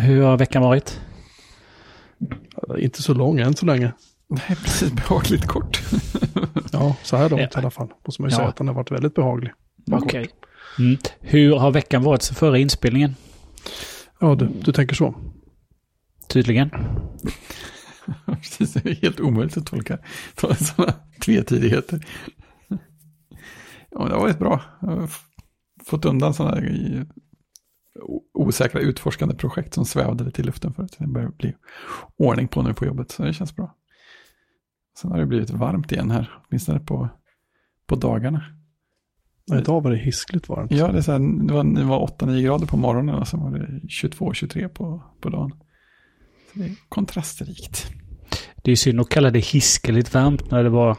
Hur har veckan varit? Inte så lång än så länge. Nej, precis. Behagligt kort. Ja, så här långt i alla fall. Måste man ju säga att den har varit väldigt behaglig. Okej. Mm. Hur har veckan varit så före inspelningen? Ja, du tänker så. Tydligen. Precis, det är helt omöjligt att tolka sådana tvetydigheter. Ja, det har varit bra. Jag har fått undan sådana här osäkra utforskande projekt som svävade lite i luften för att det börjar bli ordning på nu på jobbet. Så det känns bra. Sen har det blivit varmt igen här, åtminstone på dagarna. Ja, idag var det hiskligt varmt. Ja, det är så här, det var 8-9 grader på morgonen och sen var det 22-23 på dagen. Så det är kontrastrikt. Det är synd att kalla det hiskeligt varmt när det var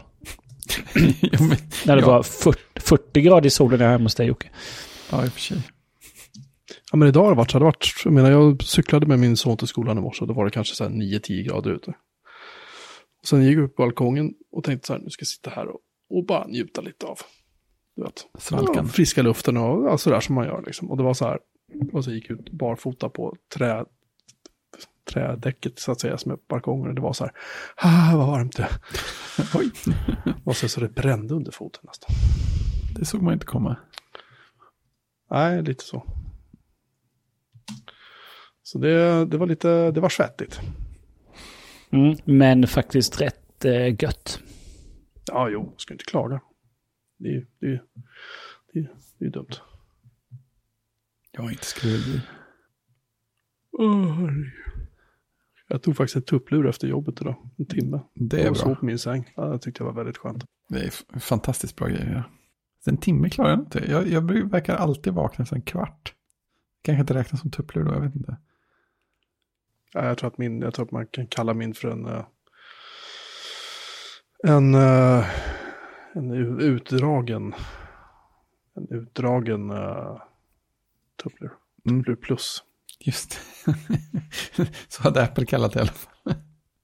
var 40 grader i solen där hemma hos dig, Jocke. Ja, i och för sig. Ja, men idag har det varit, jag cyklade med min son till skolan i morse och då var det kanske så här 9-10 grader ute. Och sen gick jag upp på balkongen och tänkte så här, nu ska jag sitta här och bara njuta lite av, du vet, svalkan. Friska luften och sådär som man gör liksom. Och det var så här, och så gick jag ut barfota på trädäcket så att säga som är på balkongen och det var så här, vad varmt det. Oj. Och så det brände under foten nästan. Det såg man inte komma. Nej, lite så. Så det var svettigt. Men faktiskt rätt gött. Ja, jo, ska inte klaga. Det är dumt. Jag inte skulle bli. Jag tog faktiskt ett tupplur efter jobbet idag. En timme. Det är bra. Så på min säng. Ja, jag tyckte det var väldigt skönt. Det är fantastiskt bra grejer. Ja. En timme klarar jag inte. Jag verkar alltid vakna efter en kvart. Kanske inte räkna som tupplur då, jag vet inte. Ja, jag tror att man kan kalla min för en utdragen tupplur. Tupplur plus. Just. Så hade Apple kallat det i alla fall.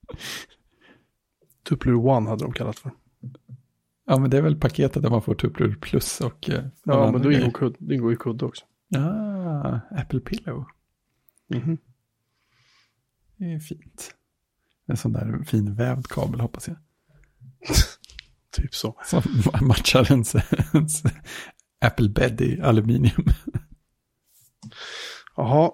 Tupplur One hade de kallat för. Ja, men det är väl paketet där man får Tupplur plus och... ja, men då ingår ju kudde också. Ah, Apple Pillow. Mhm. Det är fint. En sån där fin vävd kabel hoppas jag. Typ så. Som matchar ens Apple Bed i aluminium. Jaha.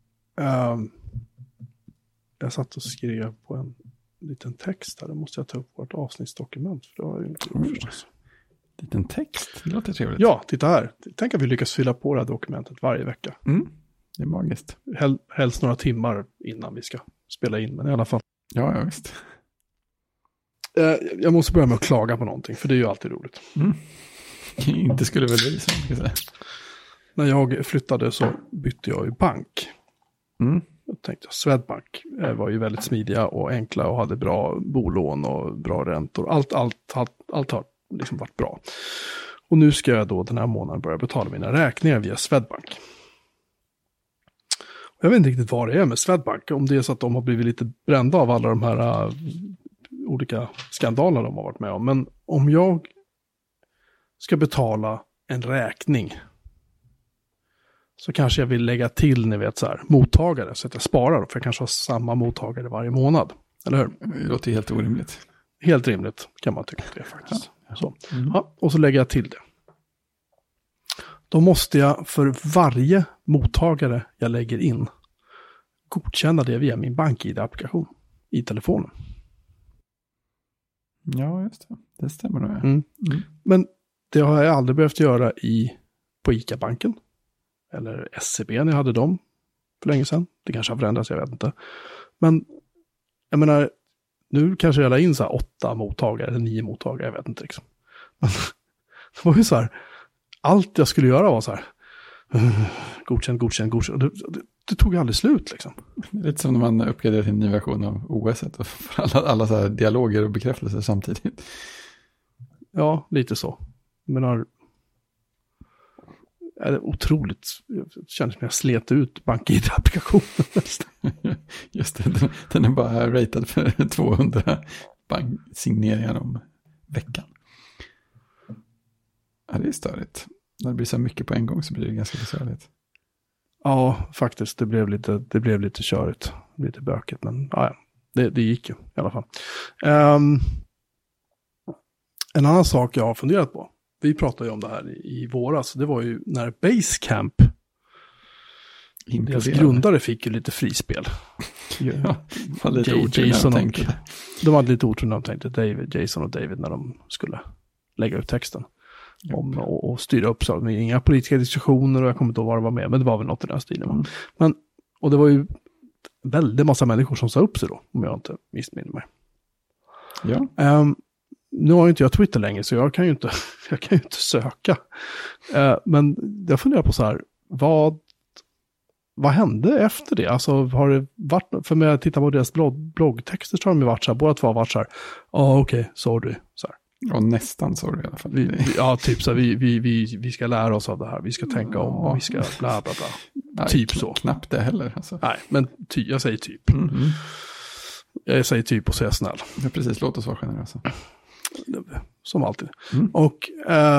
Jag satt och skrev på en liten text här. Då måste jag ta upp vårt avsnittsdokument. För det har jag ju inte gjort förstås. Liten text, det låter trevligt. Ja, titta här. Tänk att vi lyckas fylla på det här dokumentet varje vecka. Det är magiskt. Helst några timmar innan vi ska spela in, men i alla fall. Ja, visst. Jag måste börja med att klaga på någonting, för det är ju alltid roligt. Inte skulle väl bli så, ska jag säga. När jag flyttade så bytte jag ju bank. Jag tänkte Swedbank var ju väldigt smidiga och enkla och hade bra bolån och bra räntor. Allt har liksom varit bra. Och nu ska jag då den här månaden börja betala mina räkningar via Swedbank. Jag vet inte riktigt vad det är med Swedbank. Om det är så att de har blivit lite brända av alla de här olika skandaler de har varit med om. Men om jag ska betala en räkning så kanske jag vill lägga till, ni vet, så här, mottagare så att jag sparar. För jag kanske har samma mottagare varje månad. Eller hur? Det låter helt orimligt. Helt rimligt kan man tycka det faktiskt. Ja. Så. Ja, och så lägger jag till det. Då måste jag för varje mottagare jag lägger in godkänna det via min BankID-applikation i telefonen. Ja, just det. Det stämmer nog. Men det har jag aldrig behövt göra på ICA-banken. Eller SCB när jag hade dem för länge sedan. Det kanske har förändrats, jag vet inte. Men jag menar, nu kanske jag la in så här 8 mottagare eller 9 mottagare, jag vet inte liksom. Men det var ju så här, allt jag skulle göra var så här, godkänd. Det tog aldrig slut liksom. Det är lite som när man uppgraderar till en ny version av OS och får alla så här dialoger och bekräftelser samtidigt. Ja, lite så. Men är det otroligt. Det känns som jag slet ut BankID-applikationen. Just det, den är bara ratad för 200 banksigneringar om veckan. Ja, det är störigt. När det blir så mycket på en gång så blir det ganska besvärligt. Ja, faktiskt. Det blev lite körigt. Lite bökigt, men ja, det gick ju i alla fall. En annan sak jag har funderat på. Vi pratade ju om det här i våras. Det var ju när Basecamp, deras grundare, fick ju lite frispel. Ja, lite Jason de hade lite otur när de tänkte Jason och David när de skulle lägga ut texten. Och styra upp så. Med inga politiska diskussioner och jag kommer inte ihåg vad det var med. Men det var väl något i den stilen. Men, och det var ju väldigt massa människor som sa upp sig då. Om jag inte missminner mig. Ja. Nu har inte jag Twitter längre så jag kan ju inte söka. Men jag funderar på så här. Vad hände efter det? Alltså har det varit, för när jag tittar på deras bloggtexter så har de ju varit så här, båda två har varit så här, okej, sorry, så här. Ja, nästan sorry i alla fall. Ja, typ så här, vi ska lära oss av det här, vi ska tänka om och vi ska bla bla bla. Nej, typ så. Knappt det heller. Alltså. Nej, men jag säger typ. Jag säger typ och säger snäll. Ja, precis, låt oss vara generösa. Som alltid. Och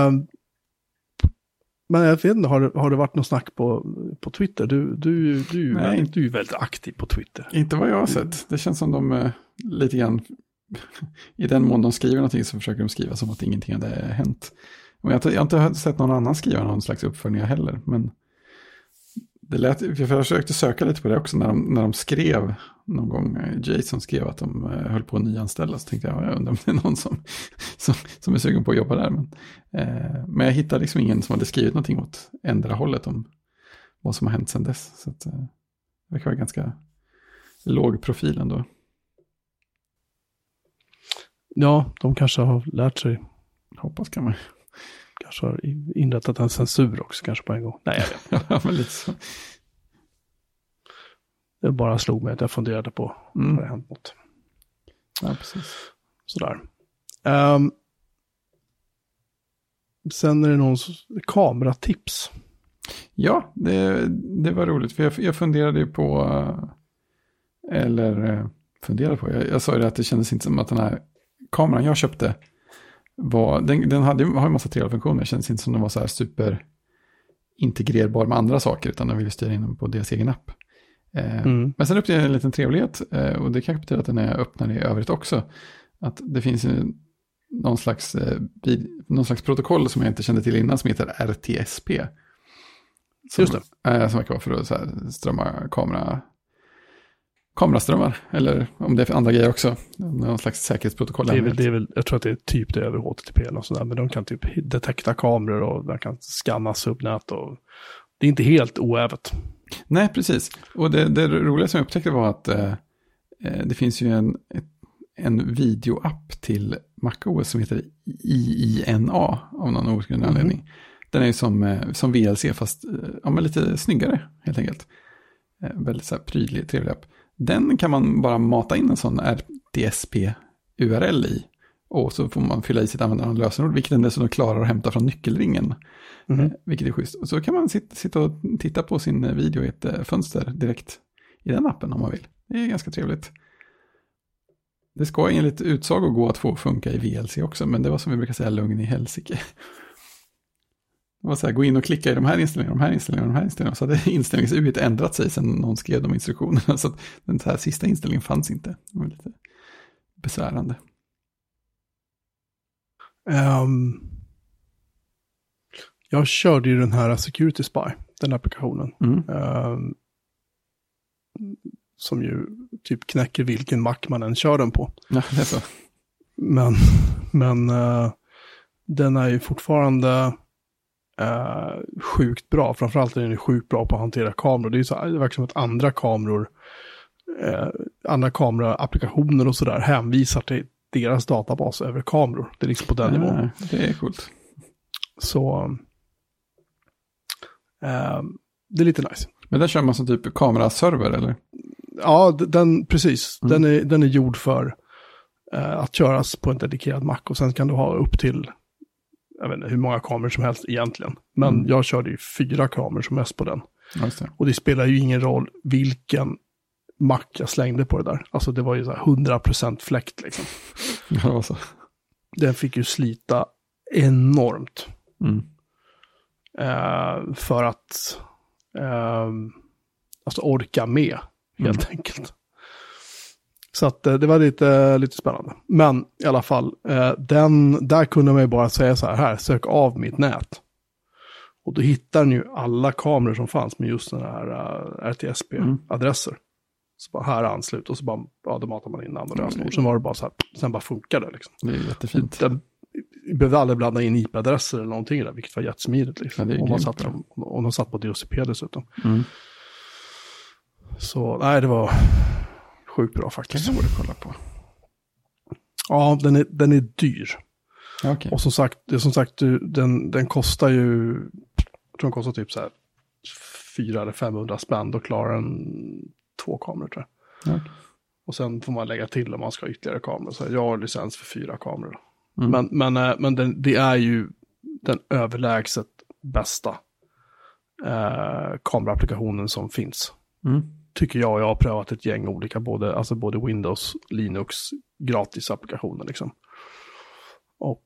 men jag vet inte, har det varit något snack på Twitter? Du är ju väldigt aktiv på Twitter. Inte vad jag har sett. Det känns som de lite grann, i den mån de skriver någonting så försöker de skriva som att ingenting hade hänt. Och jag har inte sett någon annan skriva någon slags uppföljning heller. Men det lät, jag försökte söka lite på det också när de skrev någon gång. Jason skrev att de höll på att nyanställa, så tänkte jag undrar om det är någon som är sugen på att jobba där. Men jag hittade liksom ingen som hade skrivit någonting åt ändra hållet om vad som har hänt sedan dess. Så att, det verkar vara ganska låg profil ändå. Ja, de kanske har lärt sig. Hoppas kan man. Kanske har inrättat en censur också kanske på en gång. Nej, jag vet. Ja, men lite så. Det bara slog mig att jag funderade på om det har hänt något. Ja, precis. Sådär. Sen är det någon kameratips. Ja, det var roligt. För jag funderade på, jag sa ju att det kändes inte som att den här kameran jag köpte den har ju en massa trevliga funktioner. Det kändes inte som den var så här super integrerbar med andra saker, utan den ville styra in den på deras egen app. Men sen upptäckte jag en liten trevlighet, och det kanske betyder att den är öppnare i övrigt också. Att det finns någon slags protokoll som jag inte kände till innan som heter RTSP. Just det. Som verkar vara för att så här, strömma kameraströmmar, eller om det är för andra grejer också. Någon slags säkerhetsprotokoll. Det är väl, jag tror att det är typ det över HTTP eller sådär, men de kan typ detekta kameror och de kan scanna subnät och det är inte helt oävet. Nej, precis. Och det roliga som jag upptäckte var att det finns ju en videoapp till MacOS som heter IINA av någon outgrundlig anledning. Den är ju som VLC fast men lite snyggare helt enkelt. Väldigt så här prydlig, trevlig app. Den kan man bara mata in en sån RTSP-URL i. Och så får man fylla i sitt användarnamn och lösenord, vilket den dessutom klarar att hämta från nyckelringen. Vilket är schysst. Och så kan man sitta och titta på sin video i ett fönster direkt i den appen om man vill. Det är ganska trevligt. Det ska enligt utsago gå att få funka i VLC också, men det var som vi brukar säga lugn i helsike. Det var så här, gå in och klicka i de här inställningarna. Så hade inställningsuet ändrat sig sedan någon skrev de instruktionerna. Så att den här sista inställningen fanns inte. Det var lite besvärande. Jag körde ju den här Security Spy, den applikationen. Som ju typ knäcker vilken Mac man än kör den på. Ja, det är så. Men den är ju fortfarande sjukt bra. Framförallt är den sjukt bra på att hantera kameror. Det är ju så, det verkar som att andra kameraapplikationer och sådär hänvisar till deras databas över kameror. Det är liksom på den nivån. Det är coolt. Så det är lite nice. Men där kör man som typ kameraserver eller? Ja, precis. Den är gjord för att köras på en dedikerad Mac. Och sen kan du ha upp till, jag vet inte hur många kameror som helst egentligen. Men jag körde ju 4 kameror som mest på den. Just det. Och det spelar ju ingen roll vilken Mac jag slängde på det där. Alltså det var ju så här 100% fläkt liksom. Ja, det var så. Den fick ju slita enormt. För att alltså orka med helt enkelt. Så att det var lite spännande. Men i alla fall, där kunde man ju bara säga så här, sök av mitt nät. Och då hittar ni ju alla kameror som fanns med just den här RTSP-adresser. Så bara här anslut och så bara, då matar man in namn och lösenord. Sen var det bara så här, sen bara funkar det liksom. Det är jättefint. Vi behövde aldrig blanda in IP-adresser eller någonting där, vilket var jättesmidigt liksom. Ja, om de satt på DHCP dessutom. Så nej, det var sjukt bra faktiskt. Det borde kolla på. Ja, den är dyr. Okay. Och som sagt den kostar ju, jag tror den kostar typ så här 400 eller 500 spänn. Då klarar den 2 kameror tror jag. Okay. Och sen får man lägga till om man ska ha ytterligare kameror. Så jag har licens för 4 kameror. Men det är ju den överlägset bästa kameraapplikationen som finns. Tycker jag har prövat ett gäng olika, både Windows, Linux, gratis applikationer liksom. Och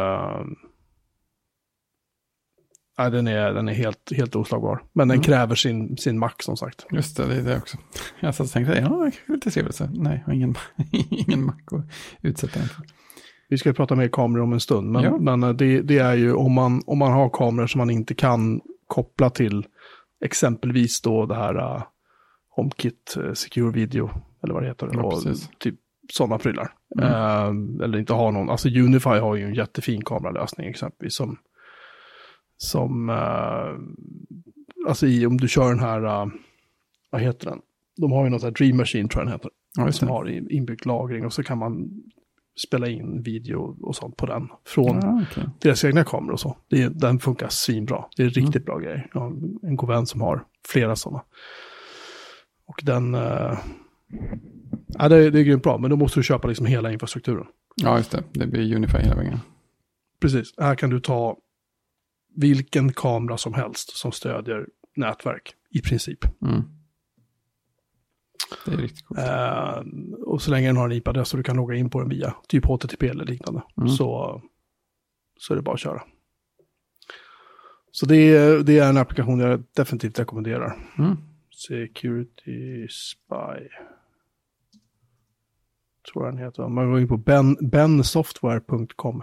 den är helt oslagbar. Men den kräver sin Mac som sagt. Just det är det också. Jag satt och tänkte, jag vill inte se det. Nej, jag har ingen Mac att utsätta den för. Vi ska prata mer kameror om en stund. Men det är ju om man har kameror som man inte kan koppla till exempelvis då det här HomeKit Secure Video eller vad det heter. Ja, och typ sådana prylar. Eller inte ha någon. Alltså Unify har ju en jättefin kameralösning exempelvis som alltså om du kör den här vad heter den? De har ju något här Dream Machine tror jag den heter. Som har inbyggd lagring och så kan man spela in video och sånt på den från deras egna kameror och så. Den funkar svinbra. Det är riktigt bra grej. Jag har en god vän som har flera sådana. Och den det är grymt bra, men då måste du köpa liksom hela infrastrukturen. Ja, just det. Det blir Unify hela vägen. Precis. Här kan du ta vilken kamera som helst som stödjer nätverk i princip. Det är riktigt coolt. Och så länge den har en IP-adress så du kan logga in på den via typ HTTP eller liknande. Så är det bara att köra. Så det är en applikation jag definitivt rekommenderar. Security Spy. Tror jag den heter. Man går in på bensoftware.com.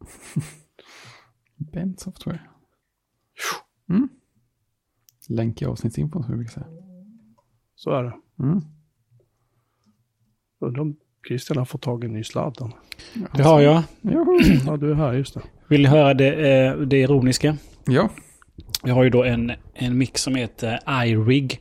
Ben Software. Länk i avsnittsinfon, som vi säga. Så är det. Undrar om Christian har fått tag i en ny sladd. Det har jag. Ja, du är här, just det. Vill ni höra det ironiska? Ja. Jag har ju då en mick som heter iRig.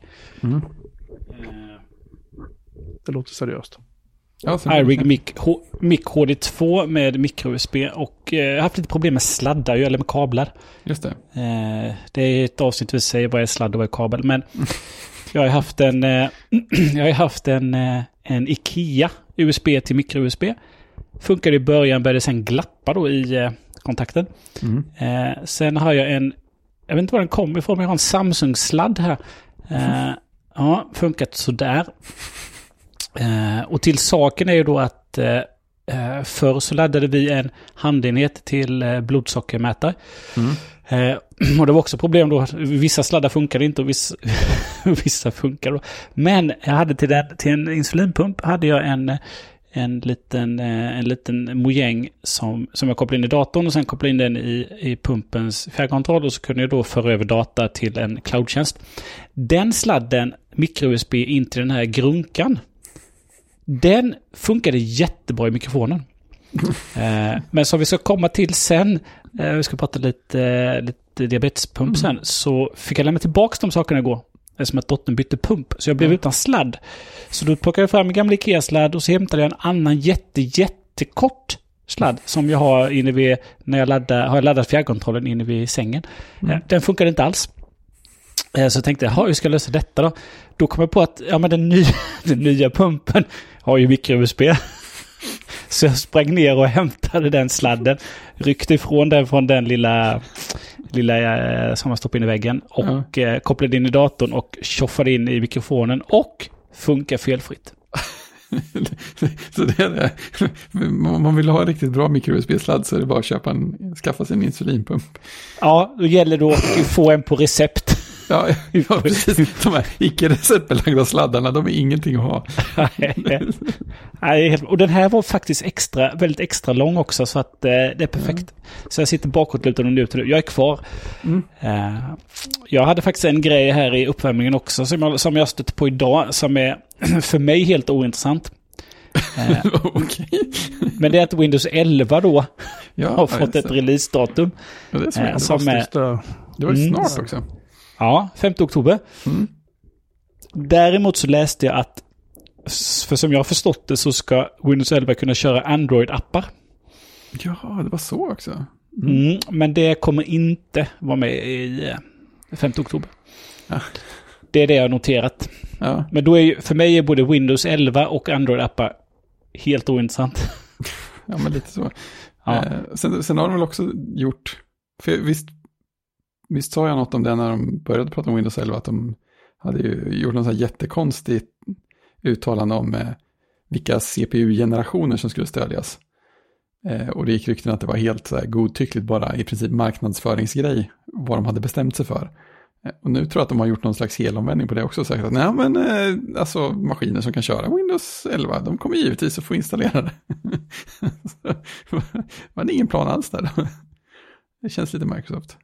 Det låter seriöst. Ja, iRig mic HD2 med micro-USB och jag har haft lite problem med sladdar eller med kablar. Just det. Det är ett avsnitt vi säger vad är sladd och vad är kabel, men jag har haft en Ikea USB till micro-USB. Funkade i början, började sen glappa då i kontakten. Sen har jag jag vet inte var den kommer ifrån, men jag har en Samsung-sladd här. Ja, funkat sådär. Och till saken är ju då att förr så laddade vi en handenhet till blodsockermätare. Och det var också problem då. Vissa sladdar funkade inte och vissa funkar då. Men jag hade till en insulinpump hade jag en liten mojäng som jag kopplade in i datorn och sen kopplade in den i pumpens fjärrkontroll och så kunde jag då föra över data till en cloudtjänst. Den sladden, micro-USB in till den här grunkan, den funkade jättebra i mikrofonen. Men som vi ska komma till sen, vi ska prata lite diabetespump sen, så fick jag lämna tillbaka de sakerna igår. Som att dottern bytte pump. Så jag blev utan sladd. Så då plockade jag fram en gammal Ikea-sladd och så hämtade jag en annan jättekort sladd som jag har inne vid, när jag laddat fjärrkontrollen inne vid sängen. Den funkade inte alls. Så jag tänkte, hur ska jag lösa detta då? Då kom jag på att men den nya pumpen har ju micro-USB. Så jag sprang ner och hämtade den sladden. Ryckte ifrån den från den lilla som man stoppade in i väggen. Och kopplade in i datorn och tjoffade in i mikrofonen. Och funkar felfritt. Så det är det. Om man vill ha en riktigt bra micro-USB-sladd så är det bara att skaffa sig en insulinpump. Ja, då gäller det att få en på recept. Ja, precis. De här icke-receptbelagda sladdarna, de är ingenting att ha. Nej, och den här var faktiskt väldigt extra lång också, så att det är perfekt. Så jag sitter bakåtlutad och njuter. Jag är kvar. Jag hade faktiskt en grej här i uppvärmningen också som jag stött på idag, som är för mig helt ointressant. Okay. Men det är att Windows 11 då har fått ett releasedatum. Ja, det var ju snart också. Ja, 5 oktober. Däremot så läste jag att, för som jag har förstått det, så ska Windows 11 kunna köra Android-appar. Ja, det var så också. Men det kommer inte vara med i 5 oktober. Ja. Det är det jag har noterat. Ja. Men då är för mig är både Windows 11 och Android-appar helt ointressant. Ja, men lite så. Ja. Sen har de väl också gjort, för visst sa jag något om det när de började prata om Windows 11, att de hade ju gjort något så här jättekonstigt uttalande om vilka CPU-generationer som skulle stödjas. Och det gick rykten att det var helt så här godtyckligt, bara i princip marknadsföringsgrej vad de hade bestämt sig för. Och nu tror jag att de har gjort någon slags helomvändning på det också och sagt att nej, men alltså maskiner som kan köra Windows 11, de kommer givetvis att få installera det. Men det är ingen plan alls där. Det känns lite Microsoft.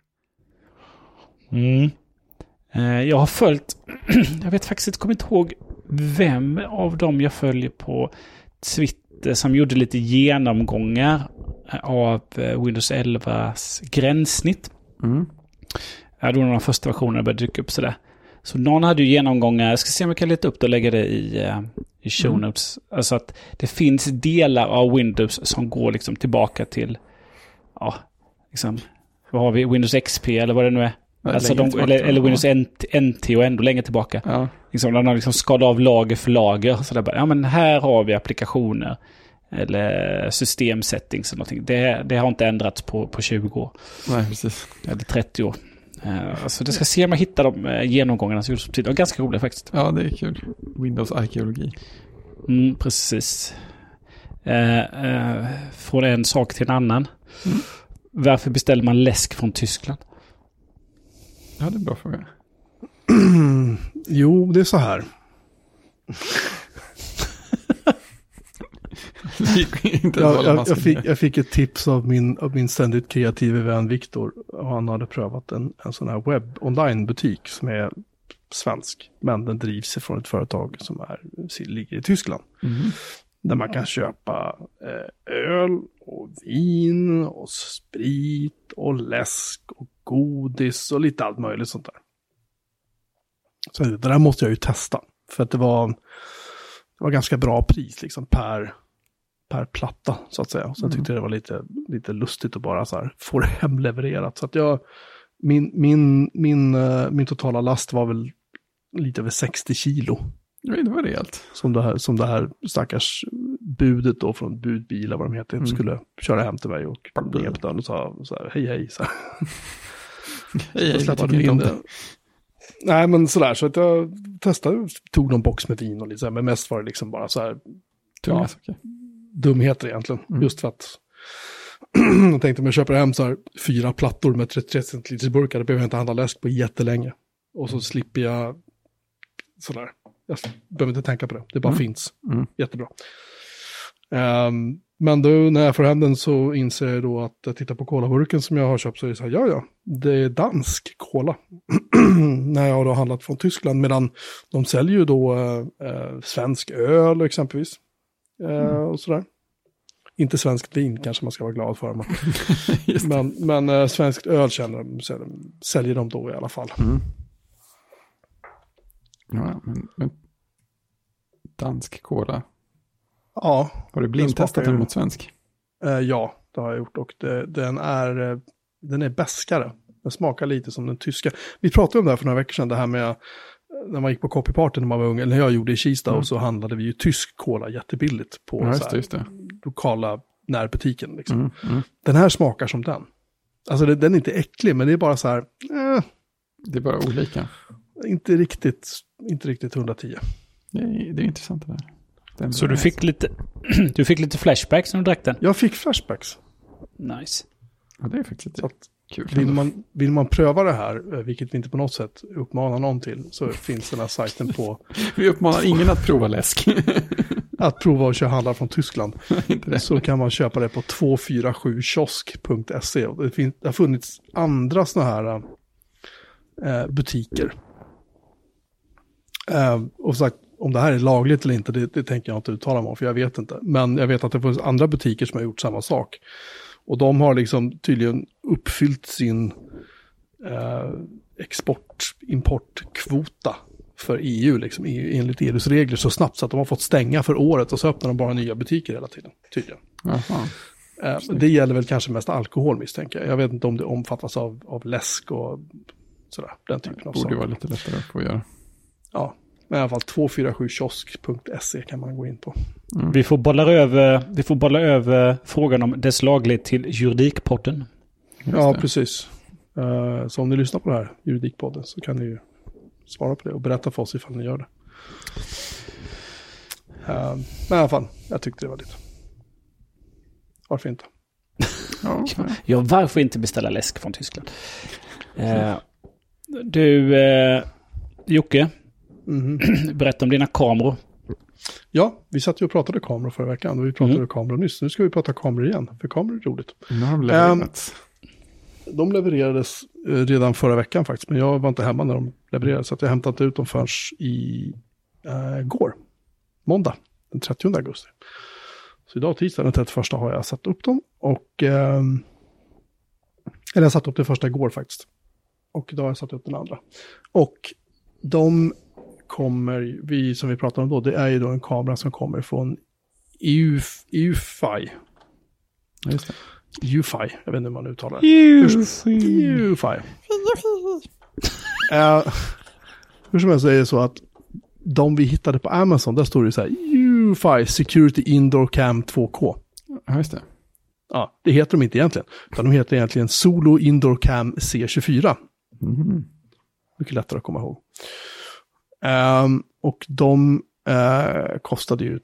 Jag har följt, jag vet faktiskt inte, kommer inte ihåg vem av dem jag följer på Twitter som gjorde lite genomgångar av Windows 11s gränssnitt. Ja, då var de första versionerna började dyka upp sådär. Så någon hade ju genomgångar, jag ska se om jag kan leta upp det och lägga det i show notes. Alltså att det finns delar av Windows som går liksom tillbaka till, ja, liksom, vad har vi, Windows XP eller vad det nu är. Alltså eller Windows NT och ändå längre tillbaka. Ja. Liksom, de har liksom skalat av lager för lager. Så där bara, ja men här har vi applikationer eller systemsettings eller någonting. Det har inte ändrats på 20 år. Nej, precis. Eller 30 år. Alltså det ska se om jag hittar de genomgångarna som gjordes på tiden. Ganska roliga faktiskt. Ja, det är kul. Windows-arkeologi. Precis. Från en sak till en annan. Varför beställer man läsk från Tyskland? Ja, det är en bra fråga. Jo, det är så här. Jag fick ett tips av min ständigt kreativa vän Viktor. Och han hade prövat en sån här webb online-butik som är svensk. Men den drivs från ett företag som ligger i Tyskland. Där man kan köpa öl och vin och sprit och läsk och godis och lite allt möjligt sånt där. Så det där måste jag ju testa. För att det var ganska bra pris liksom per platta så att säga. Så jag tyckte det var lite lustigt att bara så här få det hemlevererat. Så att min totala last var väl lite över 60 kilo. Nej, det var rejält. Som det här stackars budet då från budbilar, vad de heter, skulle köra hem till mig och rep den och sa så här, hej. Så här. Hej, jag tycker inte om det. Nej, men sådär, så att jag testade, tog någon box med vin och lite så här, men mest var det liksom bara så här dumheter egentligen. Just för att jag tänkte om jag köper hem så här 4 plattor med 33 centiliters burkar, då behöver jag inte handla läsk på jättelänge. Och så slipper jag sådär. Jag behöver inte tänka på det. Det bara finns. Jättebra. Men då när jag får hem den så inser jag då att jag tittar på colaburken som jag har köpt så är det så här, ja, det är dansk cola. När jag har då handlat från Tyskland, medan de säljer ju då svensk öl exempelvis. Och sådär. Inte svenskt vin kanske man ska vara glad för. Men svenskt öl säljer de då i alla fall. Ja, men dansk cola. Ja. Har du blindtestat den mot svensk? Ja, det har jag gjort. Och den är bäskare. Den smakar lite som den tyska. Vi pratade om det här för några veckor sedan. Det här med när man gick på copyparty när man var ung. Eller jag gjorde i Kista och så handlade vi ju tysk cola jättebilligt på just det. Lokala närbutiken. Liksom. Den här smakar som den. Alltså den är inte äcklig, men det är bara så här. Det är bara olika. Inte riktigt 110. Det är intressant det där. Så du fick lite flashbacks när du drack den? Jag fick flashbacks. Nice. Ja, det är faktiskt så Kul. Vill man pröva det här, vilket vi inte på något sätt uppmanar någon till, så finns den här sajten på... Vi uppmanar ingen att prova läsk. Att prova att köra handlar från Tyskland. Så kan man köpa det på 247kiosk.se. Det har funnits andra såna här butiker. Och sagt, om det här är lagligt eller inte, det tänker jag inte uttala mig om, för jag vet inte. Men jag vet att det finns andra butiker som har gjort samma sak. Och de har liksom tydligen uppfyllt sin export-importkvota för EU, liksom, enligt EUs regler så snabbt så att de har fått stänga för året och så öppnar de bara nya butiker hela tiden, tydligen. Det gäller väl kanske mest alkohol, misstänker jag. Jag vet inte om det omfattas av läsk och sådär, den typen av saker. Borde vara lite lättare att få göra. Ja, men i alla fall 247kiosk.se kan man gå in på. Mm. Vi får bolla över frågan om dess laglighet till Juridikpodden. Ja, precis. Så om ni lyssnar på det här, Juridikpodden, så kan ni ju svara på det och berätta för oss ifall ni gör det. Men i alla fall, jag tyckte det var lite. Varför inte? Ja, varför inte beställa läsk från Tyskland? Du, Jocke, berätta om dina kameror. Ja, vi satt ju och pratade kameror förra veckan och vi pratade kameror nyss. Nu ska vi prata kameror igen, för kameror är roligt. Nu har de levererats. De levererades redan förra veckan faktiskt, men jag var inte hemma när de levererades, så att jag hämtade ut dem förrän går, måndag, den 30 augusti. Så idag tisdag den 31 har jag satt upp dem och eller jag satt upp den första igår faktiskt. Och idag har jag satt upp den andra. Och de kommer, som vi pratade om då, det är ju då en kamera som kommer från EUFI. Just det. EUFI, jag vet inte hur man uttalar det. EUFI. Hur som helst är det så att de vi hittade på Amazon, där står det så här EUFI Security Indoor Cam 2K. Ja, just det. Ja, det heter de inte egentligen. Utan de heter egentligen Solo Indoor Cam C24. Mycket lättare att komma ihåg. Och de kostade ju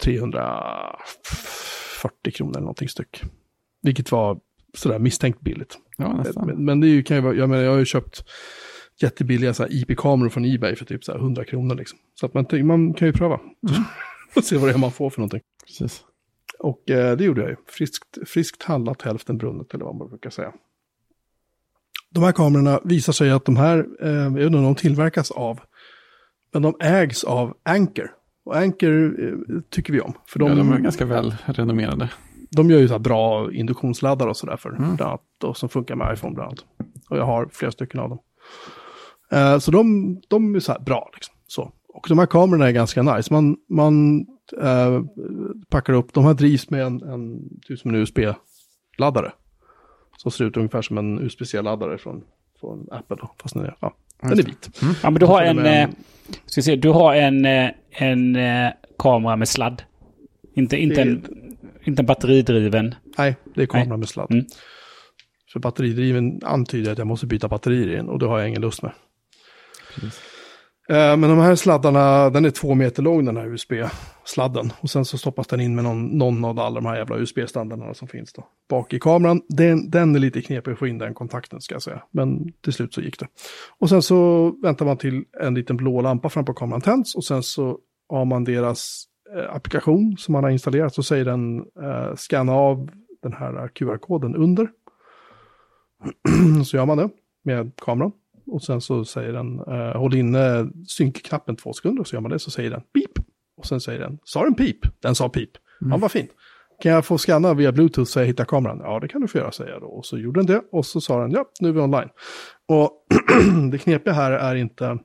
340 kronor eller någonting styck. Vilket var sådär misstänkt billigt. Ja, nästan. Men det kan ju vara, jag har ju köpt jättebilliga så här IP-kameror från eBay för typ så här 100 kronor liksom. Så att man kan ju pröva. Och se vad det är man får för någonting. Precis. Och det gjorde jag ju. Friskt handlat, hälften brunnet eller vad man brukar säga. De här kamerorna visar sig att de här, jag vet inte om de tillverkas av, men de ägs av Anker. Och Anker tycker vi om. För de är ganska väl renommerade. De gör ju så här bra induktionsladdare och sådär för bland annat, och som funkar med iPhone bland annat. Och jag har flera stycken av dem. Så de är så här bra liksom. Så. Och de här kamerorna är ganska nice. Man packar upp, de här drivs med en USB-laddare. Som ser ut ungefär som en USB-C-laddare från Apple då. Fast den är vit. Ja, men du har du har en kamera med sladd. Inte en batteridriven. Nej, det är kamera med sladd. För batteridriven antyder att jag måste byta batterier i den, och det har jag ingen lust med. Precis. Men de här sladdarna, den är 2 meter lång, den här USB-sladden. Och sen så stoppas den in med någon av alla de här jävla USB-standarderna som finns då. Bak i kameran, den är lite knepig att få in den kontakten, ska jag säga. Men till slut så gick det. Och sen så väntar man till en liten blå lampa fram på kameran tänds. Och sen så har man deras applikation som man har installerat. Så säger den scanna av den här QR-koden under. Så gör man det med kameran. Och sen så säger den, håll inne synkknappen 2 sekunder, och så gör man det, så säger den pip. Och sen säger den, sa den pip? Den sa pip. Ja, vad fint. Kan jag få scanna via Bluetooth så jag hittar kameran? Ja, det kan du få göra, säger jag då. Och så gjorde den det, och så sa den, ja, nu är vi online. Och det knepiga här är inte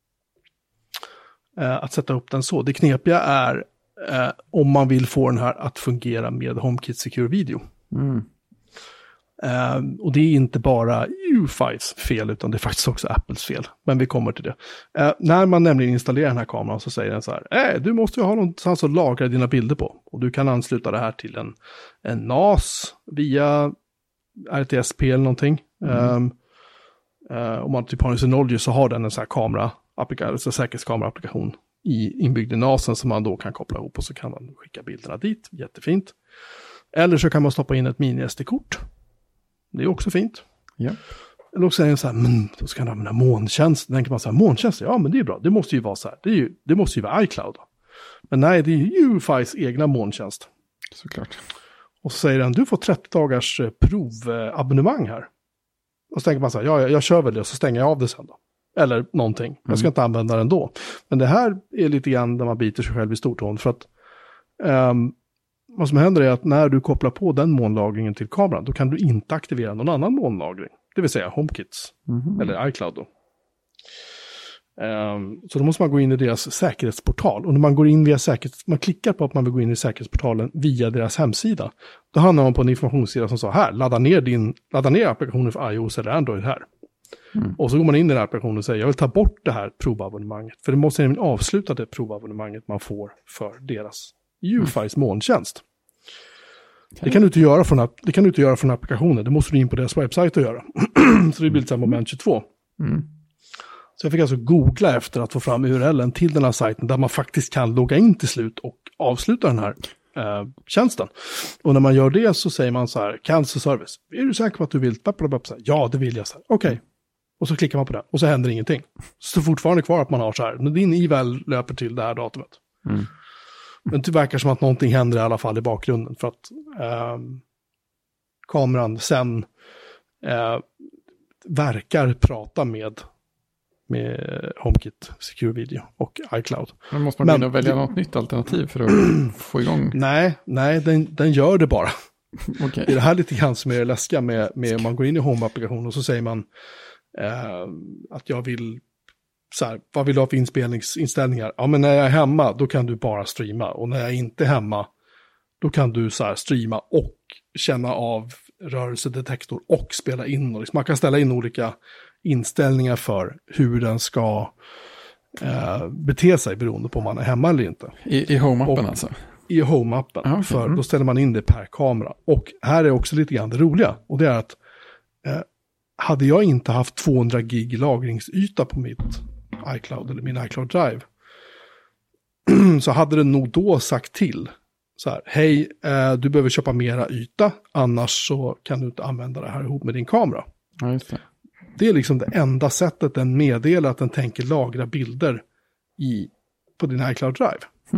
att sätta upp den så. Det knepiga är om man vill få den här att fungera med HomeKit Secure Video. Och det är inte bara EUFIs fel, utan det är faktiskt också Apples fel. Men vi kommer till det. När man nämligen installerar den här kameran så säger den så här, du måste ju ha någonstans att lagra dina bilder på. Och du kan ansluta det här till en NAS via RTSP eller någonting. Om man typ har en Synology så har den en sån här säkerhetskamera-applikation inbyggd i NASen som man då kan koppla ihop, och så kan man skicka bilderna dit. Jättefint. Eller så kan man stoppa in ett mini SD-kort. Det är också fint. Ja. Eller också säger den så här, då ska han använda molntjänst. Då tänker man så här, molntjänst, ja men det är bra. Det måste ju vara så här. Det måste ju vara iCloud. Men nej, det är UEFIs egna molntjänst. Såklart. Och så säger den, du får 30 dagars provabonnemang här. Och så tänker man så här, ja, jag kör väl det och så stänger jag av det sen då. Eller någonting. Jag ska inte använda den då. Men det här är lite grann där man biter sig själv i stortån. För att vad som händer är att när du kopplar på den molnlagringen till kameran, då kan du inte aktivera någon annan molnlagring. Det vill säga HomeKits. Eller iCloud då. Så då måste man gå in i deras säkerhetsportal. Och när man går in via man klickar på att man vill gå in i säkerhetsportalen via deras hemsida. Då hamnar man på en informationssida som sa här, ladda ner applikationen för iOS eller Android här. Och så går man in i den här applikationen och säger jag vill ta bort det här provabonnemanget. För det måste nämligen avsluta det provabonnemanget man får för deras UEFIs molntjänst. Det kan du inte göra från applikationen. Det måste du in på deras webbsajt och göra. Så det blir lite moment 22. Så jag fick alltså googla efter att få fram URLen till den här sajten där man faktiskt kan logga in till slut och avsluta den här tjänsten. Och när man gör det så säger man så här, cancel service. Är du säker på att du vill? Ja, det vill jag. Okej. Och så klickar man på det och så händer ingenting. Så det är fortfarande kvar att man har så här, men din e-mail löper till det här datumet. Men det verkar som att någonting händer i alla fall i bakgrunden för att kameran sen verkar prata med HomeKit, Secure Video och iCloud. Men måste man välja något nytt alternativ för att få igång? Nej, den gör det bara. Okay. Det är det här lite grann som är det läskiga med man går in i Home-applikationen och så säger man att jag vill så här, vad vill du ha för inspelningsinställningar? Ja, men när jag är hemma, då kan du bara streama. Och när jag inte är hemma, då kan du så här streama och känna av rörelsedetektor och spela in. Och man kan ställa in olika inställningar för hur den ska bete sig beroende på om man är hemma eller inte. I Home-appen alltså? I Home-appen, okay. För då ställer man in det per kamera. Och här är också lite grann det roliga. Och det är att hade jag inte haft 200 gig lagringsyta på mitt iCloud eller min iCloud Drive så hade det nog då sagt till så här, hej, du behöver köpa mera yta, annars så kan du inte använda det här ihop med din kamera. Ja, just det. Det är liksom det enda sättet den meddelar att den tänker lagra bilder på din iCloud Drive.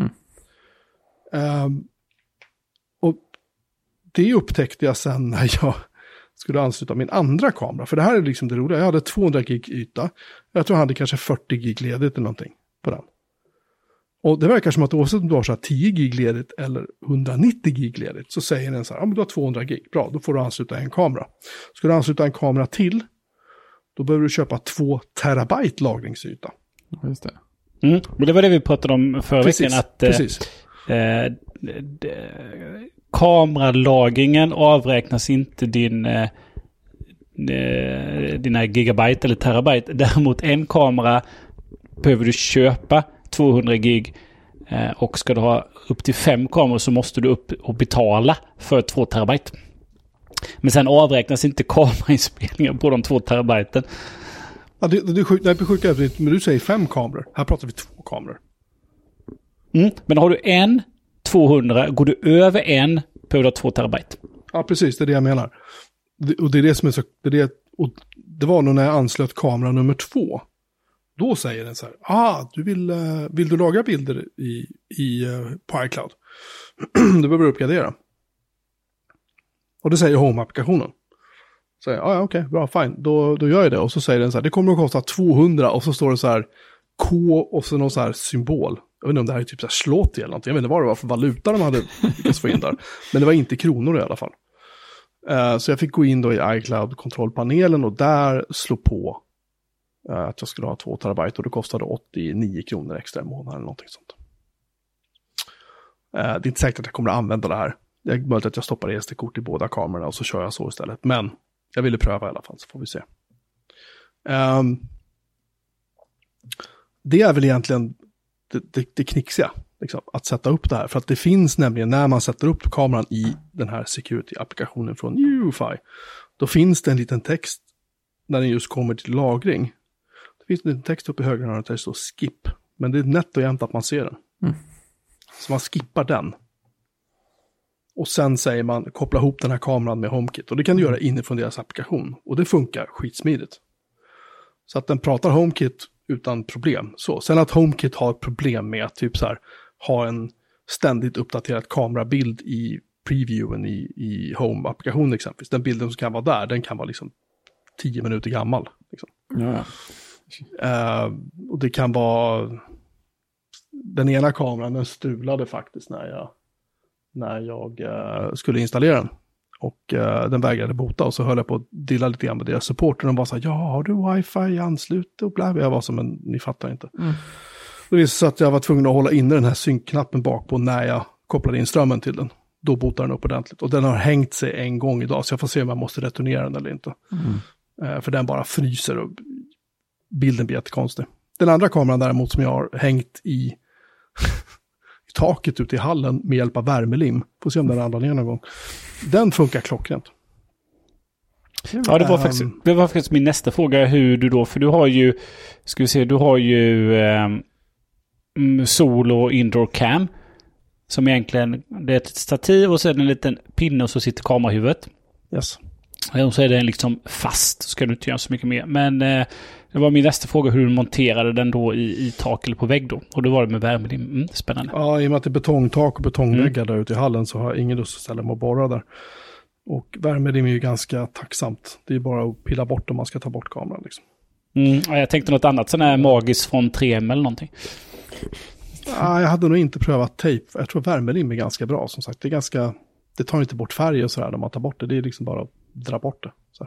Och det upptäckte jag sen när jag skulle ansluta min andra kamera. För det här är liksom det roliga. Jag hade 200 gig yta. Jag tror jag hade kanske 40 gig ledigt eller någonting på den. Och det verkar som att oavsett om du har så här 10 gig ledigt eller 190 gig ledigt så säger den så här, ja men du har 200 gig. Bra, då får du ansluta en kamera. Ska du ansluta en kamera till, då behöver du köpa 2 terabyte lagringsyta. Just det. Men det var det vi pratade om förra veckan. Att kameralagringen avräknas inte dina gigabyte eller terabyte. Däremot en kamera behöver du köpa 200 gig och ska du ha upp till 5 kameror så måste du upp och betala för 2 terabyte. Men sen avräknas inte kamerainspelningar på de 2 terabyten. Ja, det är sjukt, men du säger 5 kameror. Här pratar vi 2 kameror. Men har du 200, går du över behöver du ha 2 terabyte. Ja, precis, det är det jag menar. Och det är det som är så... Det var nog när jag anslöt kamera nummer 2. Då säger den så här, vill du lagra bilder på iCloud? Du behöver uppgradera. Och det säger Home-applikationen. Så okej, bra, fine. Då gör jag det. Och så säger den så här, det kommer att kosta 200. Och så står det så här, K och så någon så här symbol. Jag vet inte om det här är typ så här slått eller någonting. Jag vet inte vad det var för valuta de hade lyckats få in där. Men det var inte kronor i alla fall. Så jag fick gå in då i iCloud-kontrollpanelen och där slå på att jag skulle ha 2 terabyte och det kostade 89 kronor extra i månaden eller någonting sånt. Det är inte säkert att jag kommer att använda det här. Det är möjligt att jag stoppar SD-kort i båda kamerorna och så kör jag så istället. Men jag ville pröva i alla fall så får vi se. Det är väl egentligen det knixiga. Liksom, att sätta upp det här. För att det finns nämligen när man sätter upp kameran i den här security-applikationen från UEFI. Då finns det en liten text när den just kommer till lagring. Det finns en liten text uppe i högra hörnet där det står skip. Men det är nätt och jämnt att man ser den. Så man skippar den. Och sen säger man koppla ihop den här kameran med HomeKit. Och det kan du göra inifrån deras applikation. Och det funkar skitsmidigt. Så att den pratar HomeKit utan problem. Så. Sen att HomeKit har problem med att typ så här, ha en ständigt uppdaterad kamerabild i previewen i Home-applikationen exempelvis. Den bilden som kan vara där, den kan vara liksom 10 minuter gammal. Liksom. Ja. Och det kan vara... Den ena kameran, den strulade faktiskt när jag skulle installera den. Och den vägrade bota och så höll jag på att dilla lite grann med deras support. Och de var så här, ja, har du wifi anslutet? Och bla, jag var som en, ni fattar inte. Det visade sig att jag var tvungen att hålla inne den här synkknappen bak på när jag kopplade in strömmen till den. Då botar den upp ordentligt. Och den har hängt sig en gång idag, så jag får se om jag måste returnera den eller inte. För den bara fryser och bilden blir jättekonstig. Den andra kameran däremot som jag har hängt i taket ute i hallen med hjälp av värmelim. Får se om den ramlar ner någon gång. Den funkar klockrent. Ja, det var faktiskt min nästa fråga. Hur du då, för du har ju, sol och indoor cam. Som egentligen, det är ett stativ och så är det en liten pinne och så sitter kamerahuvudet. Yes. Och så är den liksom fast, ska du inte göra så mycket mer. Men det var min nästa fråga hur du monterade den då i tak eller på vägg då. Och då var det med värmelim. Spännande. Ja, i och med att det är betongtak och betongväggar där ute i hallen så har jag ingen lust att ställa mig och borra där. Och värmelim är ju ganska tacksamt. Det är bara att pilla bort om man ska ta bort kameran liksom. Ja, jag tänkte något annat, sån här magis från 3M eller någonting. Ja, jag hade nog inte prövat tejp. Jag tror värmelim är ganska bra som sagt. Det tar inte bort färg och sådär när man tar bort det. Det är liksom bara att dra bort det. Så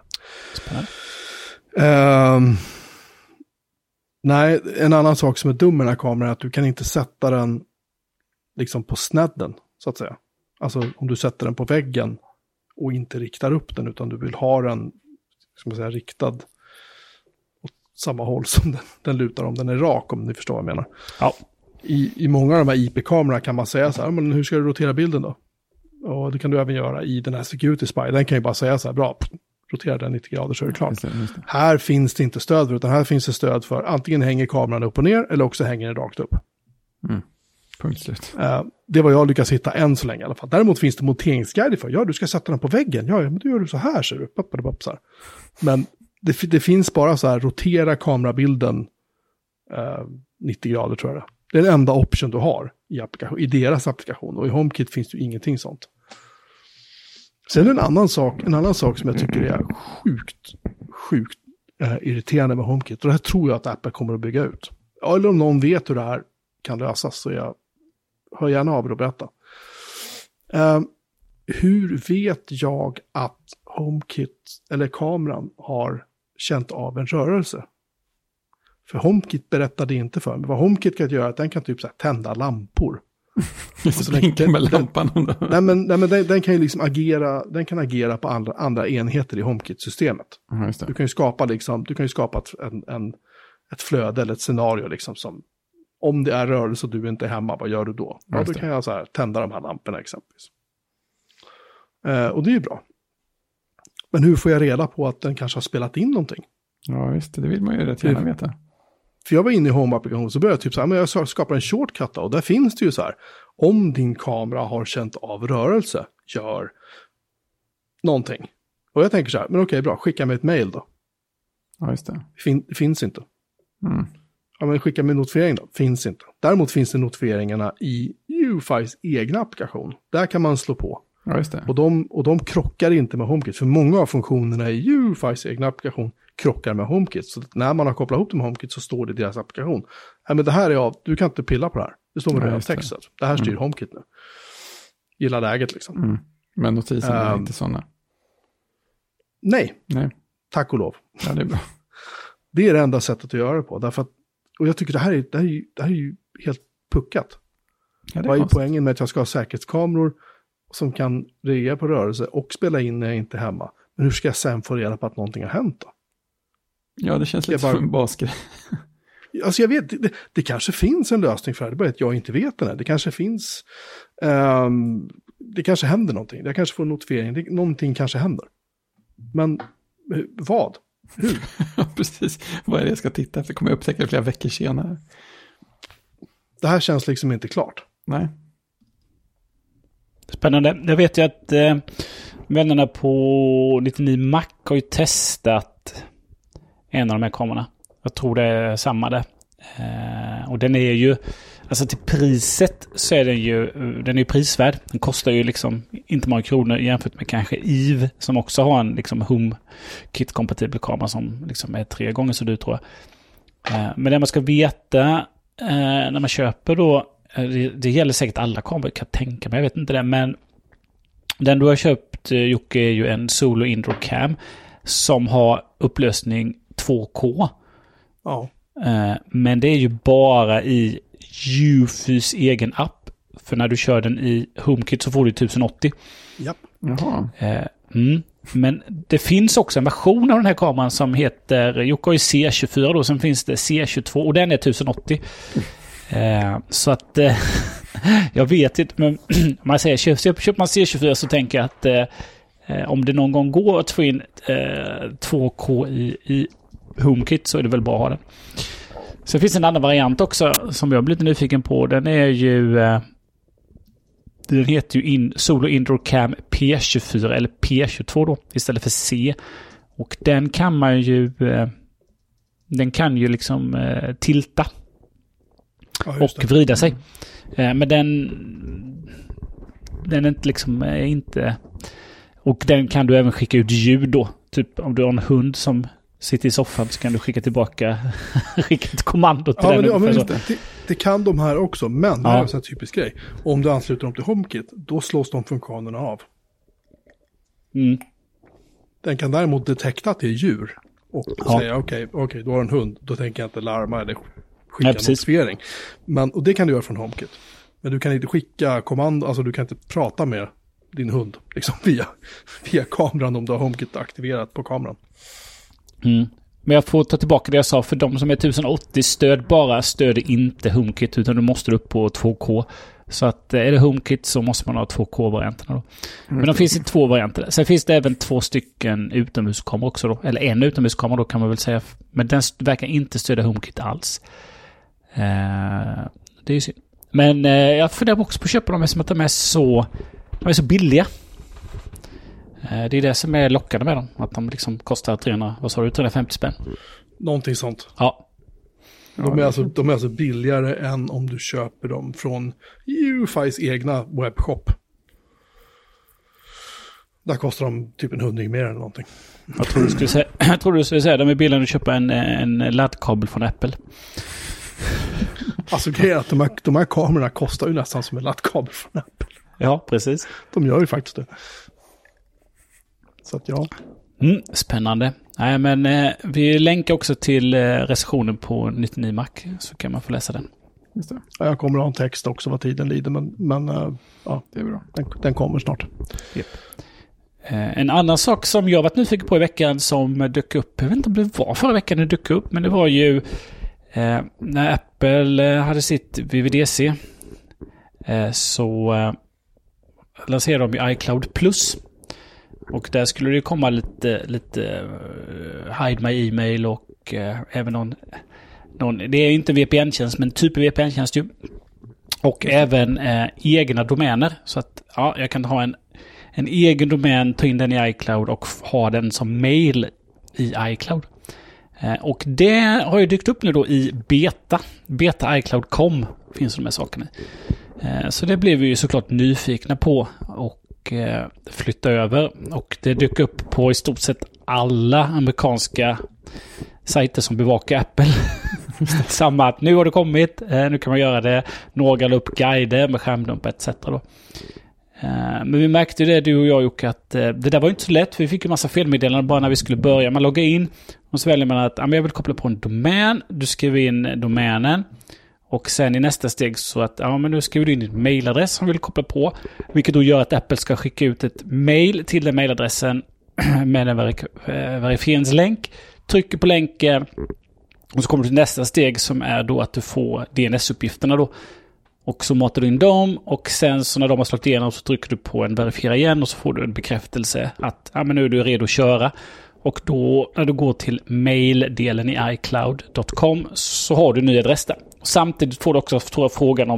nej, en annan sak som är dum med den här kameran är att du kan inte sätta den liksom på snedden, så att säga. Alltså om du sätter den på väggen och inte riktar upp den, utan du vill ha den, ska man säga, riktad åt samma håll som den lutar om den är rak, om ni förstår vad jag menar. Ja. I många av de här IP-kamerorna kan man säga så här, men hur ska du rotera bilden då? Och det kan du även göra i den här Security Spy. Den kan ju bara säga så här, bra, rotera den 90 grader så är det klart. Just det. Här finns det inte stöd för, utan här finns det stöd för antingen hänger kameran upp och ner eller också hänger den rakt upp. Punkt slut. Det var jag lyckas hitta än så länge i alla fall. Däremot finns det monteringsguider för, ja du ska sätta den på väggen. Ja, men då gör du så här, ser du. Så här. Men det finns bara så här, rotera kamerabilden 90 grader tror jag det. Det är den enda option du har i deras applikation. Och i HomeKit finns det ju ingenting sånt. Sen en annan sak som jag tycker är sjukt irriterande med HomeKit. Och det här tror jag att Apple kommer att bygga ut. Ja, eller om någon vet hur det här kan lösas så hör gärna av er och berätta. Hur vet jag att HomeKit eller kameran har känt av en rörelse? För HomeKit berättade inte för mig. Vad HomeKit kan göra är att den kan typ så här tända lampor. Alltså blinka med lampan. Nej, men den kan ju liksom agera på andra enheter i HomeKit-systemet. Du kan ju skapa ett flöde eller ett scenario liksom som, om det är rörelse och du inte är hemma, vad gör du då? Ja, då kan jag så här tända de här lamporna exempelvis. Och det är ju bra. Men hur får jag reda på att den kanske har spelat in någonting? Ja, visst. Det vill man ju rätt gärna veta. För jag var inne i Home-applikationen så började jag typ så här, men jag skapar en shortcut och där finns det ju så här, om din kamera har känt av rörelse, gör någonting. Och jag tänker så här, men okej, bra, skicka mig ett mail då. Ja, just det. Finns inte. Ja, men skicka mig en notifiering då. Finns inte. Däremot finns det notifieringarna i UFIs egna applikation. Där kan man slå på. Ja, just det. Och de krockar inte med HomeKit. För många av funktionerna i UFIs egna applikation krockar med HomeKit. Så när man har kopplat ihop det med HomeKit så står det i deras applikation. Ja, men det här är du kan inte pilla på det här. Det står med röd text. Det här styr HomeKit nu. Gillar läget liksom. Men notiserna är inte sådana. Nej. Tack och lov. Ja, det är bra. Det är det enda sättet att göra det på. Därför att, och jag tycker det här är ju helt puckat. Ja, vad är poängen med att jag ska ha säkerhetskameror som kan reagera på rörelse och spela in när jag inte är hemma? Men hur ska jag sen få reda på att någonting har hänt då? Ja, det känns lite som en basgrej. Alltså jag vet, det kanske finns en lösning för det. Det är bara att jag inte vet den här. Det kanske finns, det kanske händer någonting. Jag kanske får en notifiering. Någonting kanske händer. Men vad? Hur? Precis. Vad är det jag ska titta efter? Kommer jag upptäcka det flera veckor senare? Det här känns liksom inte klart. Nej. Spännande. Jag vet ju att vännerna på 99 Mac har ju testat en av de här kamerorna. Jag tror det är samma där. Och den är ju, alltså till priset så är den är ju prisvärd. Den kostar ju liksom inte många kronor jämfört med kanske Eve som också har en liksom HomeKit-kompatibel kamera som liksom är 3 gånger så dyr tror jag. Men det man ska veta när man köper då, det gäller säkert alla kameror kan jag tänka mig, jag vet inte det, men den du har köpt Jocke är ju en Solo Indoor Cam som har upplösning 2K. Ja. Men det är ju bara i Ufys egen app. För när du kör den i HomeKit så får du 1080. Japp. Jaha. Men det finns också en version av den här kameran som heter, Jocke har ju C24 då, sen finns det C22 och den är 1080. Så att jag vet inte, men om man säger köper man C24 så tänker jag att om det någon gång går att få in 2K i HomeKit så är det väl bra att ha den. Sen finns en annan variant också som jag har blivit nyfiken på. Den är ju den heter ju Solo Indoor Cam P24 eller P22 då istället för C. Och den kan man ju liksom tilta och vrida sig. Men den är inte liksom inte, och den kan du även skicka ut ljud då. Typ om du har en hund som sitter i soffan så kan du skicka tillbaka skicka ett kommando till den. Men det kan de här också, men det här är en sån här typisk grej. Om du ansluter dem till HomeKit, då slås de funktionerna av. Den kan däremot detekta att det är djur och säga okej, då har en hund, då tänker jag inte larma eller skicka en notifiering. Och det kan du göra från HomeKit. Men du kan inte skicka kommando, alltså du kan inte prata med din hund liksom via kameran om du har HomeKit aktiverat på kameran. Men jag får ta tillbaka det jag sa, för de som är 1080 stöder inte HomeKit utan du måste upp på 2K. Så att är det HomeKit så måste man ha 2K-varianterna då. Men de finns i 2 varianter. Sen finns det även 2 stycken utomhuskameror också då. Eller en utomhuskamera då kan man väl säga. Men den verkar inte stödja HomeKit alls. Det är ju synd. Men jag funderar också på att köpa dem som att de är så billiga. Det är det som är lockande med dem. Att de liksom kostar 350 spänn. Någonting sånt. Ja. De är alltså billigare än om du köper dem från Ufys egna webbshop. Där kostar de typ en 100 mer eller någonting. Jag tror du skulle säga de är billigare att köpa en laddkabel från Apple. Alltså grejen är att de här kamerorna kostar ju nästan som en laddkabel från Apple. Ja, precis. De gör ju faktiskt det. Så att ja. Spännande. Nej, men vi länkar också till recensionen på 99 Mac så kan man få läsa den. Just det. Ja, jag kommer att ha en text också vad tiden lider, men ja, det är bra. Den kommer snart. Yep. En annan sak som jag varit nyfiken på i veckan som dök upp, jag vet inte om det var förra veckan det dök upp, men det var ju när Apple hade sitt VVDC så lanserade de ju iCloud Plus. Och där skulle det komma lite Hide My Email och även någon, det är inte VPN-tjänst men typ VPN-tjänst ju. Och även egna domäner. Så att ja, jag kan ha en egen domän, ta in den i iCloud och ha den som mail i iCloud. Och det har ju dykt upp nu då i beta iCloud.com finns de här sakerna. Så det blev vi ju såklart nyfikna på och flytta över. Och det dök upp på i stort sett alla amerikanska sajter som bevakar Apple. Samma att nu har det kommit, nu kan man göra det. Några la upp guider med skärmdump etc. då. Men vi märkte ju det, du och jag Jocke, att det där var inte så lätt. Vi fick ju massa felmeddelanden bara när vi skulle börja. Man loggar in och så väljer man att jag vill koppla på en domän. Du skriver in domänen. Och sen i nästa steg så att men nu skriver du in din mailadress som du vill koppla på. Vilket då gör att Apple ska skicka ut ett mail till den mailadressen med en verifieringslänk. Trycker på länken och så kommer du till nästa steg som är då att du får DNS-uppgifterna då. Och så matar du in dem och sen så när de har slagit igenom så trycker du på en verifiera igen och så får du en bekräftelse att men nu är du redo att köra. Och då när du går till maildelen i iCloud.com så har du en ny adress där. Samtidigt får du också frågan om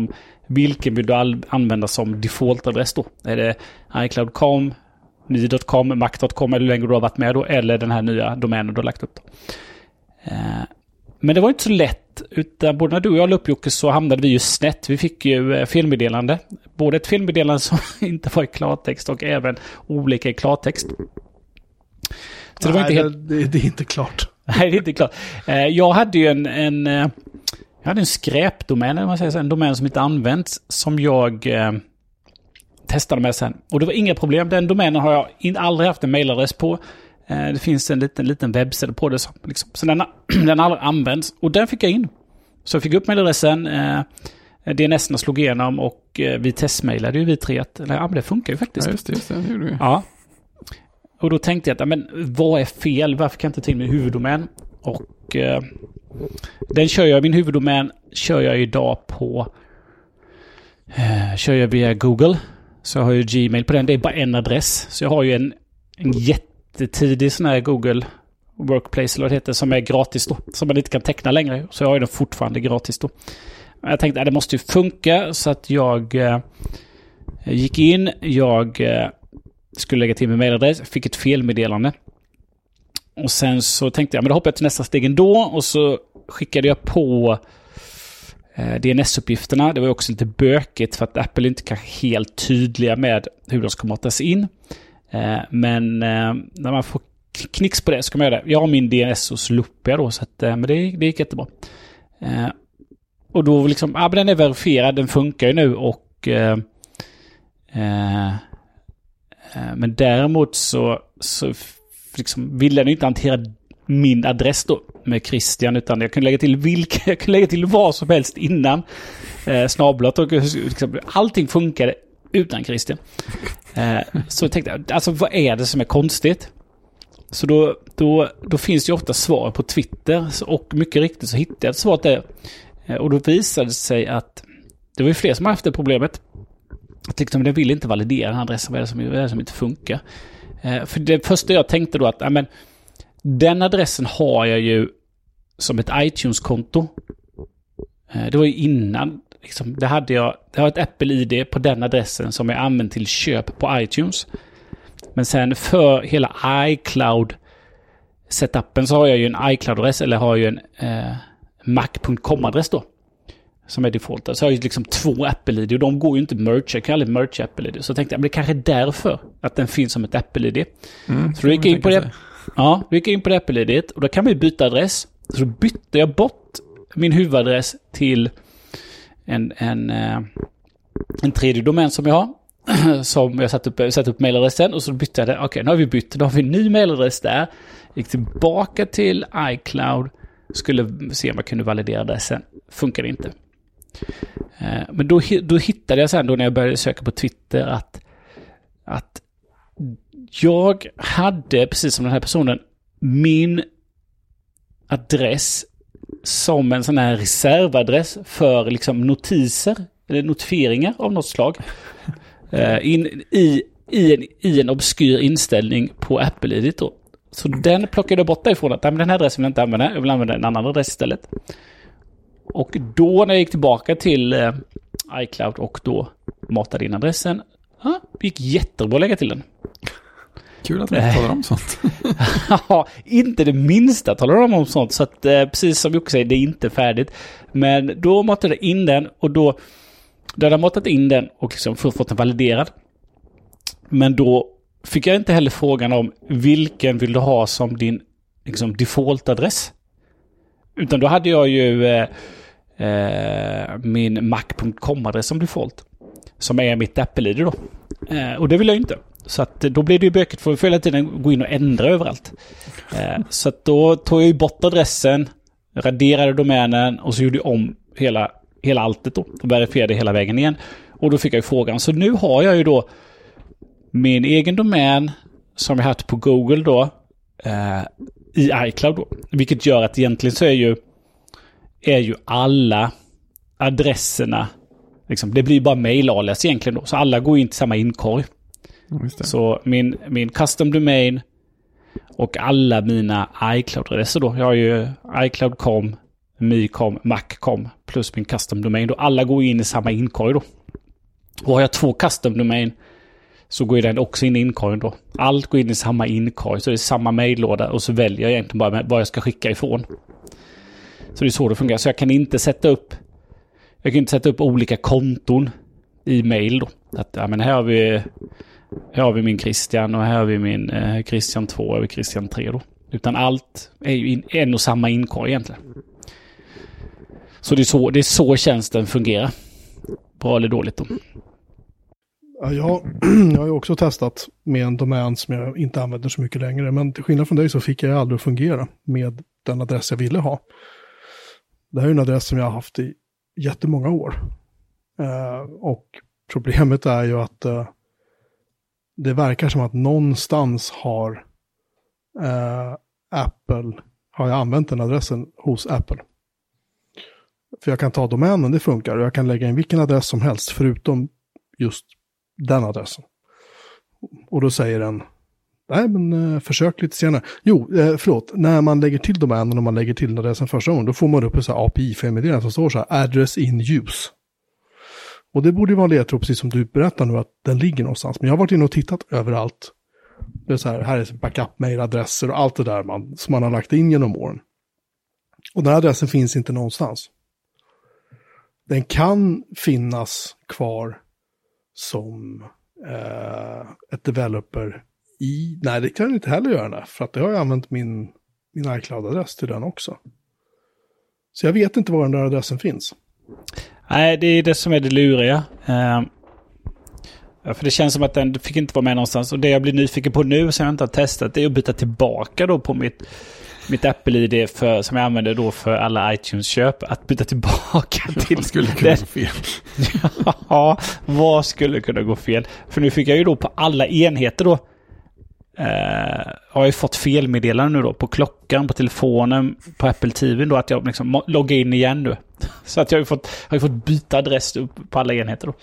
vilken vill du använda som defaultadress då? Är det iCloud.com, ny.com, mac.com eller hur länge du har varit med då, eller den här nya domänen du har lagt upp då. Men det var inte så lätt, utan både när du och jag la upp, Jocke, så hamnade vi ju snett. Vi fick ju felmeddelande. Både ett felmeddelande som inte var i klartext och även olika i klartext. Så det var inte helt... det är inte klart. Nej, det är inte klart. Jag hade ju en skräpdomän, eller man säger så, en domän som inte används, som jag testade med sen. Och det var inga problem. Den domänen har jag aldrig haft en mailadress på. Det finns en liten webbsida på det. Så den aldrig används. Och den fick jag in. Så jag fick upp mailadressen. DNS-erna slog igenom och vi testmailade ju vi tre. Men det funkar ju faktiskt. Ja, just det gjorde vi. Ja. Och då tänkte jag att, men vad är fel? Varför kan jag inte ta in min huvuddomän? Och min huvuddomän kör jag idag på kör jag via Google. Så jag har ju Gmail på den. Det är bara en adress. Så jag har ju en jättetidig sån här Google Workplace eller vad det heter, som är gratis då. Som man inte kan teckna längre. Så jag har ju den fortfarande gratis då. Jag tänkte att det måste ju funka, så att jag gick in. Jag skulle lägga till min mailadress. Fick ett felmeddelande. Och sen så tänkte jag, men då hoppar jag till nästa steg ändå. Och så skickade jag på DNS-uppgifterna. Det var också lite bökigt för att Apple inte kan helt tydliga med hur de ska matas in. Men när man får knix på det så kan man göra det. Jag har min DNS och så loopar jag då. Så att, men det gick jättebra. Och då liksom, den är verifierad. Den funkar ju nu och men däremot så liksom vill jag inte hantera min adress då med Christian, utan jag kunde lägga till vad som helst innan snablat, och liksom, allting funkade utan Christian. Så tänkte jag, alltså vad är det som är konstigt? Så då finns det ju ofta svar på Twitter, och mycket riktigt så hittade jag ett svar där. Och då visade det sig att det var ju fler som har haft det problemet. Att liksom, den vill inte validera den här adressen. Vad är det som inte funkar? För det första jag tänkte då att den adressen har jag ju som ett iTunes-konto. Det var ju innan. Liksom, det har ett Apple-ID på den adressen som är använd till köp på iTunes. Men sen för hela iCloud-setupen så har jag ju en iCloud-adress, eller har ju en mac.com-adress då. Som är default. Så har jag liksom 2 Apple-ID och de går ju inte merge. Jag kan aldrig merge Apple-ID. Så tänkte jag, men det kanske är därför att den finns som ett Apple-ID. Så då gick jag in på det. Ja, då gick jag in på det Apple-ID och då kan man ju byta adress. Så då bytte jag bort min huvudadress till en tredje domän som jag har. Som jag satt upp mailadressen, och så bytte jag det. Okej, nu har vi bytt. Då har vi en ny mailadress där. Gick tillbaka till iCloud. Skulle se om jag kunde validera det sen. Funkar det inte. Men då hittade jag sen då när jag började söka på Twitter att jag hade, precis som den här personen, min adress som en sån här reservadress för liksom notiser eller notifieringar av något slag i en obskyr inställning på Apple-ID då. Så den plockade jag bort därifrån att den här adressen vill jag inte använda. Jag vill använda en annan adress istället. Och då när jag gick tillbaka till iCloud och då matade in adressen, det gick jättebra att lägga till den. Kul att vi talar om sånt. Ja, inte det minsta talar om sånt. Så att precis som Jocke säger, det är inte färdigt. Men då matade jag in den, och då hade jag matat in den och liksom fått den validerad. Men då fick jag inte heller frågan om vilken vill du ha som din liksom, default-adress. Utan då hade jag ju min mac.com-adress som default. Som är mitt Apple-ID då. Och det vill jag inte. Så att då blev det ju bökigt, för att hela tiden gå in och ändra överallt. Så att då tog jag ju bort adressen, raderade domänen och så gjorde jag om hela alltet då. Och verifierade hela vägen igen. Och då fick jag ju frågan. Så nu har jag ju då min egen domän som jag haft på Google då i iCloud då. Vilket gör att egentligen så är ju alla adresserna liksom, det blir bara mail-alias egentligen då. Så alla går in till samma inkorg. Så min custom domain och alla mina iCloud-adresser då. Jag har ju iCloud.com, mycom, maccom plus min custom domain. Då alla går in i samma inkorg då. Och har jag 2 custom domain så går den också in i inkorgen då. Allt går in i samma inkorg, så det är samma mejllåda och så väljer jag egentligen bara vad jag ska skicka ifrån. Så det är så det fungerar. Så jag kan inte sätta upp olika konton i mail då. Att ja, men här har vi min Christian och här har vi min Christian 2 och Christian 3 då. Utan allt är ju en och samma inkorg egentligen. Så det är så tjänsten fungerar. Bra eller dåligt då. Ja, jag har ju också testat med en domän som jag inte använder så mycket längre. Men till skillnad från dig så fick jag aldrig att fungera med den adress jag ville ha. Det här är en adress som jag har haft i jättemånga år. Och problemet är ju att det verkar som att någonstans har jag använt den adressen hos Apple. För jag kan ta domänen, det funkar. Och jag kan lägga in vilken adress som helst förutom just den adressen. Och då säger den, nej men försök lite senare. När man lägger till domänen och man lägger till adressen första gången, då får man upp en API-meddelande som står så här, address in use. Och det borde ju vara en ledtråd, precis som du berättar nu, att den ligger någonstans. Men jag har varit inne och tittat överallt. Det är så här är backup-mailadresser och allt det där som man har lagt in genom åren. Och den här adressen finns inte någonstans. Den kan finnas kvar som ett developer i... Nej, det kan jag inte heller göra, för att det har jag använt min iCloud-adress till den också. Så jag vet inte var den där adressen finns. Nej, det är det som är det luriga. För det känns som att den fick inte vara med någonstans. Och det jag blir nyfiken på nu, som jag inte har testat, det är att byta tillbaka då på mitt Apple-ID som jag använder då för alla iTunes-köp. Att byta tillbaka till... Vad skulle kunna gå fel? Ja, vad skulle kunna gå fel? För nu fick jag ju då på alla enheter då har jag fått felmeddelanden nu då på klockan, på telefonen, på Apple TV då, att jag liksom loggar in igen nu. Så att jag har ju fått byta adress på alla enheter då.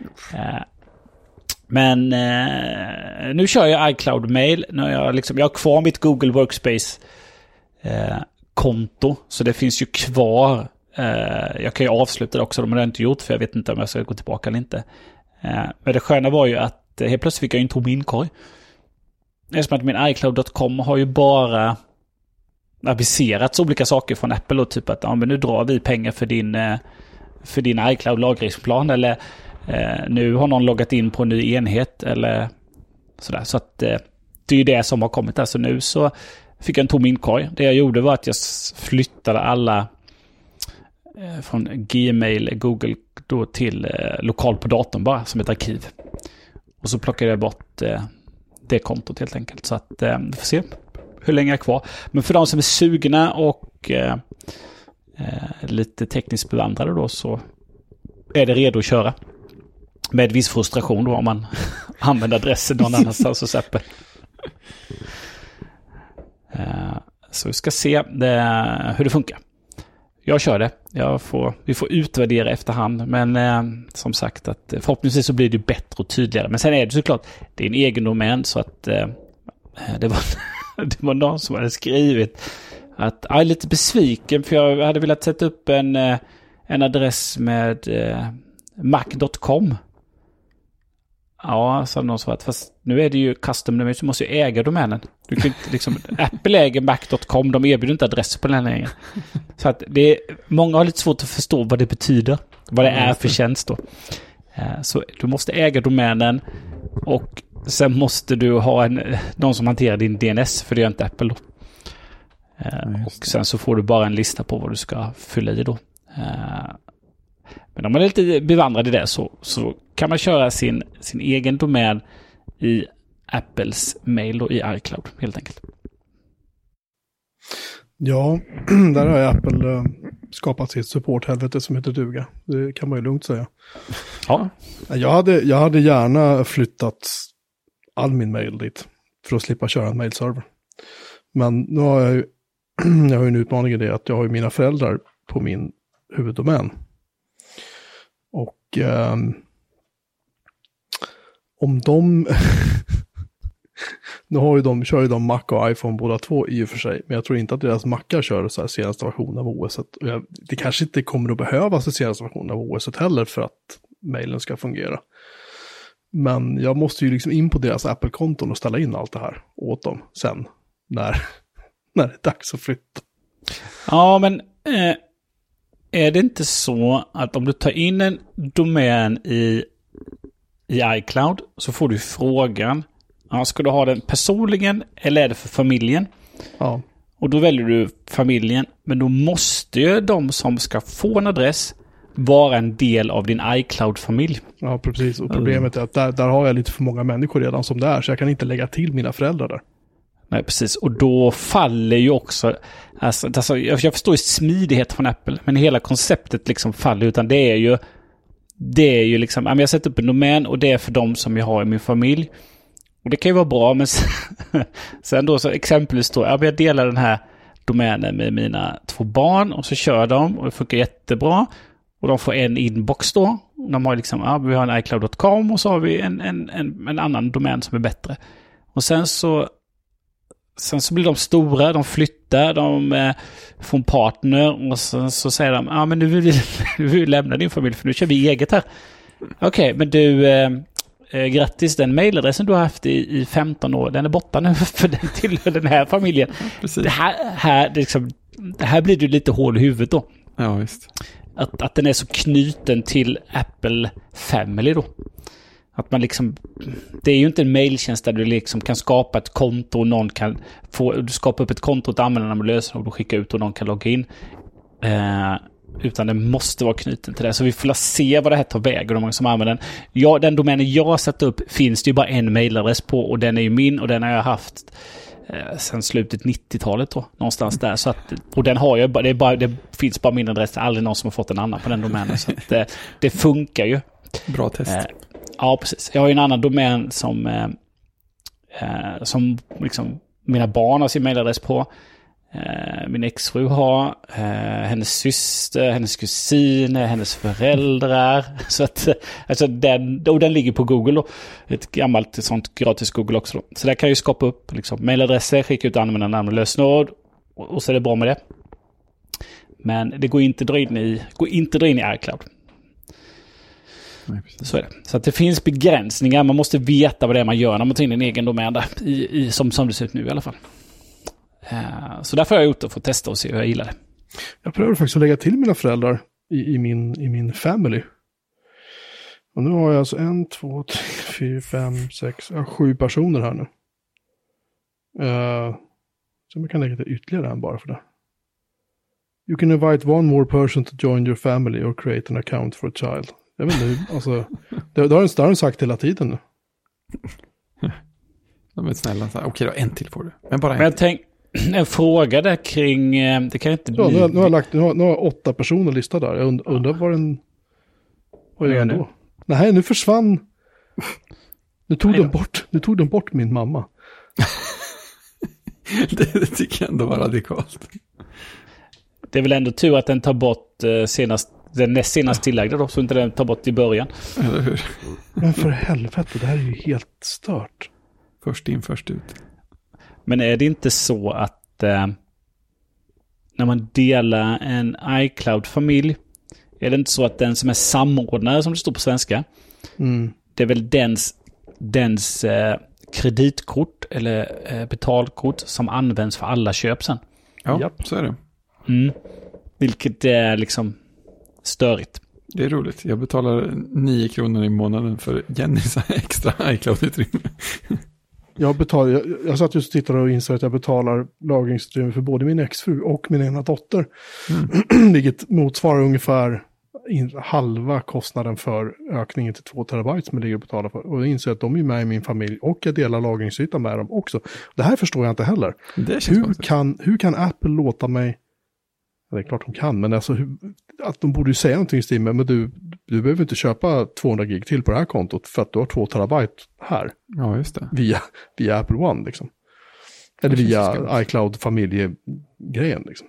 Men nu kör jag iCloud Mail när jag har kvar mitt Google Workspace konto, så det finns ju kvar. Jag kan ju avsluta det också, men det har jag inte gjort, för jag vet inte om jag ska gå tillbaka eller inte. Men det sköna var ju att helt plötsligt fick jag en tom inkorg. Det är som att min iCloud.com har ju bara aviserats olika saker från Apple och typ att men nu drar vi pengar för din iCloud-lagringsplan, eller nu har någon loggat in på en ny enhet eller sådär. Så att det är ju det som har kommit där. Så nu så fick jag en tom inkorg. Det jag gjorde var att jag flyttade alla från Gmail, Google då till lokal på datorn bara som ett arkiv. Och så plockade jag bort det kontot helt enkelt. Så att vi får se hur länge jag är kvar. Men för de som är sugna och lite tekniskt bevandrade då, så är det redo att köra. Med viss frustration då om man använder adressen någon annanstans hos Apple. Så vi ska se hur det funkar. Jag kör det. Vi får utvärdera efterhand. Men som sagt, att förhoppningsvis så blir det bättre och tydligare. Men sen är det såklart, det är en egen domän, så att det var någon som hade skrivit att jag är lite besviken, för jag hade velat sätta upp en adress med mac.com. Ja, så någon sa att fast nu är det ju custom domain, så måste ju äga domänen. Du kan inte Apple äger mac.com, de erbjuder inte adress på den längre. Så att många har lite svårt att förstå vad det betyder, vad det är för tjänst då. Så du måste äga domänen, och sen måste du ha någon som hanterar din DNS, för det gör inte Apple då. Och sen så får du bara en lista på vad du ska fylla i då. Men om man är lite bevandrad i det, så kan man köra sin egen domän i Apples mail och i iCloud helt enkelt. Ja, där har Apple skapat sitt supporthelvete som heter duga. Det kan man ju lugnt säga. Ja. Jag hade gärna flyttat all min mail dit för att slippa köra en mailserver. Men nu har jag har ju en utmaning i det att jag har ju mina föräldrar på min huvuddomän. Och om Nu kör ju de Mac och iPhone båda två i och för sig. Men jag tror inte att deras Macar kör så här senaste versionen av OS. Det kanske inte kommer att behövas den senaste versionen av OS heller för att mailen ska fungera. Men jag måste ju liksom in på deras Apple-konton och ställa in allt det här åt dem sen. När det är dags att flytta. Ja, men är det inte så att om du tar in en domän i iCloud så får du frågan, ska du ha den personligen eller är det för familjen? Ja. Och då väljer du familjen, men då måste ju de som ska få en adress vara en del av din iCloud-familj. Ja, precis. Och problemet är att där har jag lite för många människor redan som det är, så jag kan inte lägga till mina föräldrar där. Nej, precis. Och då faller ju också... Alltså, jag förstår ju smidighet från Apple, men hela konceptet liksom faller, utan det är ju liksom... Jag sätter upp en domän och det är för dem som jag har i min familj. Och det kan ju vara bra, men sen då så exempelvis då, jag delar den här domänen med mina 2 barn och så kör de och det funkar jättebra. Och de får en inbox då. De har liksom, vi har en iCloud.com och så har vi en annan domän som är bättre. Och sen så blir de stora, de flyttar, de får en partner och så säger de, men nu vill vi lämna din familj för nu kör vi eget här. Okej, men du, grattis, den mailadressen du har haft i 15 år, den är borta nu för den tillhör den här familjen. Ja, det här blir ju lite hål i huvudet då. Ja, visst. Att den är så knuten till Apple Family då. Att man liksom, det är ju inte en mailtjänst där du liksom kan skapa ett konto och någon kan du skapar upp ett konto och använder med lösenord och skicka ut och någon kan logga in. Utan den måste vara knuten till det. Så vi får se vad det här tar väg och de många som använder den. Ja, den domänen jag har satt upp finns det ju bara en mailadress på och den är ju min och den har jag haft sen slutet 90-talet då, någonstans där. Så att, och den har jag, det finns bara min adress, aldrig någon som har fått en annan på den domänen. Så att, det funkar ju. Bra test. Ja, precis. Jag har ju en annan domän som liksom mina barn har sin mailadress på. Min exfru har, hennes syster, hennes kusin, hennes föräldrar. Så att, alltså den ligger på Google då. Ett gammalt sånt gratis Google också då. Så där kan jag ju skapa upp liksom mailadresser, skicka ut användarnamn och lösenord och så är det bra med det. Men det går inte dra in i iCloud. Så är det. Så att det finns begränsningar. Man måste veta vad det är man gör när man tar in en egen domän där. Som det ser ut nu i alla fall. Så därför har jag gjort det för att testa och se hur jag gillar det. Jag prövar faktiskt att lägga till mina föräldrar i min family. Och nu har jag alltså 1, 2, 3, 4, 5, 6, 7 personer här nu. Så man kan lägga till ytterligare en bara för det. You can invite one more person to join your family or create an account for a child. Jag vet inte, alltså, det har den sagt hela tiden nu. De är snälla. Okej då, en till får du. Men bara en. Men jag tänk, en fråga där kring, det kan inte bli... Ja, nu har jag 8 personer listade där. Jag undrar vad är det då? Nej, nu försvann. Nu tog de bort min mamma. det tycker jag ändå var radikalt. Det är väl ändå tur att den tar bort den näst senast tillagda då, så inte den tar bort i början. Eller hur? Men för helvete, det här är ju helt stört. Först in, först ut. Men är det inte så att när man delar en iCloud-familj, är det inte så att den som är samordnare, som det står på svenska, det är väl dens kreditkort eller betalkort som används för alla köp sen? Ja, så är det. Vilket är liksom störigt. Det är roligt. Jag betalar 9 kronor i månaden för Jennys extra iCloud-utrymme. Jag satt just och tittade och insåg att jag betalar lagringsutrymme för både min exfru och min ena dotter. Vilket motsvarar ungefär halva kostnaden för ökningen till 2 terabyte som jag ligger och betalar för. Och jag inser att de är med i min familj och jag delar lagringsyta med dem också. Det här förstår jag inte heller. Hur kan Apple låta mig... Det är klart de kan, men alltså att de borde ju säga någonting i stil med, men du behöver inte köpa 200 gig till på det här kontot för att du har 2 terabyte här. Ja, just det. Via Apple One liksom. Eller via iCloud familjegrejen liksom.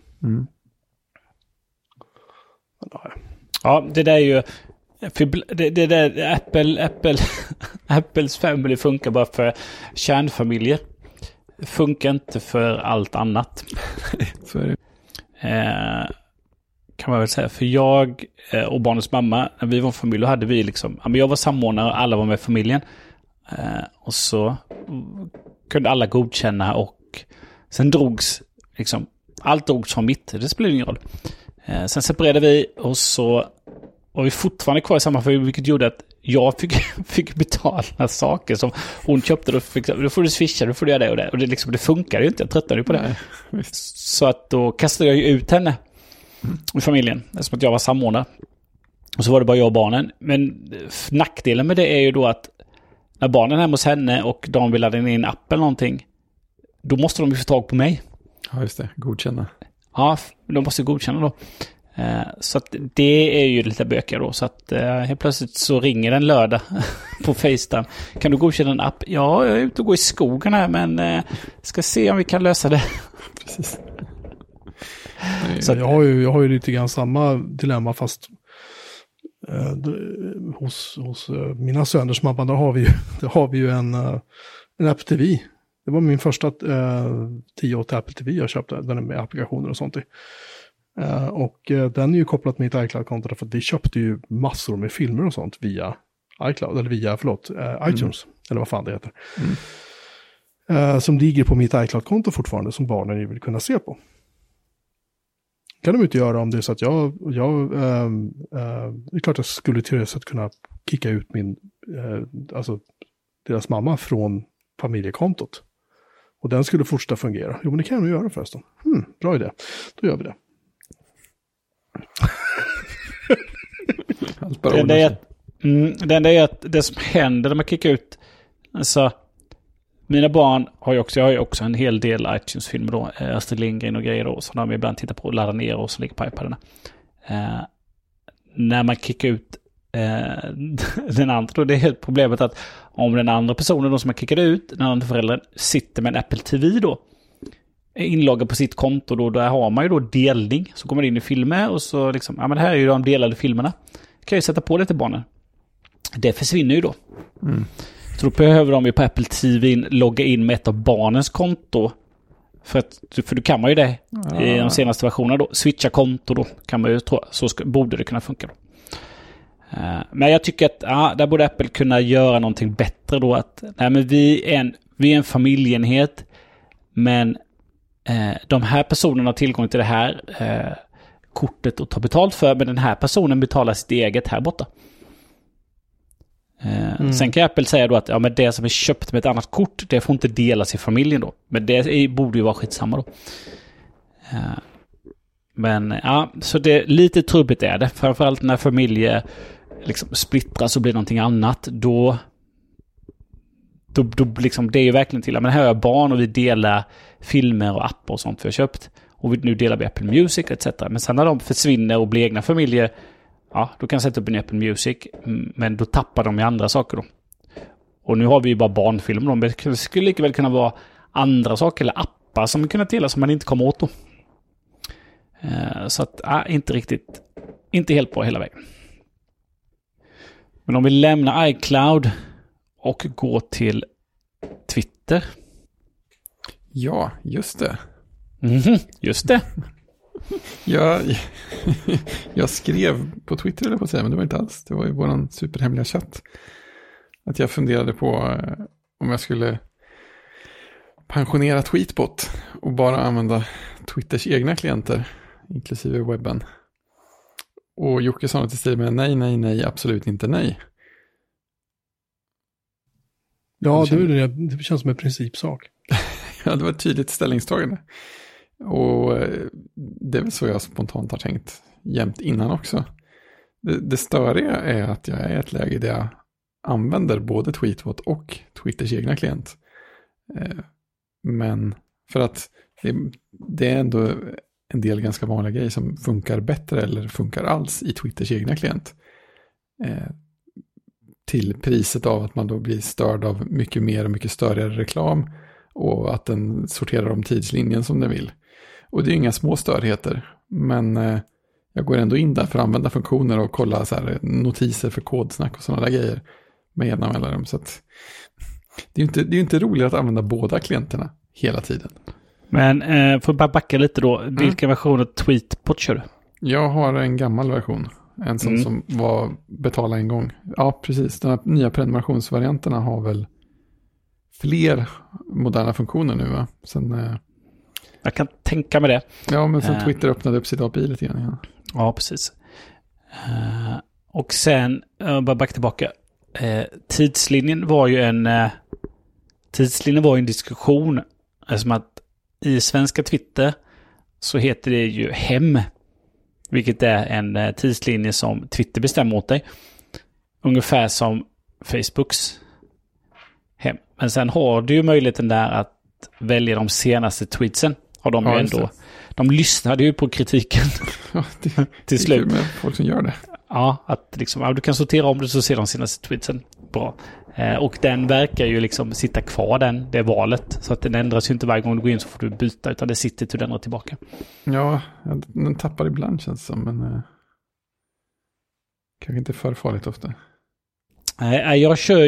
Ja, det där är ju det där Apples family funkar bara för kärnfamiljer. funkar inte för allt annat. Så är det. Kan man väl säga. För jag och barnens mamma, när vi var familj, då hade vi liksom, jag var samordnare och alla var med i familjen. Och så kunde alla godkänna och sen drogs liksom, allt drogs från mitt, det spelade ingen roll. Sen separerade vi och så var vi fortfarande kvar i samma familj, vilket gjorde att jag fick betala saker som hon köpte. Då får du swisha, då får du göra det och det. Och det funkar ju inte, jag tröttnade ju på det. Nej, så att då kastade jag ju ut henne i familjen, eftersom att jag var samordnare. Och så var det bara jag och barnen. Men nackdelen med det är ju då att när barnen är hemma hos henne och de vill ladda in en app eller någonting, då måste de ju få tag på mig. Ja, just det. Godkänna. Ja, de måste godkänna då. Så att det är ju lite bökar då. Så att helt plötsligt så ringer en lördag på FaceTime. Kan du godkänna en app? Ja, jag är ute och går i skogen här, men ska se om vi kan lösa det. Precis. Så jag har ju lite grann samma dilemma, fast hos mina söners mamma, där har vi ju en Apple TV. Det var min första 10-8 Apple TV jag köpte, den är med applikationer och sånt i. Och den är ju kopplad med mitt iCloud-konto, för vi köpte ju massor med filmer och sånt via iCloud, eller via, iTunes, eller vad fan det heter. Som ligger på mitt iCloud-konto fortfarande, som barnen ju vill kunna se på. Kan de inte göra om det är så att det är klart jag skulle till att kunna kicka ut alltså deras mamma från familjekontot. Och den skulle fortsätta fungera. Jo, men det kan vi göra förresten. Bra idé. Då gör vi det. Det enda är att det som händer när man kickar ut, alltså mina barn har jag har ju också en hel del iTunes-filmer då, Astrid Lindgren och grejer då, som de ibland tittar på och laddar ner och så ligger på iPaderna. När man kickar ut den andra då, det är helt problemet att om den andra personen då som man kickade ut, den andra föräldern sitter med en Apple TV då, är inloggad på sitt konto då, där har man ju då delning, så kommer det in i filmer och så liksom, men det här är ju de delade filmerna, kan jag sätta på det till barnen. Det försvinner ju då. Så då behöver de ju på Apple TV logga in med ett av barnens konto, för då kan man ju det i de senaste versionerna då, switcha konto då kan man ju tro, så borde det kunna funka då. Men jag tycker att där borde Apple kunna göra någonting bättre då, att men vi är en familjeenhet, men de här personerna har tillgång till det här kortet och tar betalt för, men den här personen betalar sitt eget här borta. Sen kan Apple säga då att men det som är köpt med ett annat kort, det får inte delas i familjen då, men det borde ju vara skitsamma då. Men så det lite trubbigt är det, framförallt när familjer liksom splittras och blir någonting annat, då liksom, det är ju verkligen till, men här är barn och vi delar filmer och appar och sånt vi har köpt, och nu delar vi Apple Music etc. Men sen när de försvinner och blir egna familjer, då kan jag sätta upp en Apple Music, men då tappar de i andra saker då. Och nu har vi ju bara barnfilmer då, men det skulle lika väl kunna vara andra saker eller appar som kan delas som man inte kommer åt då. Så att inte helt bra hela vägen. Men om vi lämnar iCloud och går till Twitter. Ja, just det. Just det. Jag skrev på Twitter, eller på att säga, men det var inte alls. Det var ju våran superhemliga chatt. Att jag funderade på om jag skulle pensionera Tweetbot och bara använda Twitters egna klienter, inklusive webben. Och Jocke sa något i stil med nej, absolut inte nej. Ja, det känns som en principsak. Ja, det var ett tydligt ställningstagande. Och det är väl så jag spontant har tänkt jämt innan också. Det störiga är att jag är i ett läge där jag använder både Tweetbot och Twitters egna klient. Men för att det är ändå en del ganska vanliga grejer som funkar bättre eller funkar alls i Twitters egna klient. Till priset av att man då blir störd av mycket mer och mycket större reklam och att den sorterar om tidslinjen som den vill. Och det är inga små störheter, men jag går ändå in där för att använda funktioner och kolla så här notiser för kodsnack och sådana där grejer med jämna mellanrum. Så att det är ju inte roligt att använda båda klienterna hela tiden. Men får bara backa lite då. Vilken version av Tweetbot kör du? Jag har en gammal version. En sån som var betala en gång. Ja, precis. De här nya prenumerationsvarianterna har väl fler moderna funktioner nu, va? Sen, jag kan tänka mig det. Ja, men sen Twitter öppnade upp sitt API lite grann. Ja, precis. Och sen, bara backa tillbaka. Tidslinjen var ju en diskussion. Som att i svenska Twitter så heter det ju hem. Vilket är en tidslinje som Twitter bestämmer åt dig. Ungefär som Facebooks hem. Men sen har du ju möjligheten där att välja de senaste tweetsen. Har de ju ändå. De lyssnade ju på kritiken. Ja, till slut. Det är kul med folk som gör det. Ja, att liksom, du kan sortera om det så ser de senaste tweetsen. Bra. Och den verkar ju liksom sitta kvar det valet. Så att den ändras ju inte varje gång du går in så får du byta. Utan det sitter till den och tillbaka. Ja, den tappar ibland känns det som. Men kanske inte för farligt ofta. Jag kör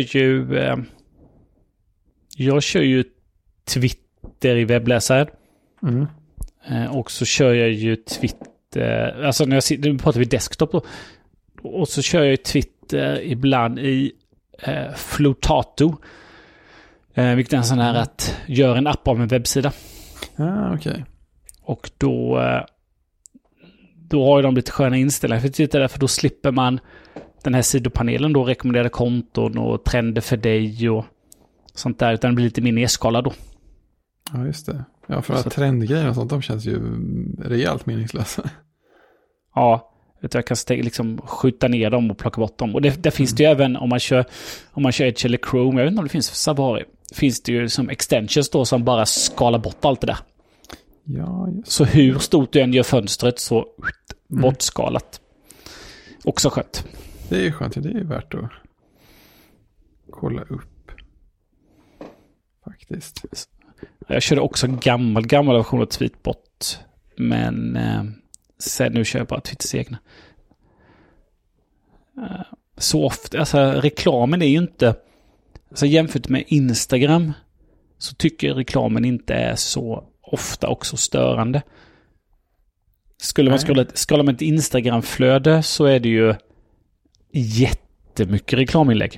ju Twitter i webbläsaren. Och så kör jag ju Twitter. Alltså nu pratar vi desktop då. Och så kör jag ju Twitter ibland i Flotato. Vilket är en sån här att göra en app av en webbsida. Okej. Och då har ju de lite sköna inställningar för Twitter därför då slipper man den här sidopanelen då, rekommenderade konton och trender för dig och sånt där, utan det blir lite mer nedskalad då. Ja, just det. Ja, för att trendgrejer och sånt, de känns ju rejält meningslösa. Ja, jag kan liksom skjuta ner dem och plocka bort dem. Och det finns det ju även om man kör Edge eller Chrome, jag vet inte om det finns för Safari, finns det ju som extensions då som bara skalar bort allt det där. Ja, just det. Så hur stort du än gör fönstret så bortskalat. Också skönt. Det är ju skönt, det är ju värt att kolla upp. Faktiskt. Jag körde också gammal version av Tweetbot. Men sen nu kör jag bara Twitters egna. Så ofta, alltså reklamen är ju inte, alltså jämfört med Instagram så tycker jag reklamen inte är så ofta också störande. Skulle man skala med ett Instagram-flöde så är det ju jättemycket reklaminlägg.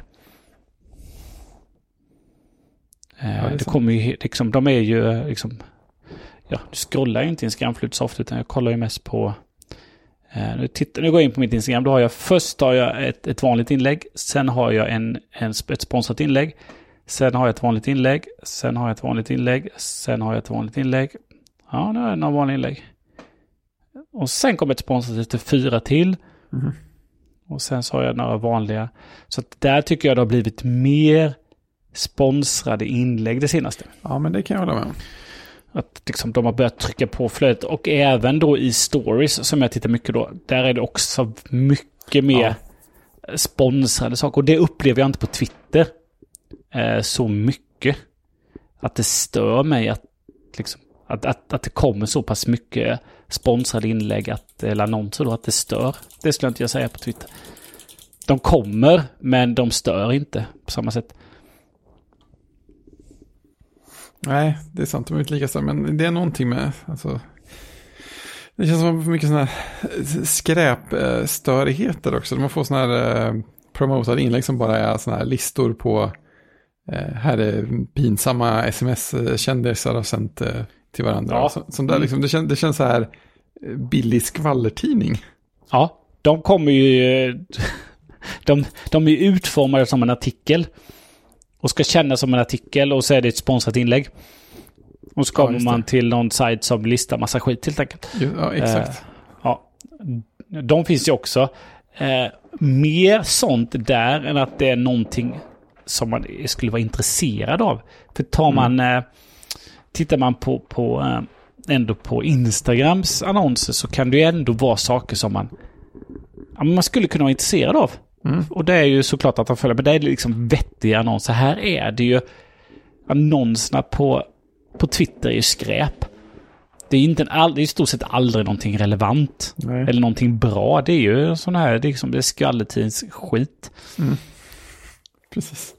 Det kommer ju liksom, de är ju liksom, ja, du scrollar ju inte Instagram-flödet så ofta utan jag kollar ju mest på nu går jag in på mitt Instagram, då har jag först ett vanligt inlägg, sen har jag ett sponsrat inlägg, sen har jag ett vanligt inlägg, sen har jag ett vanligt inlägg, sen har jag ett vanligt inlägg. Ja, nu är det några vanliga inlägg. Och sen kommer ett sponsrat till 4 till. Och sen så har jag några vanliga. Så att där tycker jag det har blivit mer sponsrade inlägg det senaste. Ja, men det kan jag hålla med om. Att liksom, de har börjat trycka på flödet. Och även då i stories som jag tittar mycket då. Där är det också mycket mer sponsrade saker. Och det upplever jag inte på Twitter så mycket. Att det stör mig att, liksom, att det kommer så pass mycket sponsrade inlägg eller annonser då, att det stör. Det skulle jag inte säga på Twitter. De kommer, men de stör inte på samma sätt. Nej, det är sant. De är inte lika större, men det är någonting med, alltså, det känns som mycket sådana här skräpstörigheter också. Man får sådana här promotade inlägg som bara är sådana här listor på här är pinsamma sms-kändisar har sänt till varandra. Ja. Som där liksom, det känns så här billig skvallertidning. Ja, de kommer ju de är utformade som en artikel och ska kännas som en artikel och så är det ett sponsrat inlägg. Och så kommer man till någon sajt som listar massa skit helt enkelt. Ja, exakt. De finns ju också. Mer sånt där än att det är någonting som man skulle vara intresserad av. För tittar man ändå på Instagrams annonser så kan det ju ändå vara saker som man skulle kunna vara intresserad av. Och det är ju såklart att de följer, men det är liksom vettiga annonser. Här är det ju annonserna på Twitter är ju skräp. Det är inte det är i stort sett aldrig någonting relevant. Nej. Eller någonting bra. Det är ju sån här, det är skvallertidens skit. Precis.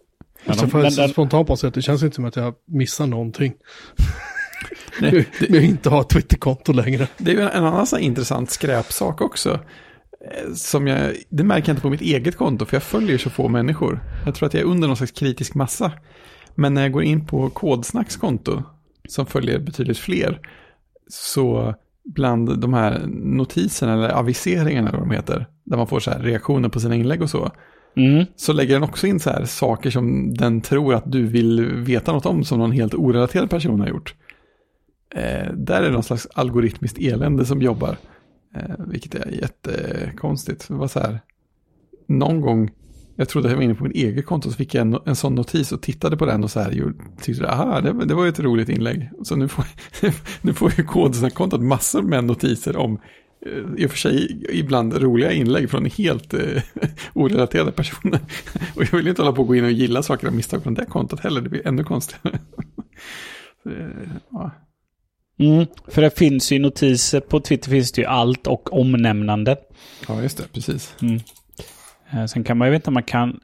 Så får jag spontant på sig att det känns inte som att jag missar någonting. Nej, jag inte har Twitterkonto längre. Det är ju en annan sån intressant skräpsak också. Det märker jag inte på mitt eget konto, för jag följer så få människor. Jag tror att jag är under någon slags kritisk massa. Men när jag går in på Kodsnacks konto, som följer betydligt fler, så bland de här notiserna eller aviseringarna, eller vad de heter, där man får så här reaktioner på sina inlägg och så lägger den också in så här saker som den tror att du vill veta något om, som någon helt orelaterad person har gjort. Där är det någon slags algoritmiskt elände som jobbar, vilket är jättekonstigt. Det var så här, någon gång, jag trodde jag var inne på min egen konto, så fick jag en sån notis och tittade på den och så här tyckte det var ju ett roligt inlägg. Så nu får ju Kodsnack-kontot massor med notiser om i och för sig ibland roliga inlägg från helt orelaterade personer. Och jag vill inte hålla på att gå in och gilla saker av misstag från det kontot heller, det blir ännu konstigare. Ja. För det finns ju notiser på Twitter, finns det ju allt och omnämnande. Ja, just det, precis. Sen kan man ju veta om man kan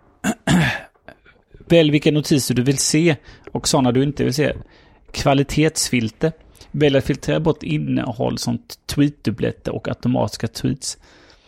välj vilka notiser du vill se och sådana du inte vill se. Kvalitetsfilter. Välj att filtrera bort innehåll som tweetdubbletter och automatiska tweets.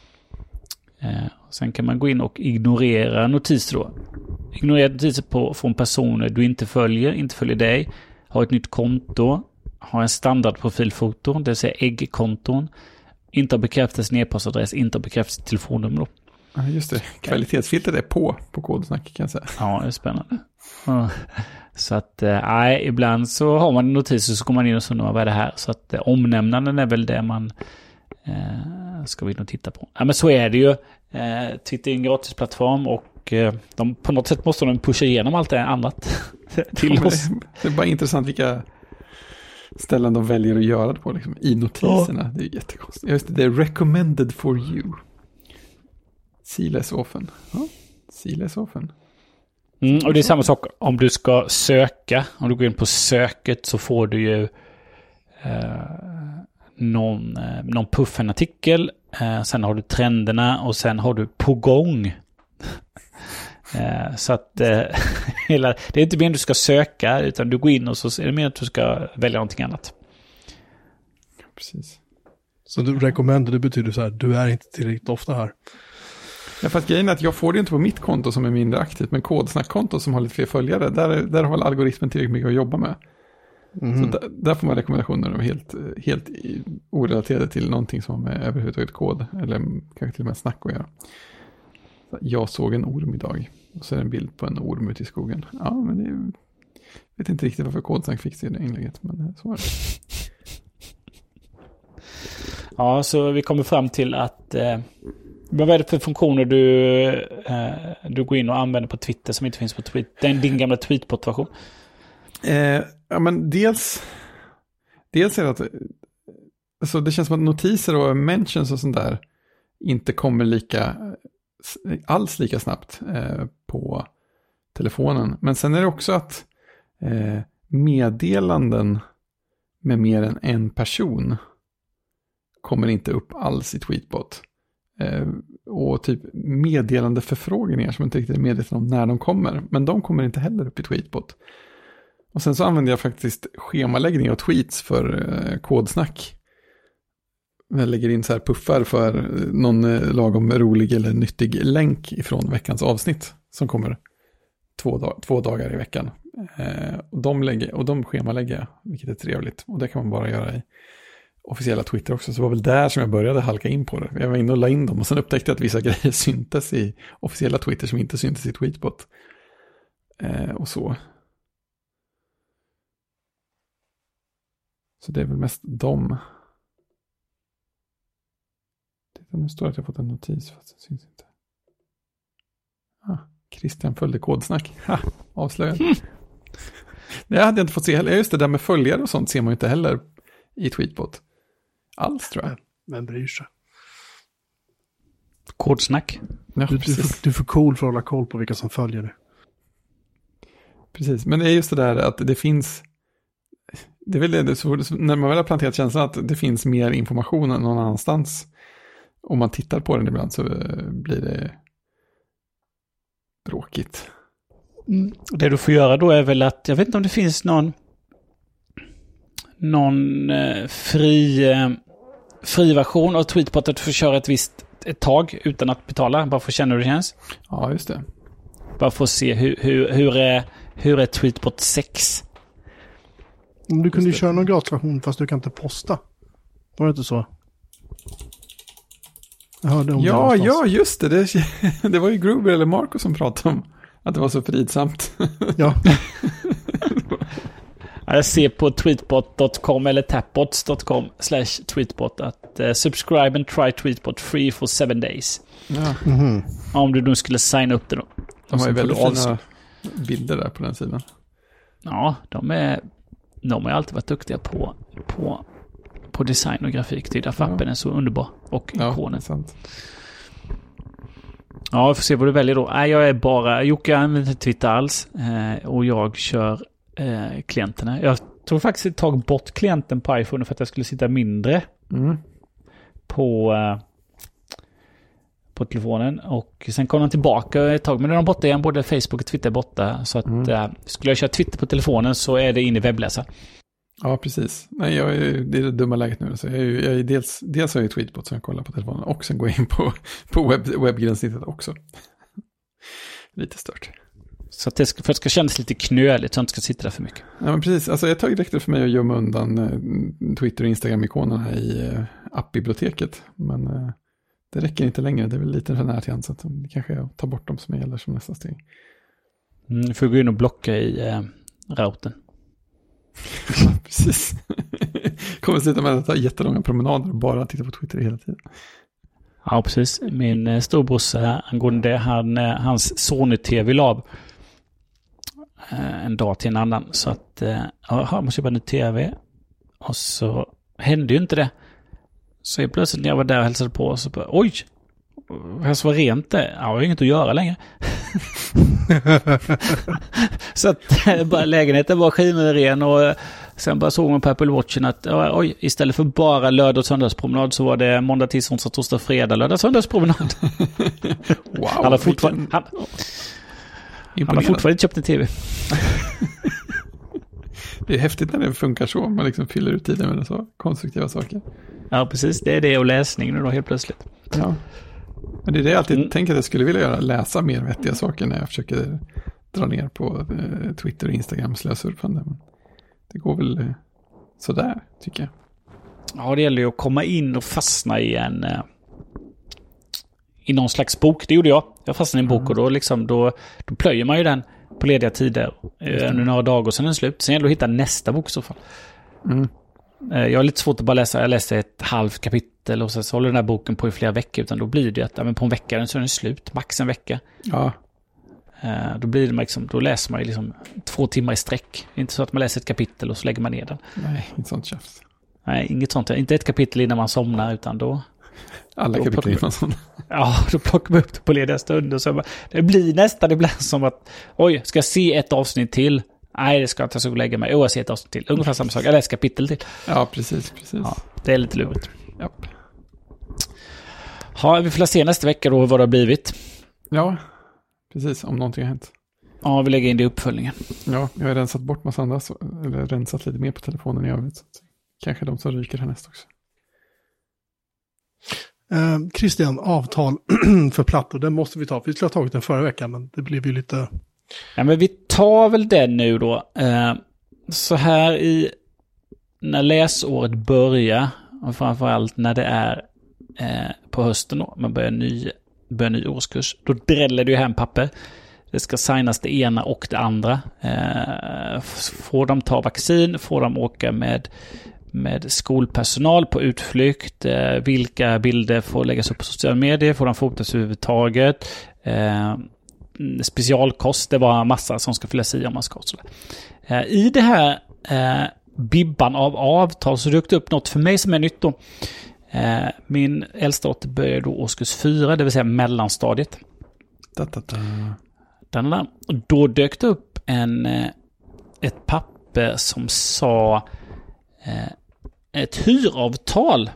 Sen kan man gå in och ignorera notiser då. Ignorera notiser från personer du inte följer dig, har ett nytt konto, har en standardprofilfoto, det vill säga äggkonton, inte har bekräftat sin e-postadress, inte har bekräftat telefonnummer då. Ja, just det. Kvalitetsfilter är på Kodsnack, kan jag säga. Ja, det är spännande. Så att, ibland så har man notiser, så går man in och så undrar vad är det här. Så att omnämnanden är väl det man ska vi nog titta på. Ja, men så är det ju. Twitter är en gratisplattform och på något sätt måste de pusha igenom allt det annat till oss. Det är bara intressant vilka ställen de väljer att göra det på liksom, i notiserna. Det är jättekonstigt. Just det är recommended for you. See less often. Ja, see less often. Och det är samma sak om du ska söka. Om du går in på söket så får du ju någon puffen-artikel. Sen har du trenderna och sen har du på gång. Så att det är inte mer att du ska söka, utan du går in och så är det mer att du ska välja någonting annat. Precis. Så du rekommenderar, det betyder så här, du är inte tillräckligt ofta här. Ja, för att grejen är att jag får det inte på mitt konto som är mindre aktivt, men Kodsnack-konto som har lite fler följare, där har väl algoritmen tillräckligt mycket att jobba med. Så där får man rekommendationer som är helt orelaterade till någonting som har med överhuvudtaget kod, eller kanske till och med snack att göra. Så jag såg en orm idag, och så är det en bild på en orm ute i skogen. Ja, men det är, vet inte riktigt varför Kodsnack fick se det inlägget, men så är det. Ja, så vi kommer fram till att vad är det för funktioner du går in och använder på Twitter som inte finns på Twitter? Det är din gamla tweetbot-version. Ja, men dels är det att alltså det känns som att notiser och mentions och sånt där inte kommer alls lika snabbt på telefonen. Men sen är det också att meddelanden med mer än en person kommer inte upp alls i Tweetbot. Och typ meddelande förfrågningar som inte riktigt är medvetna om när de kommer. Men de kommer inte heller upp i Tweetbot. Och sen så använder jag faktiskt schemaläggning av tweets för Kodsnack. Jag lägger in så här puffar för någon lagom rolig eller nyttig länk ifrån veckans avsnitt som kommer 2 dagar i veckan. Och de schemalägger jag, vilket är trevligt. Och det kan man bara göra i officiella Twitter också. Så det var väl där som jag började halka in på det. Jag var inne och la in dem och sen upptäckte jag att vissa grejer syntes i officiella Twitter som inte syntes i Tweetbot. Och så. Så det är väl mest dem. Titta, nu står det att jag fått en notis fast det syns inte. Christian följde Kodsnack. Avslöjad. Det hade jag inte fått se heller. Just det där med följare och sånt ser man ju inte heller i Tweetbot. Alls tror jag. Vem bryr sig? Kodsnack. Ja, du är för cool för att hålla koll på vilka som följer dig. Precis, men det är just det där att det finns... Det är väl det, så när man väl har planterat känslan att det finns mer information än någon annanstans. Om man tittar på den ibland så blir det bråkigt. Det du får göra då är väl att, jag vet inte om det finns någon fri version av Tweetbot att du får köra ett tag utan att betala, bara för att känna hur det känns. Ja, just det. Bara för att se hur är Tweetbot 6. Du kunde ju köra någon gratisversion fast du kan inte posta. Var det inte så? Jag hörde om ja, just det. Det var ju Gruber eller Marco som pratade om att det var så fridsamt. Ja. Jag ser på tweetbot.com eller tapbots.com/tweetbot att subscribe and try Tweetbot free for 7 days. Ja. Mm-hmm. Om du skulle signa upp det då. De har ju väldigt fina bilder där på den sidan. Ja, de har alltid varit duktiga på design och grafik. Det är därför appen är så underbar. Och ikonen. Ja, sant. Ja, vi får se vad du väljer då. Nej, jag är bara... Jocke använder inte Twitter alls. Och jag kör klienterna. Jag tror faktiskt att jag tagit bort klienten på iPhone för att jag skulle sitta mindre på telefonen. Och sen kom den tillbaka ett tag. Men den har borta igen. Både Facebook och Twitter är borta. Så att skulle jag köra Twitter på telefonen så är det in i webbläsaren. Ja, precis. Nej, det är det dumma läget nu. Så jag är dels har jag Tweetbot som jag kollar på telefonen och sen går jag in på webbgränssnittet också. Lite stört. Så att för att det ska kännas lite knöligt så att det ska sitta där för mycket. Ja, men precis. Alltså ett tag räckte det för mig att gömma undan Twitter och Instagram-ikonerna i appbiblioteket. Men det räcker inte längre. Det är väl lite för nära till hand så att det kanske jag tar bort dem som gäller som nästa steg. Du får gå in och blocka i routern. Precis. Kommer sluta med att ta jättelånga promenader och bara titta på Twitter hela tiden. Ja, precis. Min storbrorsa angående det, hans Sony-TV la en dag till en annan. Så att, jag måste köpa en ny TV. Och så hände ju inte det. Så jag plötsligt när jag var där och hälsade på så bara, oj, det var rent det. Jag har inget att göra längre. Så att bara lägenheten var skivren och sen bara såg man på Apple Watchen att oj, istället för bara lördag och söndagspromenad så var det måndag, tisdag, onsdag, torsdag, fredag, lördag, söndagspromenad. Wow. Han har fortfarande inte köpt en TV. Det är häftigt när det funkar så. Man liksom fyller ut tiden med så konstruktiva saker. Ja, precis. Det är det och läsning nu då helt plötsligt. Ja. Men det är det jag alltid tänker att jag skulle vilja göra. Läsa mer vettiga saker när jag försöker dra ner på Twitter och Instagram slösurfande. Men det går väl sådär, tycker jag. Ja, det gäller ju att komma in och fastna i någon slags bok. Det gjorde jag. Jag fastnade i en bok och då plöjer man ju den på lediga tider under några dagar och sen är den slut. Sen gäller det att hitta nästa bok i så fall. Jag har lite svårt att bara läsa. Jag läste ett halvt kapitel och så håller den här boken på i flera veckor. Utan då blir det att på en vecka så är den slut. Max en vecka. Ja. Då blir det liksom, då läser man ju liksom 2 timmar i sträck. Det är inte så att man läser ett kapitel och så lägger man ner den. Nej, inte sånt tjafs. Nej, inget sånt. Inte ett kapitel innan man somnar utan då... Alla kapitel innan somnar. Ja, då plockar man upp det på lediga stunder. Så det blir nästan ibland som att oj, ska jag se ett avsnitt till? Nej, det ska jag inte, så lägga mig. Jag ser ett avsnitt till. Ungefär samma sak. Jag läser kapitel till. Ja, precis. Ja, det är lite lurigt. Japp. Ja, vi får se nästa vecka då vad det har blivit. Ja, precis. Om någonting har hänt. Ja, vi lägger in det i uppföljningen. Ja, jag har rensat bort massa andra, eller rensat lite mer på telefonen i övrigt. Så kanske de som ryker härnäst också. Christian, avtal för plattor, den måste vi ta. Vi skulle ha tagit den förra veckan, men det blev ju lite... Ja, men vi tar väl den nu då. Så här när läsåret börjar, och framförallt när det är på hösten då, man börjar ny årskurs, då dräller det ju hem papper. Det ska signas det ena och det andra. Får de ta vaccin, får de åka med skolpersonal på utflykt, vilka bilder får läggas upp på sociala medier, får de fotas överhuvudtaget, specialkost, det var en massa som ska fyllas i om man ska. I det här bibban av avtal så dök det upp något för mig som är nytt då. Min äldsta dotter började då årskurs 4, det vill säga mellanstadiet. Och då dök det upp ett papper som sa ett hyravtal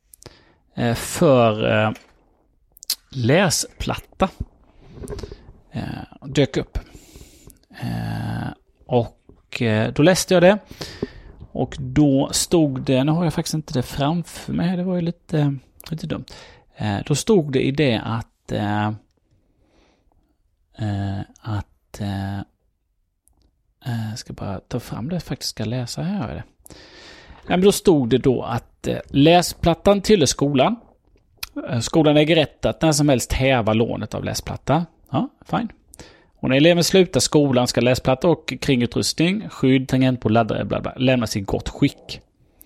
för läsplatta dök upp. Och då läste jag det. Och då stod det, nu har jag faktiskt inte det framför mig, det var ju lite dumt. Då stod det i det att jag ska bara ta fram det, faktiskt ska läsa här. Det. Men då stod det då att läsplattan tillhör skolan. Skolan äger rätt att när som helst häva lånet av läsplatta. Ja, fine. Och när eleven slutar skolan ska läsplatta och kringutrustning, skydd, tangentbord, laddare, bla bla, lämnas i gott skick.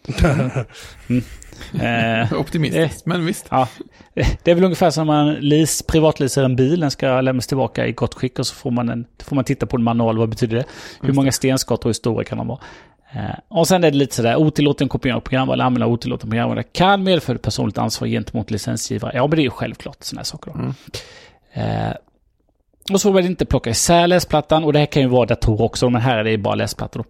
Optimistiskt, men visst. Ja, det är väl ungefär som man privatleasar en bil, den ska lämnas tillbaka i gott skick och så får man titta på en manual, vad betyder det? Hur många stenskott och hur stora kan de vara? Och sen är det lite sådär, otillåten kopiering av program eller använda otillåten program, det kan medföra personligt ansvar gentemot licensgivare. Ja, men det är ju självklart sådana här saker då. Och så får man inte plocka isär läsplattan, och det här kan ju vara dator också, men här är det bara läsplattor då.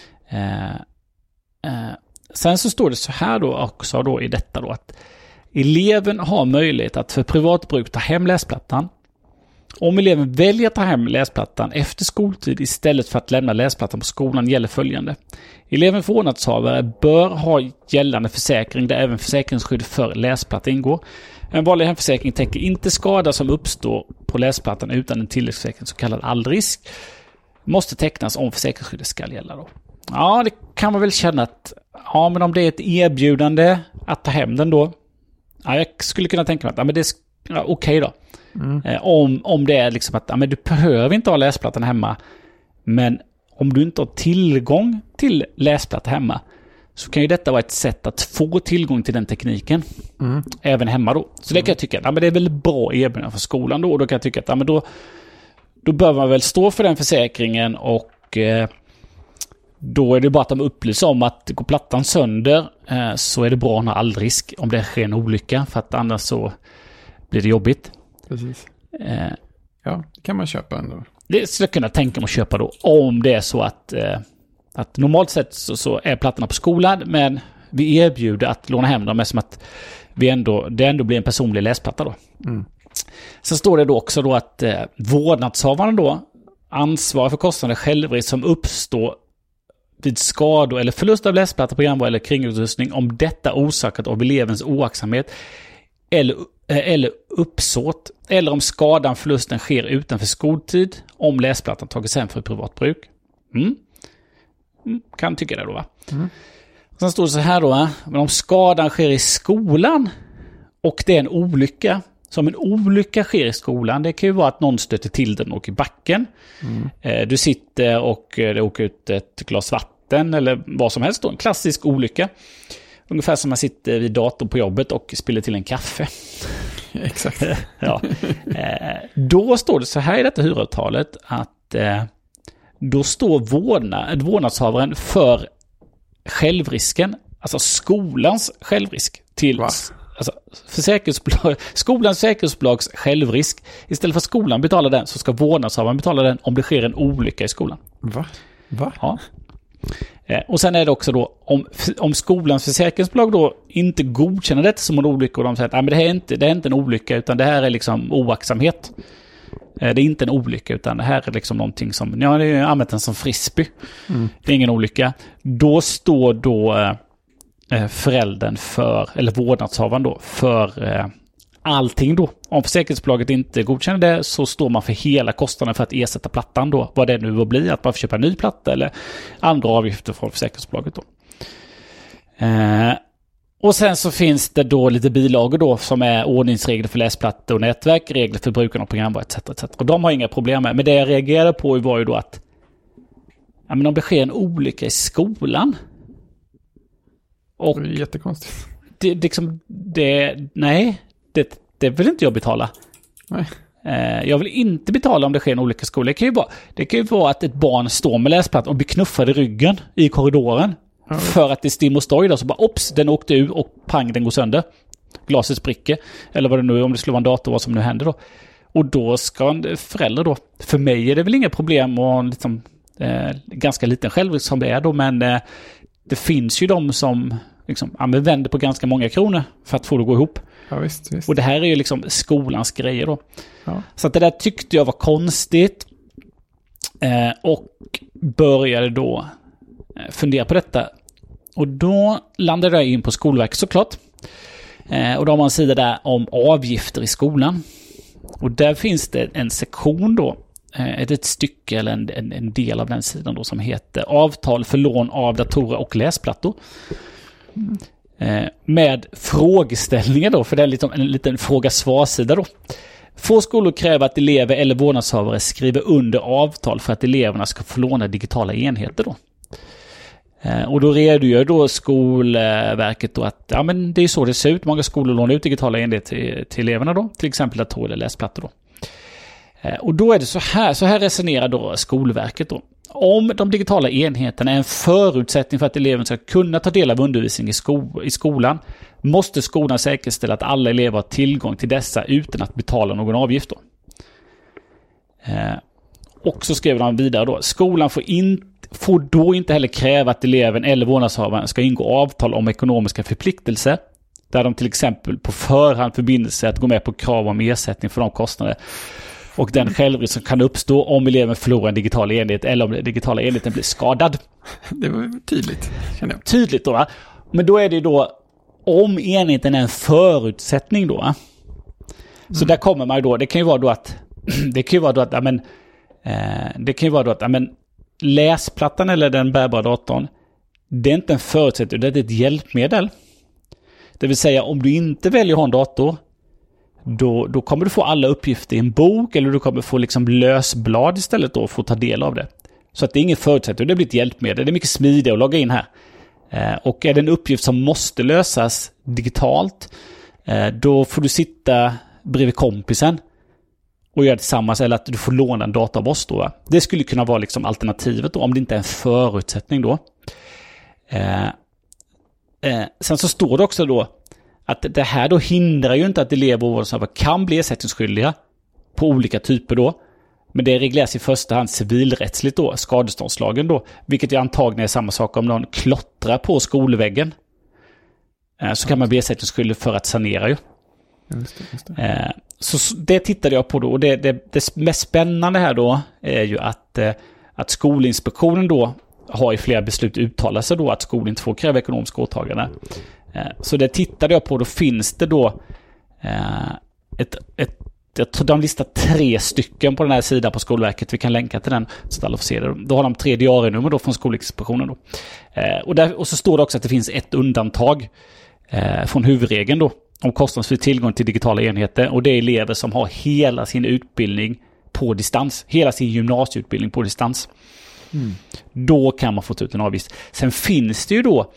Sen så står det så här då också då i detta då, att eleven har möjlighet att för privatbruk ta hem läsplattan. Om eleven väljer att ta hem läsplattan efter skoltid istället för att lämna läsplattan på skolan gäller följande. Elevens vårdnadshavare bör ha gällande försäkring där även försäkringsskydd för läsplatta ingår. En vanlig hemförsäkring täcker inte skada som uppstår på läsplattan utan en tilläggsförsäkring, så kallad allrisk, måste tecknas om försäkringsskyddet ska gälla då. Ja, det kan man väl känna att ja, men om det är ett erbjudande att ta hem den då, ja, jag skulle kunna tänka mig att ja, men det är okej då. Om det är liksom att ja, men du behöver inte ha läsplattan hemma, men om du inte har tillgång till läsplatta hemma så kan ju detta vara ett sätt att få tillgång till den tekniken även hemma då. Så det kan jag tycka att ja, men det är väl bra erbjudande för skolan då, och då kan jag tycka att ja, men då bör man väl stå för den försäkringen, och då är det bara att de upplyser om att går plattan sönder så är det bra att ha all risk om det sker en olycka, för att annars så blir det jobbigt. Precis. Ja, det kan man köpa ändå. Det skulle jag kunna tänka mig att köpa då, om det är så att normalt sett så är plattorna på skolan, men vi erbjuder att låna hem dem som att det ändå blir en personlig läsplatta då. Sen står det då också då att vårdnadshavaren då ansvarar för kostnader självrisk som uppstår vid skador eller förlust av läsplatta, programvara eller kringutrustning om detta orsakat av elevens oaktsamhet eller uppsåt, eller om skadan, förlusten sker utanför skoltid, om läsplattan tagits hem för privatbruk. Kan tycka det då, va? Sen står det så här då, men om skadan sker i skolan och det är en olycka, som en olycka sker i skolan, det kan ju vara att någon stöter till den och i backen. Du sitter och det åker ut ett glas vatten eller vad som helst då, en klassisk olycka. Ungefär som man sitter vid datorn på jobbet och spiller till en kaffe. Exakt. Ja. Då står det så här i detta hyravtalet att då står vårdnadshavaren för självrisken, alltså skolans självrisk till alltså skolans säkerhetsbolags självrisk. Istället för att skolan betalar den så ska vårdnadshavaren betala den om det sker en olycka i skolan. Va? Ja. Och sen är det också då om skolans försäkringsbolag då inte godkänner det som en olycka, och de säger att men det är inte en olycka utan det här är liksom oaktsamhet. Det är inte en olycka utan det här är liksom någonting som det är använt den som frisbee. Det är ingen olycka. Då står då föräldern eller vårdnadshavaren då för allting då. Om försäkringsbolaget inte godkänner det så står man för hela kostnaden för att ersätta plattan då. Vad det nu blir, att man får köpa en ny platta eller andra avgifter från försäkringsbolaget då. Och sen så finns det då lite bilagor då som är ordningsregler för läsplattor och nätverk, regler för brukarna av programvara etc. Och de har inga problem med. Men det jag reagerade på var ju då att men om det sker en olycka i skolan. Och det är jättekonstigt. Det vill inte jag betala. Nej. Jag vill inte betala om det sker en olycka i skolan. Det kan ju vara att ett barn står med läsplattan och blir knuffad i ryggen i korridoren. För att det är stim och stoj då, så bara den åkte ur och pang, den går sönder. Glaset spricker. Eller vad det nu är, om det skulle vara en dator, vad som nu händer då. Och då ska en förälder då, för mig är det väl inga problem och liksom, ganska liten självrisk som det är då, men det finns ju de som liksom, vänder på ganska många kronor för att få det att gå ihop. Ja, visst. Och det här är ju liksom skolans grejer då. Ja. Så att det där tyckte jag var konstigt. Och började då fundera på detta. Och då landade jag in på Skolverket såklart. Och då har man en sida där om avgifter i skolan. Och där finns det en sektion då, ett stycke eller en del av den sidan då som heter avtal för lån av datorer och läsplattor. Med frågeställningar då, för det är en liten fråga-svar-sida då. Får skolor kräva att elever eller vårdnadshavare skriver under avtal för att eleverna ska få låna digitala enheter då? Och då redogör då Skolverket då att ja, men det är så det ser ut. Många skolor lånar ut digitala enheter till eleverna då, till exempel datorer eller läsplattor då. Och då är det så här resonerar då Skolverket då. Om de digitala enheterna är en förutsättning för att eleven ska kunna ta del av undervisning i skolan, måste skolan säkerställa att alla elever har tillgång till dessa utan att betala någon avgift då. Och så skrev de vidare då, skolan får då inte heller kräva att eleven eller vårdnadshavaren ska ingå avtal om ekonomiska förpliktelser, där de till exempel på förhand förbinder sig att gå med på krav om ersättning för de kostnader och den självrisk som kan uppstå om eleven förlorar en digital enhet eller om den digitala enheten blir skadad. Det var tydligt, känner jag. Tydligt då, va? Men då är det då om enheten är en förutsättning då. Så där kommer man ju då, det kan ju vara då att läsplattan eller den bärbara datorn, det är inte en förutsättning, det är ett hjälpmedel. Det vill säga om du inte väljer att ha en dator, då kommer du få alla uppgifter i en bok, eller du kommer få liksom lösblad istället då för att ta del av det. Så att det är ingen förutsättning, det blir ett hjälpmedel. Det är mycket smidigare att logga in här. Och är det en uppgift som måste lösas digitalt, då får du sitta bredvid kompisen och göra tillsammans, eller att du får låna en dator av oss då. Va? Det skulle kunna vara liksom alternativet då, om det inte är en förutsättning då. Sen så står det också då att det här då hindrar ju inte att elever och vårdnadshavare kan bli ersättningsskyldiga på olika typer då. Men det regleras i första hand civilrättsligt då, skadeståndslagen då. Vilket ju antagligen är samma sak om någon klottrar på skolväggen. Så kan man bli ersättningsskyldig för att sanera ju. Just det. Så det tittade jag på då. Och det mest spännande här då är ju att Skolinspektionen då har i flera beslut uttalat sig då att skolan inte får kräva ekonomiska åtaganden. Så det tittade jag på, då finns det då jag tror de listar 3 stycken på den här sidan på Skolverket. Vi kan länka till den så att alla får se det. Då har de 3 diarienummer då från Skolinspektionen då. Och så står det också att det finns ett undantag från huvudregeln då om kostnadsfri tillgång till digitala enheter, och det är elever som har hela sin utbildning på distans, hela sin gymnasieutbildning på distans. Då kan man få ta ut en avgift. Sen finns det ju då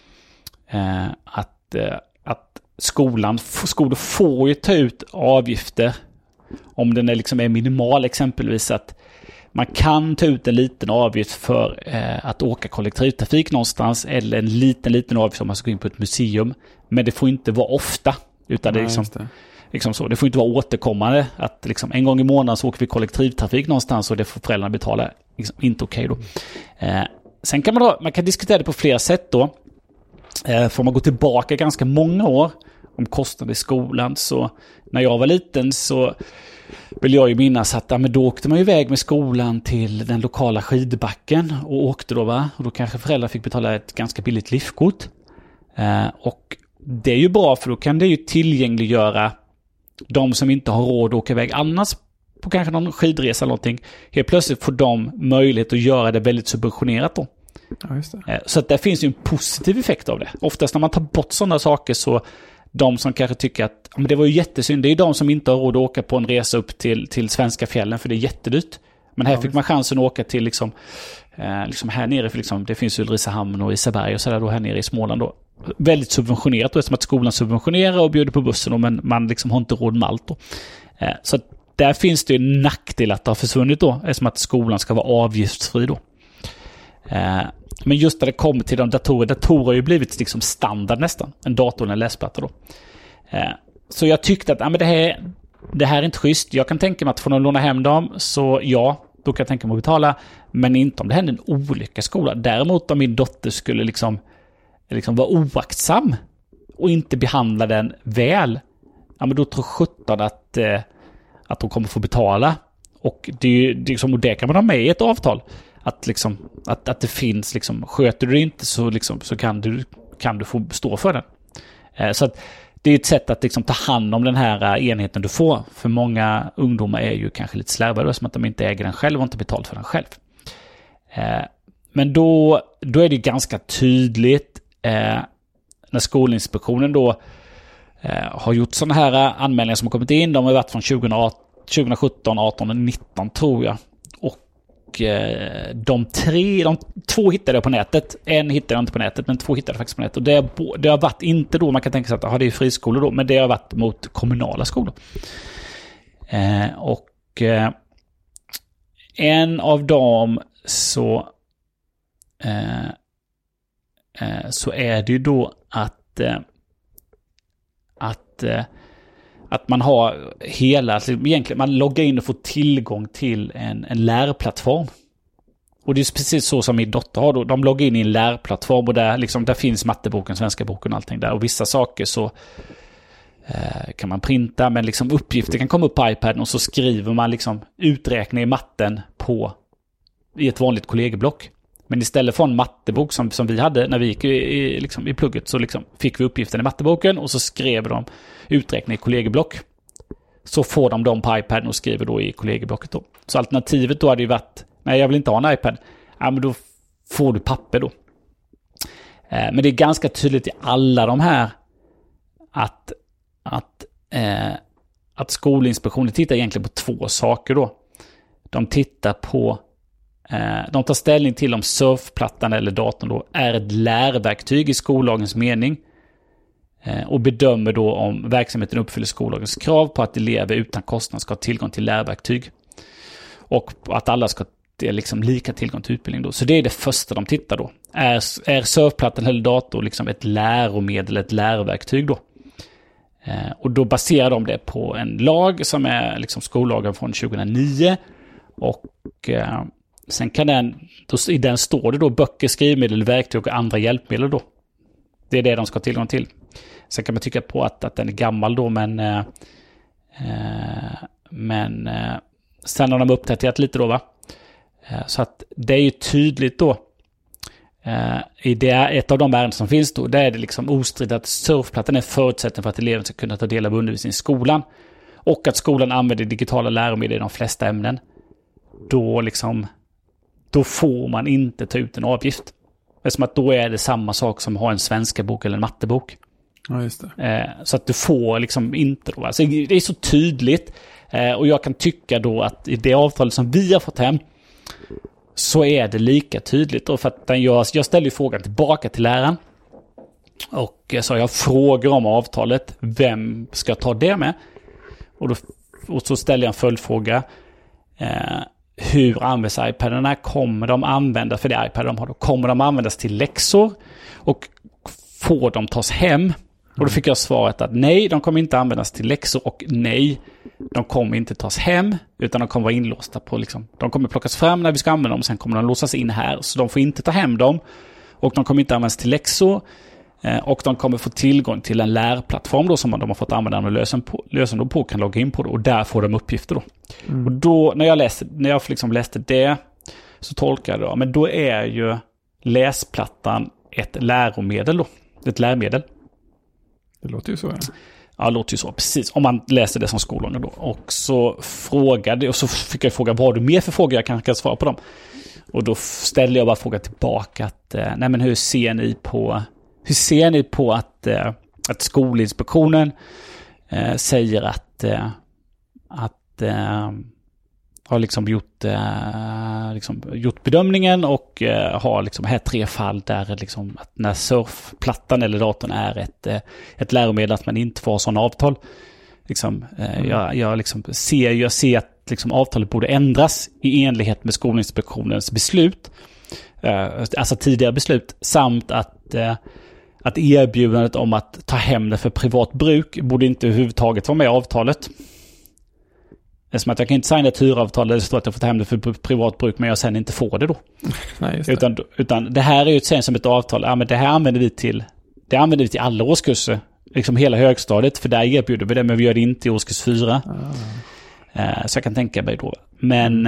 att skolor får ju ta ut avgifter om den är minimal, exempelvis att man kan ta ut en liten avgift för att åka kollektivtrafik någonstans, eller en liten avgift om man ska gå in på ett museum, men det får inte vara ofta, utan det är liksom så. Det får inte vara återkommande att liksom en gång i månaden så åker vi kollektivtrafik någonstans och det får föräldrarna betala. Liksom, inte okej då. Sen kan man kan diskutera det på flera sätt då. Får man gå tillbaka ganska många år om kostnader i skolan, så när jag var liten så vill jag ju minnas att men då åkte man ju iväg med skolan till den lokala skidbacken och åkte då, va? Och då kanske föräldrar fick betala ett ganska billigt liftkort. Och det är ju bra, för då kan det ju tillgängliggöra de som inte har råd att åka iväg annars på kanske någon skidresa eller någonting. Helt plötsligt får de möjlighet att göra det väldigt subventionerat då. Ja, just det. Så att det finns ju en positiv effekt av det. Oftast när man tar bort sådana saker, så de som kanske tycker att men det var ju jättesynd, det är ju de som inte har råd att åka på en resa upp till svenska fjällen, för det är jättedyrt. Men här fick man chansen att åka till liksom här nere, för liksom, det finns ju Ulricehamn och Isaberg och sådär då här nere i Småland då. Väldigt subventionerat då, som att skolan subventionerar och bjuder på bussen då, men man liksom har inte råd med allt då. Så där finns det ju en nackdel att det har försvunnit då, eftersom att skolan ska vara avgiftsfri då. Men just när det kommer till de datorer har ju blivit liksom standard nästan, en dator och en läsplatta då. Så jag tyckte att men det här är inte schysst. Jag kan tänka mig att få någon låna hem dem, så ja, då kan jag tänka mig att betala, men inte om det händer en olycka i skolan. Däremot om min dotter skulle liksom vara oaktsam och inte behandla den väl, men då tror 17 att hon kommer få betala. Och det kan man ha med i ett avtal. Att, liksom, att det finns, liksom, sköter du det inte så kan du få stå för den. Så att det är ett sätt att liksom ta hand om den här enheten du får. För många ungdomar är ju kanske lite slarvade som att de inte äger den själv och inte betalt för den själv. Men då är det ganska tydligt när Skolinspektionen då har gjort sådana här anmälningar som har kommit in. De har varit från 2017, 18 och 19 tror jag. Och de två hittade jag på nätet. En hittade jag inte på nätet, men 2 hittade jag faktiskt på nätet. Och det har varit inte då, man kan tänka sig att det är friskolor då, men det har varit mot kommunala skolor. En av dem så är det ju då att man har alltså egentligen man loggar in och får tillgång till en lärplattform. Och det är precis så som min dotter har då. De loggar in i en lärplattform och där finns matteboken, svenska boken och allting där. Och vissa saker så kan man printa, men liksom uppgifter kan komma upp på iPaden och så skriver man liksom uträkning i matten i ett vanligt kollegieblock. Men istället för en mattebok som vi hade när vi gick i plugget så liksom fick vi uppgiften i matteboken och så skrev de uträkning i kollegieblock. Så får de dem på iPaden och skriver då i kollegieblocket då. Så alternativet då hade ju varit, nej jag vill inte ha en iPad. Ja men då får du papper då. Men det är ganska tydligt i alla de här att Skolinspektionen tittar egentligen på 2 saker då. De tittar på de tar ställning till om surfplattan eller datorn då är ett lärverktyg i skollagens mening och bedömer då om verksamheten uppfyller skollagens krav på att elever utan kostnad ska ha tillgång till lärverktyg och att alla ska liksom lika tillgång till utbildning då. Så det är det första de tittar då. Är surfplattan eller dator liksom ett läromedel, ett lärverktyg då? Och då baserar de det på en lag som är liksom skollagen från 2009 och sen kan i den står det då böcker, skrivmedel, verktyg och andra hjälpmedel då. Det är det de ska ha tillgång till. Sen kan man tycka på att den är gammal då, men sen har de uppdaterat lite då va. Så att det är ju tydligt då i ett av de ärenden som finns då, där är det liksom ostridigt att surfplattan är förutsättning för att eleven ska kunna ta del av undervisning i skolan och att skolan använder digitala läromedel i de flesta ämnen. Då får man inte ta ut en avgift. Det är som att då är det samma sak som att ha en svenska bok eller en mattebok. Ja, just det. Så att du får liksom inte då. Alltså det är så tydligt. Och jag kan tycka då att i det avtalet som vi har fått hem så är det lika tydligt då, för att jag ställer ju frågan tillbaka till läraren. Och så jag frågar om avtalet. Vem ska ta det med? Och så ställer jag en följdfråga. Hur används iPadarna? Kommer de användas för det iPad de har då? Kommer de användas till läxor? Och får de tas hem? Och då fick jag svaret att nej, de kommer inte användas till läxor och nej, de kommer inte tas hem utan de kommer vara inlåsta på liksom, de kommer plockas fram när vi ska använda dem, sen kommer de låsas in här, så de får inte ta hem dem och de kommer inte användas till läxor och de kommer få tillgång till en lärplattform då som de har fått använda med lösenord på, kan logga in på det, och där får de uppgifter då. Och då när jag liksom läste det så tolkade jag, men då är ju läsplattan ett läromedel då, ett lärmedel. Det låter ju så, ja. Ja, det låter ju så, precis. Om man läser det som skolan då. Och så frågade, och så fick jag fråga, vad har du mer för frågor? Jag kanske kan svara på dem. Och då ställde jag bara frågan tillbaka att, nej men hur ser ni på att Skolinspektionen säger att har liksom gjort bedömningen och har liksom här 3 fall där liksom att när surfplattan eller datorn är ett läromedel att man inte får sådana avtal. Liksom, jag ser att liksom avtalet borde ändras i enlighet med Skolinspektionens beslut, alltså tidigare beslut, samt att erbjudandet om att ta hem det för privat bruk borde inte överhuvudtaget vara med i avtalet. Det är som att jag kan inte signa ett hyravtal där det står att jag får ta hem det för privat bruk, men jag sen inte får det då. Nej, just det. Utan det här är ju sen som ett avtal. Ja, men det här använder vi till alla årskurser. Liksom hela högstadiet, för där erbjuder vi det, men vi gör det inte i årskurs 4. Så jag kan tänka mig då. Men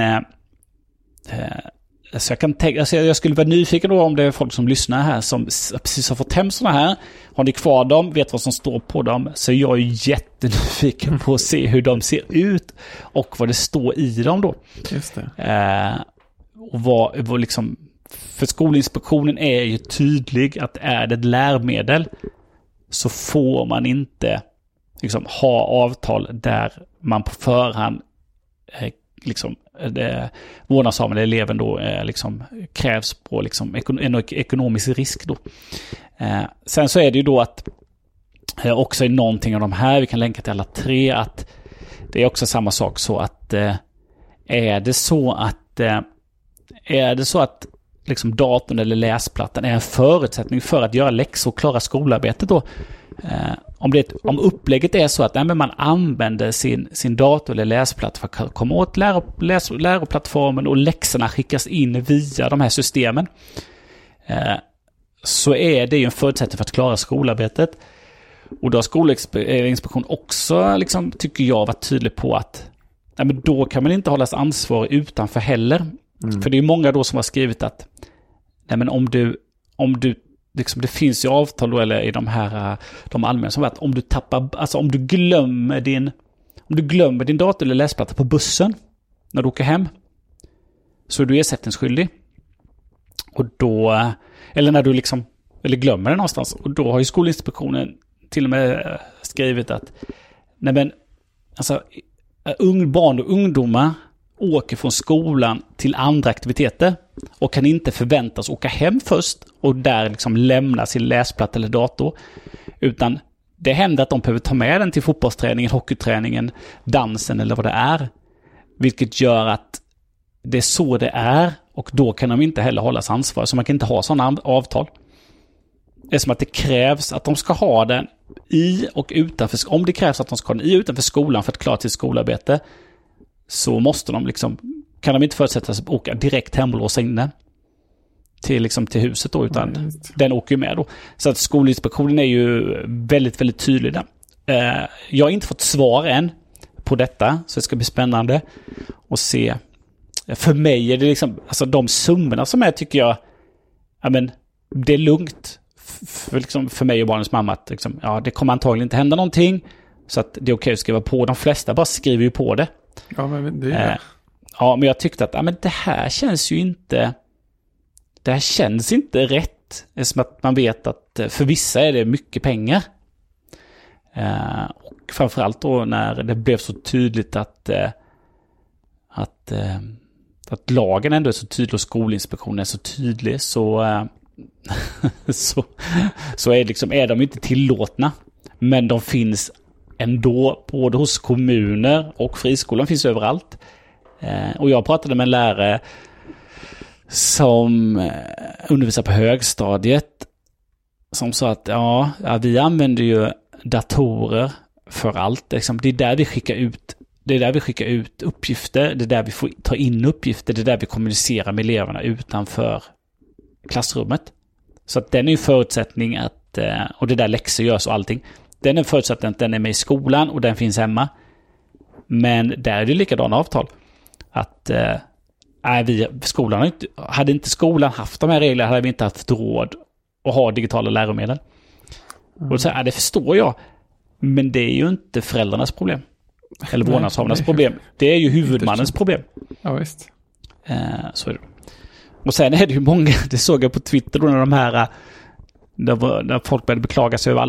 så jag kan tänka, alltså jag skulle vara nyfiken då om det är folk som lyssnar här som precis har fått hem sådana här. Har ni kvar dem, vet vad som står på dem, så jag är jättenyfiken på att se hur de ser ut och vad det står i dem då. Just det. Och vad liksom, för Skolinspektionen är ju tydlig att är det ett lärmedel så får man inte liksom ha avtal där man på förhand liksom vårdnadshavaren eller eleven då liksom krävs på liksom en ekonomisk risk då. Sen så är det ju då att också i någonting av de här, vi kan länka till alla 3, att det är också samma sak, så att är det så att liksom datorn eller läsplattan är en förutsättning för att göra läxor och klara skolarbetet då. Om upplägget är så att men man använder sin dator eller läsplatta för att komma åt läroplattformen och läxorna skickas in via de här systemen, så är det ju en förutsättning för att klara skolarbetet. Och då har Skolinspektionen också liksom, tycker jag, varit tydlig på att men då kan man inte hållas ansvarig utanför heller. För det är många då som har skrivit att men om du liksom, det finns ju avtal då, eller i de allmänna som att om du tappar, alltså om du glömmer din dator eller läsplatta på bussen när du åker hem, så är du ersättningsskyldig. Och då, eller när du liksom, eller glömmer den någonstans, och då har ju Skolinspektionen till och med skrivit att alltså barn och ungdomar åker från skolan till andra aktiviteter och kan inte förväntas åka hem först och där liksom lämna sin läsplatta eller dator, utan det händer att de behöver ta med den till fotbollsträningen, hockeyträningen, dansen eller vad det är, vilket gör att det är så det är, och då kan de inte heller hållas ansvar, så man kan inte ha sådana avtal. Det är som att det krävs att de ska ha den i och utanför, om det krävs att de ska ha den i utanför skolan för att klara sitt skolarbete, så måste de liksom, kan de inte förutsättas åka direkt hem och låsa in den till huset då, utan den åker ju med då. Så att Skolinspektionen är ju väldigt, väldigt tydlig där. Jag har inte fått svar än på detta, så det ska bli spännande att se. För mig är det liksom, alltså de summorna som är, tycker jag, det är lugnt för mig och barnens mamma att det kommer antagligen inte hända någonting, så att det är okej att skriva på. De flesta bara skriver ju på det. Ja, men det är men jag tyckte att det här känns ju inte, det här känns inte rätt, som att man vet att för vissa är det mycket pengar. Och framförallt då när det blev så tydligt att lagen ändå är så tydlig och Skolinspektionen är så tydlig, så är de inte tillåtna, men de finns ändå både hos kommuner och friskolan, finns överallt. Och jag pratade med en lärare som undervisar på högstadiet som sa att vi använder ju datorer för allt. Det är där vi skickar ut uppgifter, det är där vi får ta in uppgifter, det är där vi kommunicerar med eleverna utanför klassrummet. Så att den är ju förutsättning att, och det där läxor görs och allting, den är förutsättning att den är med i skolan och den finns hemma. Men där är det likadana avtal. Att hade inte skolan haft de här reglerna, hade vi inte haft råd att ha digitala läromedel. Och så det förstår jag. Men det är ju inte föräldrarnas problem. Eller vårdnadshavarnas problem. Det är ju huvudmannens problem. Ja, visst. Så är det. Och sen är det ju många, det såg jag på Twitter då, när de här där folk började beklaga sig över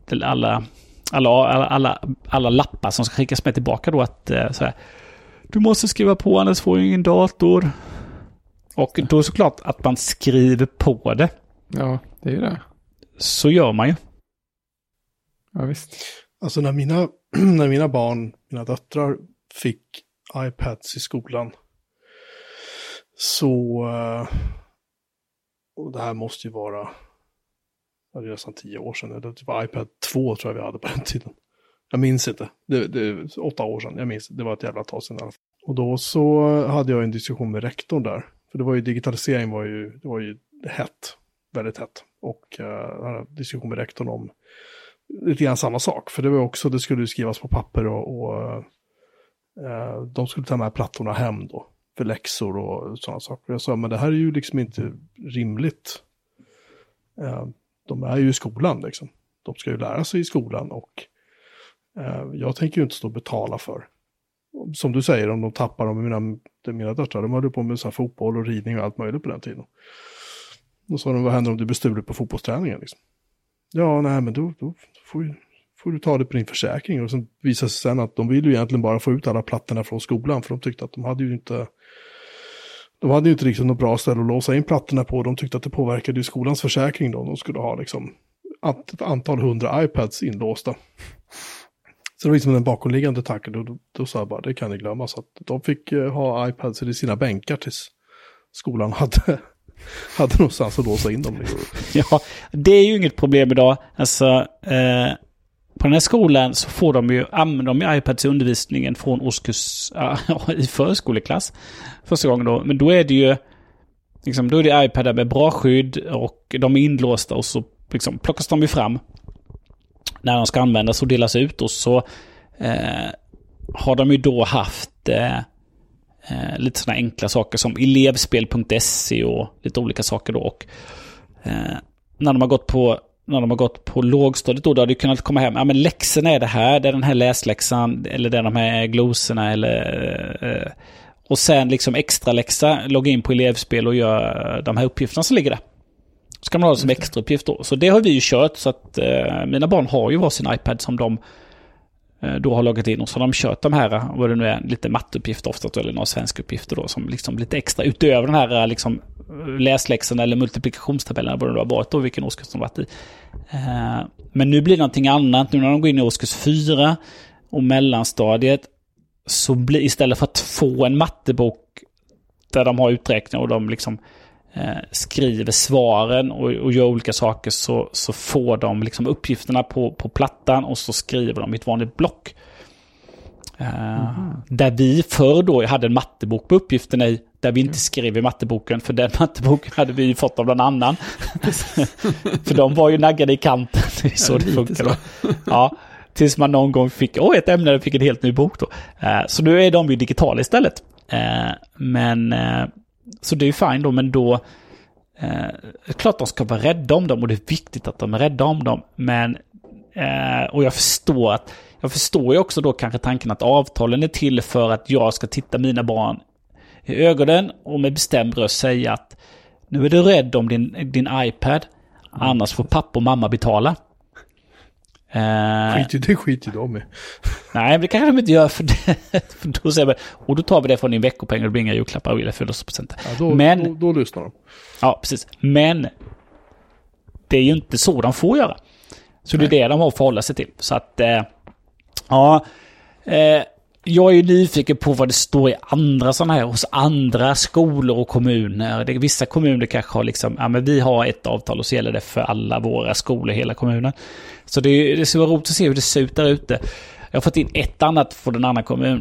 alla lappar som ska skickas med tillbaka då, att så här, du måste skriva på, annars får du ingen dator. Och då är det såklart att man skriver på det. Ja, det är ju det. Så gör man ju. Ja, visst. Alltså när mina döttrar fick iPads i skolan, så och det här måste ju vara, det är nästan 10 år sedan. Det var iPad 2 tror jag vi hade på den tiden. Jag minns inte. Det är 8 år sedan. Jag minns. Det var ett jävla tag sedan i alla fall. Och då så hade jag en diskussion med rektorn där. För det var ju, digitalisering var ju hett. Väldigt hett. Och jag hade en diskussion med rektorn om lite grann samma sak. För det var också, det skulle skrivas på papper och De skulle ta med plattorna hem då. För läxor och sådana saker. Jag sa, men det här är ju liksom inte rimligt. De är ju i skolan liksom. De ska ju lära sig i skolan och jag tänker ju inte stå och betala för. Som du säger, om de tappar dem, mina döttrar, de hade på med så här fotboll och ridning och allt möjligt på den tiden. Och så sa de, vad händer om du blir stulet på fotbollsträningen liksom? Ja, nej, men då får du ta det på din försäkring. Och sen visade sig sen att de ville ju egentligen bara få ut alla plattorna från skolan, för de tyckte att de hade ju inte riktigt något bra ställe att låsa in plattorna på. De tyckte att det påverkade ju skolans försäkring då. De skulle ha liksom ett antal 100 iPads inlåsta. Så det var liksom den bakomliggande tanken. Då sa jag bara, det kan ni glömma. Så att de fick ha iPads i sina bänkar tills skolan hade någonstans att låsa in dem. Ja, det är ju inget problem idag. Alltså, på den här skolan så får de ju använda de iPads i undervisningen från årskurs i förskoleklass första gången då. Men då är det ju liksom, då är det iPadar med bra skydd och de är inlåsta och så liksom plockas de ju fram när de ska användas och delas ut, och så har de ju då haft lite sådana enkla saker som elevspel.se och lite olika saker då, och när de har gått på lågstadiet då har du kunnat komma hem, ja men läxorna är det är den här läsläxan eller det är de här glosorna eller och sen liksom extra läxa, logga in på elevspel och göra de här uppgifterna som ligger där. Så kan man ha det som extra uppgift då. Så det har vi ju kört, så att mina barn har ju varsin iPad som de då har loggat in, och så har de kört de här, vad det nu är, lite matteuppgifter ofta eller några svenska uppgifter då, som liksom lite extra utöver den här liksom läsläxan eller multiplikationstabellen, vad det har varit då, vilken årskurs de varit i. Men nu blir det någonting annat. Nu när de går in i årskurs 4 och mellanstadiet, så blir istället för att få en mattebok där de har uträkningar och de liksom skriver svaren och gör olika saker, så får de liksom uppgifterna på plattan och så skriver de i ett vanligt block. Där vi förr då hade en mattebok på uppgifterna i, där vi inte skrev i matteboken, för den matteboken hade vi fått av någon annan. För de var ju naggade i kanten. Det är så det funkar då. Ja, tills man någon gång fick ett ämne och fick en helt ny bok då. Så nu är de ju digitala istället. Men så det är ju fint då, men då klart de ska vara rädda om dem, och det är viktigt att de är rädda om dem, men och jag förstår ju också då kanske tanken att avtalen är till för att jag ska titta mina barn i ögonen och med bestämd röst säga att nu är du rädd om din iPad, annars får pappa och mamma betala. Det skiter de med. Nej, men det kanske de inte gör, för då säger man, och då tar vi det från din veckopeng och det blir inga julklappar eller födelsedagspresenter. Ja, då lyssnar de. Ja, precis. Men det är ju inte så de får göra. Så det är det de har att förhålla sig till. Så att jag är ju nyfiken på vad det står i andra sådana här, hos andra skolor och kommuner. Vissa kommuner kanske har liksom, men vi har ett avtal och så gäller det för alla våra skolor i hela kommunen. Så det ska vara roligt att se hur det ser ut där ute. Jag har fått in ett annat från en annan kommun.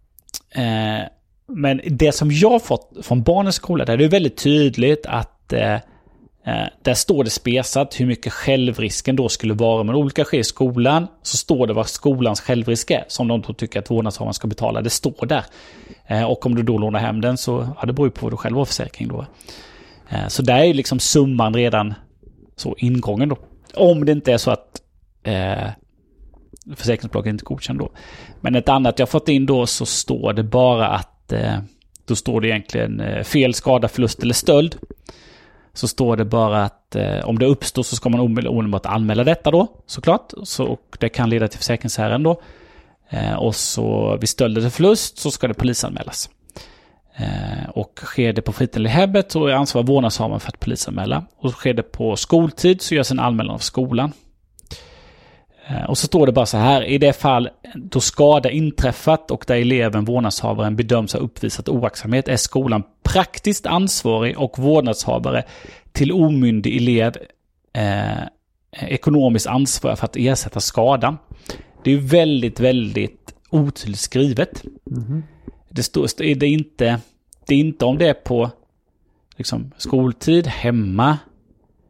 Men det som jag har fått från barnens skola, där det är väldigt tydligt att där står det spesat hur mycket självrisken då skulle vara. Men olika sker i skolan, så står det vad skolans självrisk är, som de då tycker att vårdnadshavaren ska betala. Det står där. Och om du då lånar hem den, så det beror på vad du själv har försäkring då. Så där är liksom summan redan så ingången då. Om det inte är så att försäkringsbolaget inte godkänd då. Men ett annat jag fått in då, så står det bara att då står det egentligen fel, skada, förlust eller stöld. Så står det bara att om det uppstår så ska man omedelbart anmäla detta då, såklart. Och det kan leda till försäkringsherren då. Och så vid stöld eller förlust så ska det polisanmälas. Och sker det på fritiden i hemmet så är ansvar vårdnadshavaren för att polisanmäla. Och sker det på skoltid så görs en anmälan av skolan. Och så står det bara så här: i det fall då skada inträffat och där eleven, vårdnadshavaren, bedöms ha uppvisat oaktsamhet, är skolan praktiskt ansvarig och vårdnadshavare till omyndig elev ekonomiskt ansvarig för att ersätta skadan. Det är väldigt, väldigt otydligt skrivet. Det står, det är inte om det är på liksom skoltid, hemma,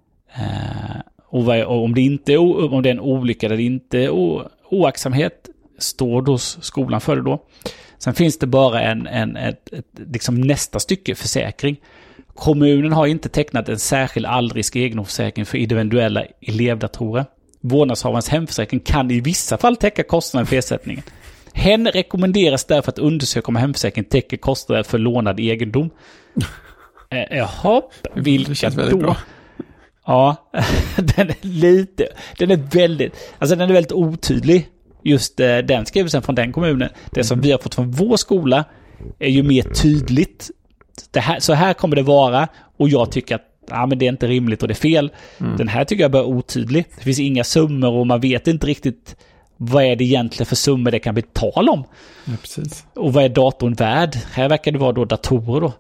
och om det är en olycka där det inte är oaktsamhet, står då skolan för det då. Sen finns det bara ett liksom nästa stycke försäkring. Kommunen har inte tecknat en särskild allrisk egendomsförsäkring för individuella elevdatorer. Vårdnadshavarens hemförsäkring kan i vissa fall täcka kostnaden för ersättningen. Hen rekommenderas därför att undersöka om hemförsäkringen täcker kostnader för lånad egendom. Jaha, vilka då? Bra. Ja, den är väldigt otydlig. Just den skrivelsen från den kommunen. Det som vi har fått från vår skola är ju mer tydligt. Så här kommer det vara, och jag tycker att men det är inte rimligt och det är fel. Den här tycker jag bara är otydlig. Det finns inga summor och man vet inte riktigt vad är det egentligen för summor det kan bli tal om. Ja, precis. Och vad är datorn värd? Här verkar det vara då datorer då.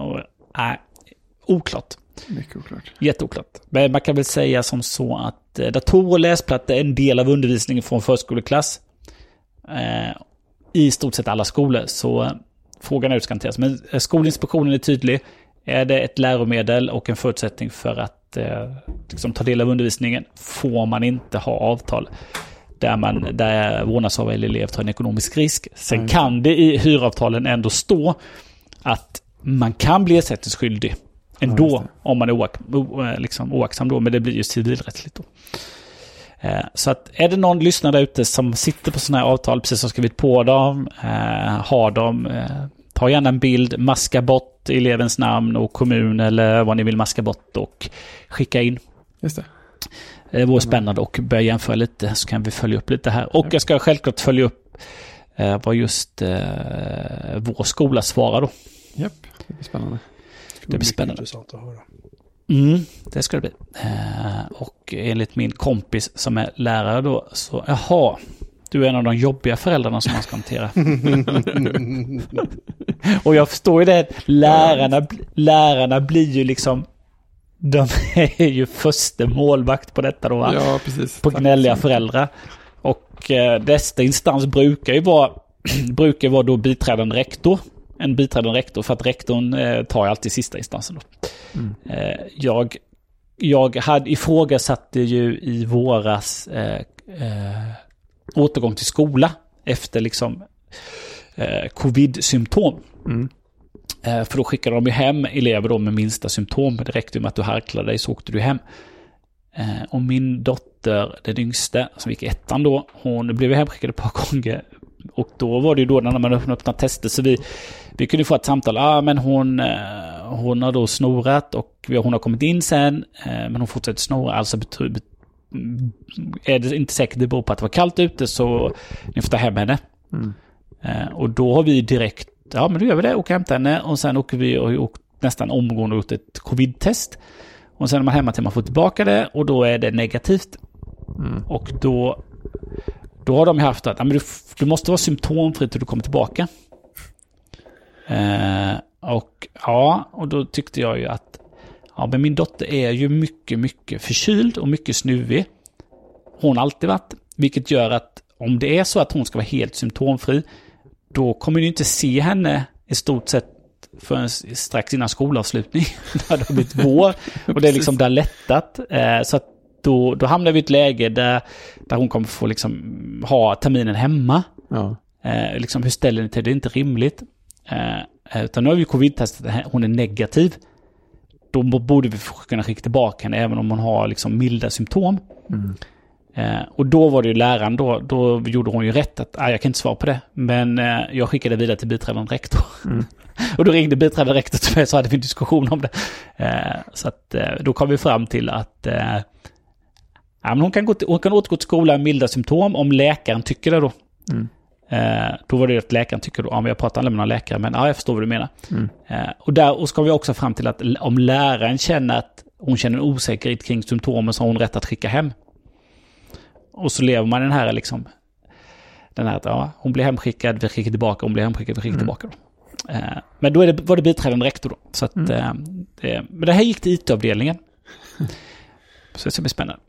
Oklart. Mycket oklart. Jätteoklart. Men man kan väl säga som så att datorer och läsplattor är en del av undervisningen från förskoleklass. I stort sett alla skolor. Så frågan är hur det ska hanteras. Men Skolinspektionen är tydlig. Är det ett läromedel och en förutsättning för att liksom ta del av undervisningen, får man inte ha avtal där vårdnadshavare eller elev tar en ekonomisk risk. Sen kan det i hyravtalen ändå stå att man kan bli ersättningsskyldig ändå om man är liksom oaktsam då, men det blir ju civilrättsligt då. Så att är det någon lyssnare där ute som sitter på sådana här avtal, precis som skrivit på dem, har dem, ta gärna en bild, maska bort elevens namn och kommun eller vad ni vill maska bort och skicka in. Just det. Det vore spännande och börja jämföra lite, så kan vi följa upp lite här. Och jag ska självklart följa upp vad just vår skola svarar då. Japp, det blir spännande. Det blir spännande. Intressant att höra. Det ska det bli. Och enligt min kompis som är lärare då, så jaha, du är en av de jobbiga föräldrarna som man ska hantera. Och jag förstår ju det, lärarna blir ju liksom, de är ju första målvakt på detta då, va? Ja, precis. På gnälliga föräldrar. Och nästa instans brukar ju vara då biträdande rektor. En biträdande rektor, för att rektorn tar alltid sista instansen då. Jag hade ifrågasatte ju i våras återgång till skola efter liksom covid-symptom. För då skickade de ju hem elever då med minsta symptom. Det räckte ju med att du harklade dig så åkte du hem. Och min dotter, den yngste, som gick i ettan då, hon blev hemskickad ett par gånger. Och då var det ju då när man öppnade tester, så vi kunde få ett samtal. Men hon har då snorat och hon har kommit in sen, men hon fortsätter snora. Alltså är det inte säkert det beror på att det var kallt ute, så ni får ta hem henne. Och då har vi direkt, men då gör vi det, och hämtar henne. Och sen åker vi och åkt nästan omgående och gjort ett covid-test. Och sen är man hemma till man får tillbaka det, och då är det negativt. Och då har de haft att du måste vara symptomfri till du kommer tillbaka. Och då tyckte jag ju att men min dotter är ju mycket, mycket förkyld och mycket snuvig. Hon har alltid varit. Vilket gör att om det är så att hon ska vara helt symptomfri, då kommer du inte se henne i stort sett förrän strax innan skolavslutning. När det har blivit vår. Och det är liksom där lättat. Så att då hamnar vi i ett läge där hon kommer få liksom ha terminen hemma. Ja. Liksom, hur ställer ni till det? Det är inte rimligt. Utan nu har vi covid-testat, hon är negativ. Då borde vi kunna skicka tillbaka henne även om hon har liksom milda symptom. Och då var det ju läraren då gjorde hon ju rätt att jag kan inte svara på det. Men jag skickade vidare till biträdande rektor. Och då ringde biträdande rektor till mig, så hade vi en diskussion om det. Så att då kom vi fram till att men hon kan återgå till skolan med milda symptom om läkaren tycker det då. Då var det att läkaren tycker då, men jag pratar aldrig med någon läkare, men jag förstår vad du menar. Och ska vi också fram till att om läraren känner att hon känner en osäkerhet kring symptomen, så har hon rätt att skicka hem. Och så lever man den här liksom, den här att hon blir hemskickad, vi skickar tillbaka, hon blir hemskickad, vi skickar tillbaka då. Men då var det biträdande rektor då. Så att, men det här gick till IT-avdelningen. Så det ska bli spännande.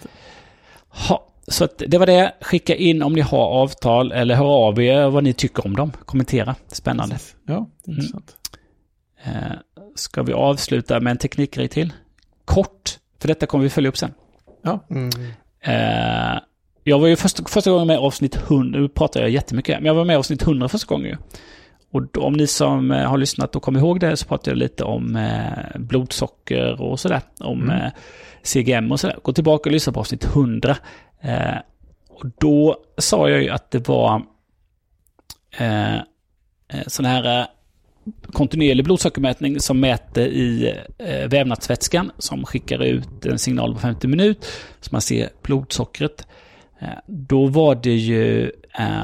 Så att det var det. Skicka in om ni har avtal, eller hör av er vad ni tycker om dem. Kommentera. Spännande. Ja, intressant. Ska vi avsluta med en teknikgrej till? Kort, för detta kommer vi följa upp sen. Ja. jag var ju första gången med avsnitt 100, nu pratar jag jättemycket, men jag var med avsnitt 100 första gången. Och då, om ni som har lyssnat och kommer ihåg det, så pratade jag lite om blodsocker och sådär, om CGM och sådär. Gå tillbaka och lyssna på avsnitt 100. Och då sa jag ju att det var sån här kontinuerlig blodsockermätning som mäter i vävnadsvätskan, som skickar ut en signal på 50 minuter så man ser blodsockret. Då var det ju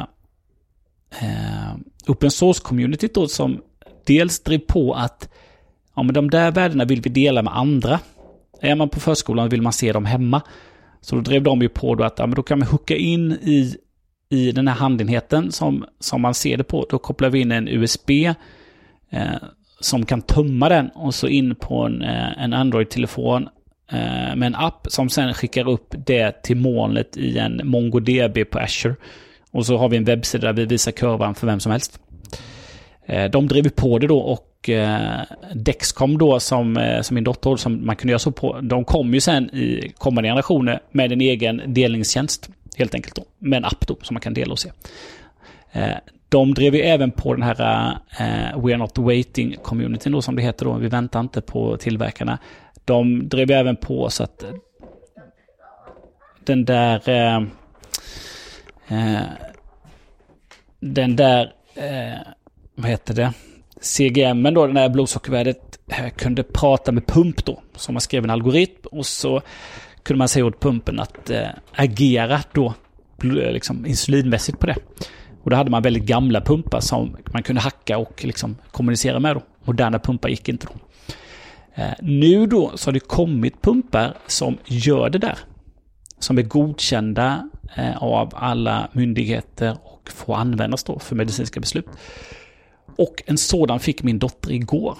open source community då, som dels drev på att men de där värdena vill vi dela med andra. Är man på förskolan vill man se dem hemma. Så då drev de ju på då att men då kan man hooka in i den här handenheten som man ser det på. Då kopplar vi in en USB som kan tömma den och så in på en Android-telefon med en app som sen skickar upp det till molnet i en MongoDB på Azure. Och så har vi en webbsida där vi visar kurvan för vem som helst. De drev på det då, och Dexcom då, som min dotter, som man kunde göra så på, de kom ju sen i kommande generationer med en egen delningstjänst, helt enkelt då, med en app då som man kan dela och se. De drev ju även på den här We Are Not Waiting communityn då, som det heter då, vi väntar inte på tillverkarna. De drev även på så att den där vad heter det? CGM då, den där blodsockervärdet kunde prata med pump då, som man skrev en algoritm, och så kunde man säga åt pumpen att agera då liksom insulinmässigt på det. Och då hade man väldigt gamla pumpar som man kunde hacka och liksom kommunicera med då. Moderna pumpar gick inte då. Nu då så har det kommit pumpar som gör det där. Som är godkända av alla myndigheter och får användas då för medicinska beslut. Och en sådan fick min dotter igår.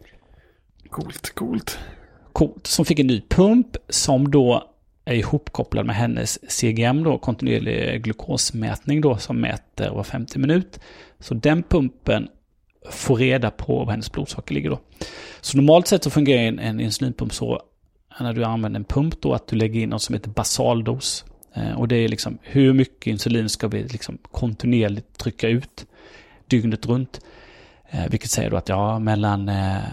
Coolt. Som fick en ny pump som då är ihopkopplad med hennes CGM då, kontinuerlig glukosmätning då, som mäter var 50 minut. Så den pumpen får reda på var hennes blodsocker ligger då. Så normalt sett så fungerar en insulinpump så när du använder en pump då, att du lägger in något som heter basaldos. Och det är liksom hur mycket insulin ska vi liksom kontinuerligt trycka ut dygnet runt. Vilket säger då att mellan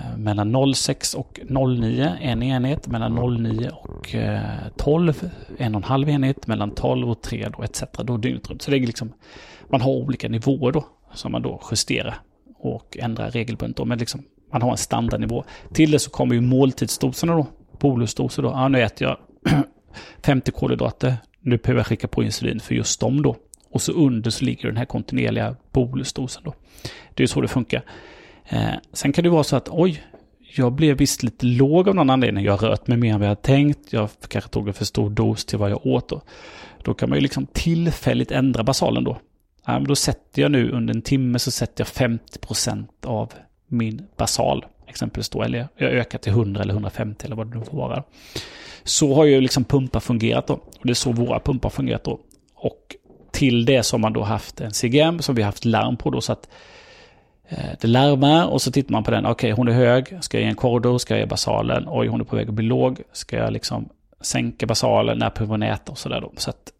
0,6 och 0,9 en enhet, mellan 0,9 och 12 1,5 enhet, mellan 12 och 3 då, etc. då dygnet runt. Så det är liksom, man har olika nivåer då som man då justerar och ändrar regelbundet då, men liksom man har en standardnivå. Till det så kommer ju måltidsdoserna då, bolusdoser då. Nu äter jag 50 kolhydrater, nu behöver jag skicka på insulin för just dem då. Och så under så ligger den här kontinuerliga bolusdosen då. Det är så det funkar. Sen kan det vara så att jag blev visst lite låg av någon anledning. Jag rört mig mer än vad jag hade tänkt. Jag kanske tog en för stor dos till vad jag åt då. Då kan man ju liksom tillfälligt ändra basalen då. Men då sätter jag nu under en timme så sätter jag 50% av min basal. Exempelvis då, eller jag ökar till 100 eller 150 eller vad det nu får vara. Så har ju liksom pumpar fungerat då. Och det är så våra pumpar fungerat då. Och till det som man då haft en CGM som vi haft larm på då, så att det larmar och så tittar man på den. Okej, hon är hög, ska jag ge en korridor, ska jag ge basalen, hon är på väg att bli låg, ska jag liksom sänka basalen, när behöver hon äta och sådär då. Så att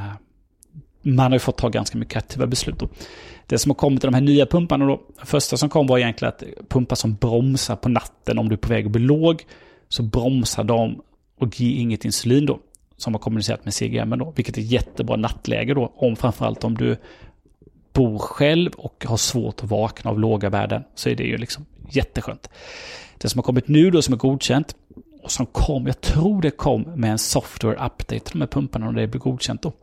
man har ju fått ta ganska mycket aktiva beslut då. Det som har kommit till de här nya pumparna då, första som kom var egentligen att pumpar som bromsar på natten om du är på väg att bli låg, så bromsar de och ger inget insulin då, som har kommunicerat med CGM då, vilket är jättebra nattläge då, framförallt om du bor själv och har svårt att vakna av låga värden, så är det ju liksom jätteskönt. Det som har kommit nu då som är godkänt, och som jag tror det kom med en software update, de här pumparna, och det blir godkänt då,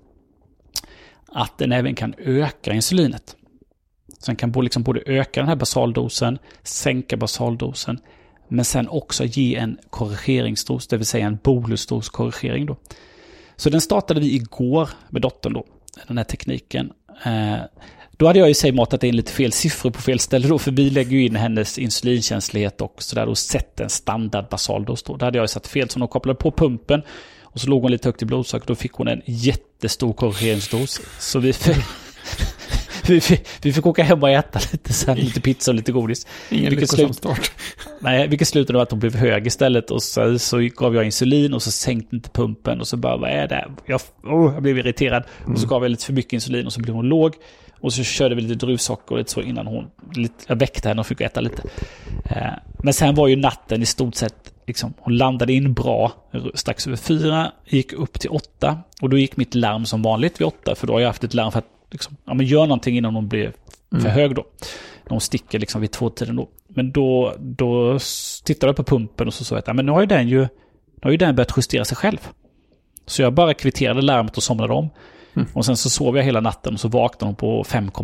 att den även kan öka insulinet. Så den kan både öka den här basaldosen, sänka basaldosen, men sen också ge en korrigeringsdos, det vill säga en bolusdos korrigering då. Så den startade vi igår med dottern då, den här tekniken. Då hade jag ju matat in lite fel siffror på fel ställe då, för vi lägger ju in hennes insulinkänslighet och sådär och sett en standard basaldos då. Där hade jag ju satt fel, så de kopplade på pumpen och så låg hon lite högt i blodsocker, då fick hon en jättestor korrigeringsdos. Så vi fick åka hem och äta lite pizza och lite godis. Ingen lyckosam start. Nej, vilket slutade med att de blev hög istället. Och så gav jag insulin och så sänkte inte pumpen. Och så bara, vad är det? Jag blev irriterad. Och så gav jag lite för mycket insulin och så blev hon låg. Och så körde vi lite druvsocker och lite så innan jag väckte henne och fick äta lite. Men sen var ju natten i stort sett, liksom, hon landade in bra strax över 4, gick upp till 8. Och då gick mitt larm som vanligt vid 8. För då har jag haft ett larm för att liksom, gör någonting innan hon blir för hög då. När hon sticker liksom vid 2-tiden då. Men då tittade jag på pumpen och så sa jag att men nu har ju den börjat justera sig själv. Så jag bara kvitterade larmet och somnade om. Och sen så sov jag hela natten och så vaknade hon på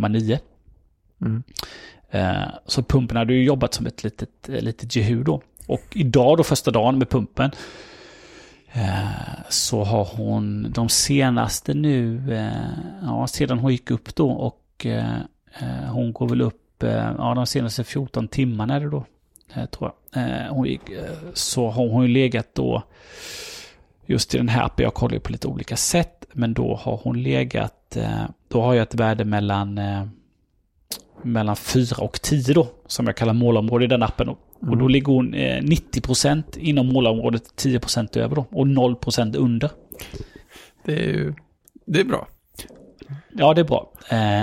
5,9. Så pumpen hade ju jobbat som ett litet jehu då. Och idag då, första dagen med pumpen, så har hon de senaste nu, sedan hon gick upp då, och hon går väl upp de senaste 14 timmarna är det då, tror jag. Så har hon ju legat då, just i den här appen, jag kollar ju på lite olika sätt, men då har hon legat, då har jag ett värde mellan 4 och 10 då, som jag kallar målområde i den appen då. Och då ligger hon 90% inom målområdet, 10% över då, och 0% under. Det är bra. Ja, det är bra.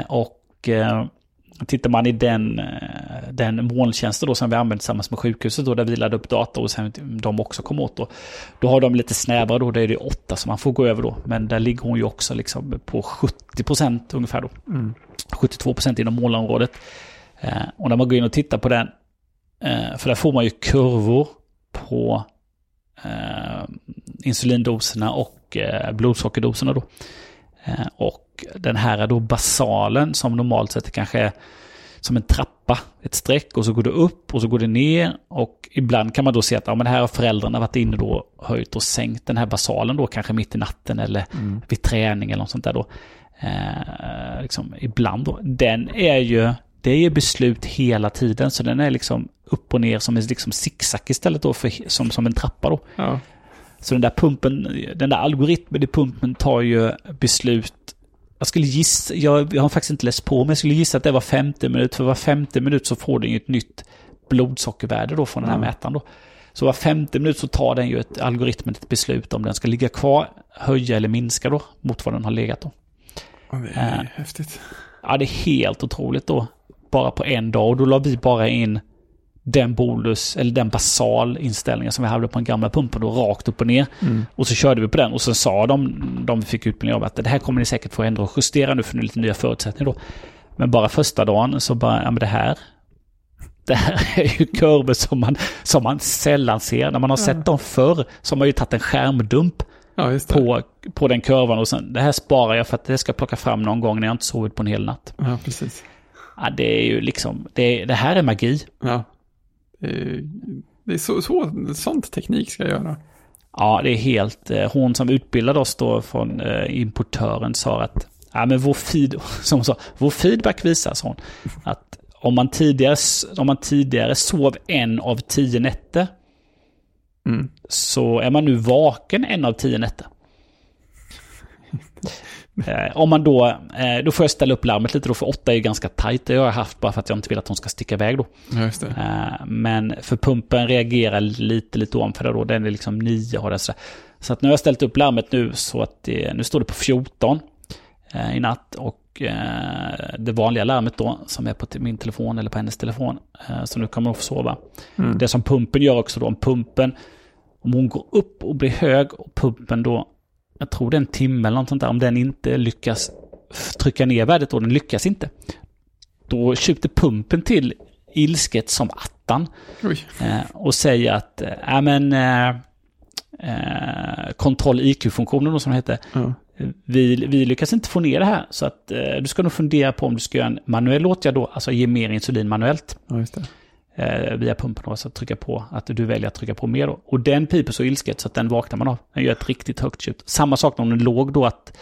Tittar man i den molntjänsten då som vi använder tillsammans med sjukhuset då, där vi laddade upp data och sen de också kom åt då har de lite snävare då, där är det 8 som man får gå över då, men där ligger hon ju också liksom på 70% ungefär då. 72% inom målområdet. Och när man går in och tittar på den, för där får man ju kurvor på insulindoserna och blodsockerdoserna då. Och den här är då basalen, som normalt sett kanske är som en trappa, ett streck, och så går det upp och så går det ner, och ibland kan man då se att men här har föräldrarna varit inne då, höjt och sänkt den här basalen då, kanske mitt i natten eller vid träning eller något sånt där då. Liksom ibland då. Det är beslut hela tiden, så den är liksom upp och ner som en liksom zigzag istället då, som en trappa då. Ja. Så den där pumpen, den där algoritmen i pumpen tar ju beslut. Jag skulle gissa, jag har faktiskt inte läst på, men jag skulle gissa att det var 50 minut. För var 50 minut så får den ju ett nytt blodsockervärde då från den här mätaren då. Så var 50 minut så tar den ju algoritmen ett beslut om den ska ligga kvar, höja eller minska då mot vad den har legat då. Ja, det är häftigt. Ja, det är helt otroligt då. Bara på en dag, och då la vi bara in den bolus eller den basalinställningen som vi hade på den gamla pumpen då, rakt upp och ner. Och så körde vi på den, och så sa de vi fick utbildning av att det här kommer ni säkert få ändra och justera nu för nu lite nya förutsättningar då. Men bara första dagen så bara, men det här är ju kurvor som man sällan ser. När man har sett dem förr så har man ju tagit en skärmdump på den kurvan, och sen, det här sparar jag för att det ska plocka fram någon gång när jag inte sovit på en hel natt. Ja, precis. Ja, det är ju liksom, det här är magi. Ja. Det är sånt teknik ska göra. Ja, det är helt. Hon som utbildade oss då från importören sa att men vår feedback visar sån att om man tidigare sov 1 av 10 nätter så är man nu vaken 1 av 10 nätter. Om man då får jag ställa upp larmet lite då, för 8 är ju ganska tajt. Det har jag haft bara för att jag inte vill att hon ska sticka iväg då. Ja, just det. Men för pumpen reagerar lite ovanför det då. Den är liksom 9 har det så att nu har jag ställt upp larmet nu så att nu står det på 14 i natt, och det vanliga larmet då som är på min telefon eller på hennes telefon, så nu kan man få sova. Det som pumpen gör också då, om hon går upp och blir hög och pumpen då, jag tror det är en timme eller något sånt där, om den inte lyckas trycka ner värdet och den lyckas inte, då skjuter pumpen till ilsket som attan och säger att kontroll IQ-funktionen som det heter, vi lyckas inte få ner det här, så att du ska nog fundera på om du ska göra en manuell åtgärd då, alltså ge mer insulin manuellt. Ja, just det. Via pumpen då, så att trycka på, att du väljer att trycka på mer då. Och den piper så ilsket så att den vaknar man av. Den gör ett riktigt högt tjut. Samma sak när den låg då, att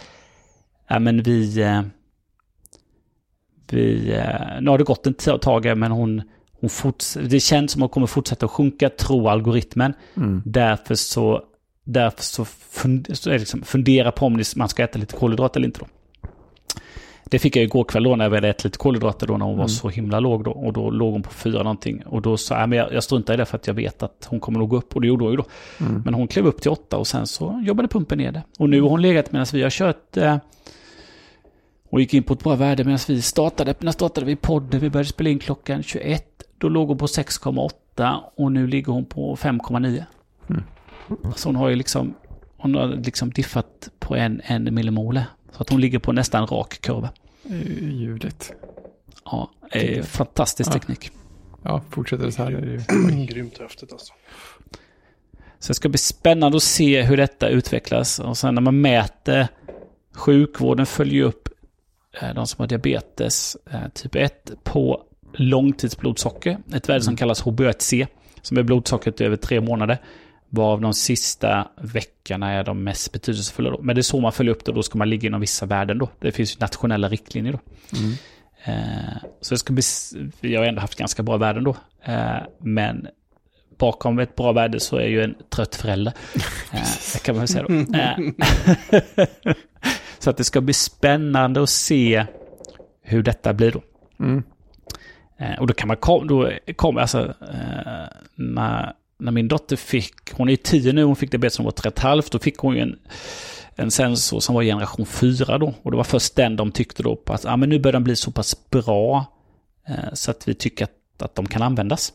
nu har det gått en tag, men hon det känns som att hon kommer fortsätta att sjunka, tror algoritmen. Därför så är det liksom, fundera på om man ska äta lite kolhydrat eller inte då. Det fick jag igår kväll då när jag hade ätit lite kolhydrater då när hon var så himla låg då. Och då låg hon på 4 någonting. Och då sa men jag struntar i det för att jag vet att hon kommer nog gå upp. Och det gjorde hon ju då. Men hon klev upp till 8 och sen så jobbade pumpen ner det. Och nu har hon legat medan vi har kört och gick in på ett bra värde medan vi startade. När startade vi podden, vi började spela in klockan 21. Då låg hon på 6,8 och nu ligger hon på 5,9. Så hon har ju liksom diffat på en millimole. Så att hon ligger på nästan rak kurva. Ljuvligt. Ja, fantastisk teknik. Ja, fortsätter det så här. Det är ju grymt häftigt alltså. Så det ska bli spännande att se hur detta utvecklas. Och sen när man mäter sjukvården följer upp de som har diabetes typ 1 på långtidsblodsocker. Ett värde som kallas HbA1c som är blodsockret över 3 månader. Varav de sista veckorna är de mest betydelsefulla då. Men det är så man följer upp det och då ska man ligga inom vissa värden då. Det finns ju nationella riktlinjer då. Så det ska bli, vi har ändå haft ganska bra värden då. Men bakom ett bra värde så är ju en trött förälder. Det kan man väl säga då. Så att det ska bli spännande att se hur detta blir då. Och då kan man komma alltså när min dotter hon är 10 nu, hon fick diabetes som var 3,5, då fick hon ju en sensor som var generation 4 då. Och det var först den de tyckte då på att men nu börjar den bli så pass bra så att vi tycker att de kan användas.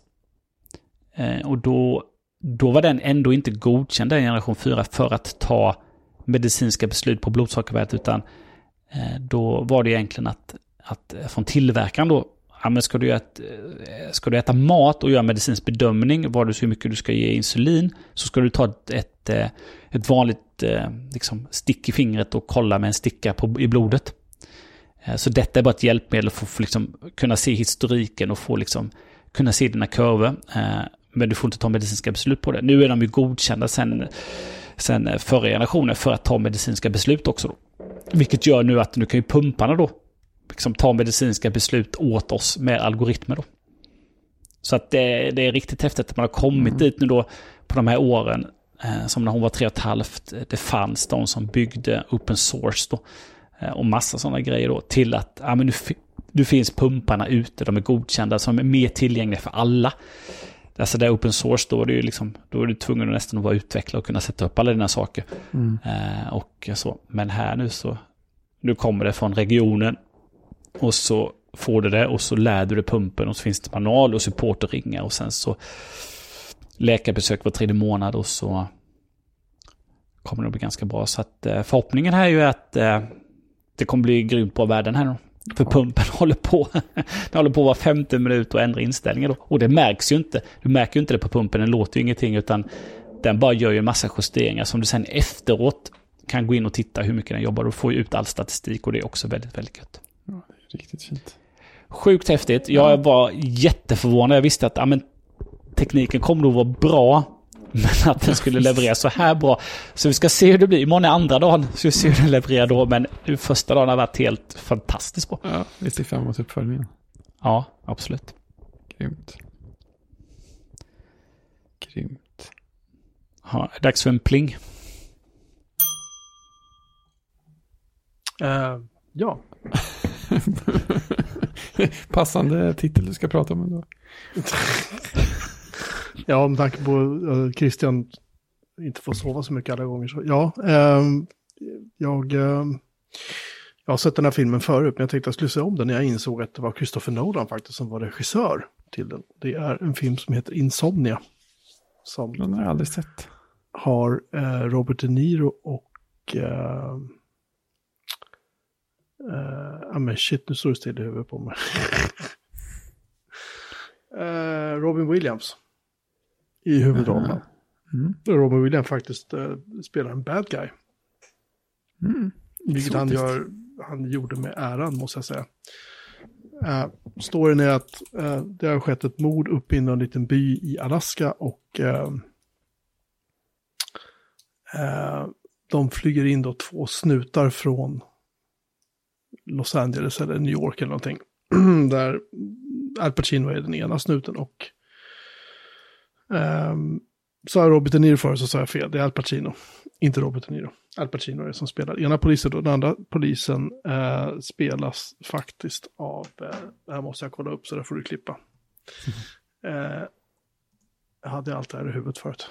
Och då var den ändå inte godkänd, den generation 4, för att ta medicinska beslut på blodsockervärdet, utan då var det egentligen att från tillverkaren då, men ska du äta mat och göra medicinsk bedömning var du så mycket du ska ge insulin, så ska du ta ett vanligt liksom stick i fingret och kolla med en sticka i blodet. Så detta är bara ett hjälpmedel för att liksom kunna se historiken och få liksom kunna se dina kurvor. Men du får inte ta medicinska beslut på det. Nu är de ju godkända sen förra generationen för att ta medicinska beslut också då. Vilket gör nu att nu kan ju pumparna då liksom ta medicinska beslut åt oss med algoritmer då. Så att det är riktigt häftigt att man har kommit dit nu då på de här åren som när hon var 3,5. Det fanns de som byggde open source då och massa sådana grejer då till att men nu finns pumparna ute, de är godkända, som är mer tillgängliga för alla. Alltså det är open source då är det ju liksom, då är du tvungen nästan att vara utvecklare och kunna sätta upp alla dina saker. Och så. Men här nu kommer det från regionen och så får du det och så lär du dig pumpen och så finns det manual och support och ringa och sen så läkarbesök var 3:e månad och så kommer det bli ganska bra. Så att förhoppningen här är ju att det kommer bli grymt på världen här då. För pumpen håller på var 50 minut och ändra inställningar då. Och det märks ju inte. Du märker ju inte det på pumpen, den låter ju ingenting, utan den bara gör ju en massa justeringar som du sen efteråt kan gå in och titta hur mycket den jobbar och få ut all statistik, och det är också väldigt, väldigt gött. Ja, det är riktigt fint. Sjukt häftigt. Jag var jätteförvånad. Jag visste att tekniken kommer nog vara bra, men att den skulle leverera så här bra. Så vi ska se hur det blir. Imorgon är andra dagen, så vi ser hur den levererar då. Men första dagen har varit helt fantastiskt bra. Ja, vi ser fram emot uppföljningen. Ja, absolut. Grymt. Ja, dags för en pling. Ja. Passande titel du ska prata om ändå. Ja, med tanke på Christian inte får sova så mycket alla gånger. Så, ja, jag har sett den här filmen förut, men jag tänkte att jag skulle se om den när jag insåg att det var Christopher Nolan faktiskt som var regissör till den. Det är en film som heter Insomnia. Som den har jag aldrig sett. Har Robert De Niro och men shit, nu står det still i huvudet på mig. Robin Williams i huvudrollen. Robin Williams faktiskt spelar en bad guy. Vilket han gjorde med äran, måste jag säga. Storyn är att det har skett ett mord uppe i en liten by i Alaska och de flyger in då 2 snutar från Los Angeles eller New York eller någonting. Där Al Pacino är den ena snuten och sa Robert De Niro förut så sa jag fel. Det är Al Pacino. Inte Robert De Niro. Al Pacino är det som spelar. Ena polisen och den andra polisen spelas faktiskt av... det här måste jag kolla upp så där får du klippa. Jag hade allt det här i huvudet förut.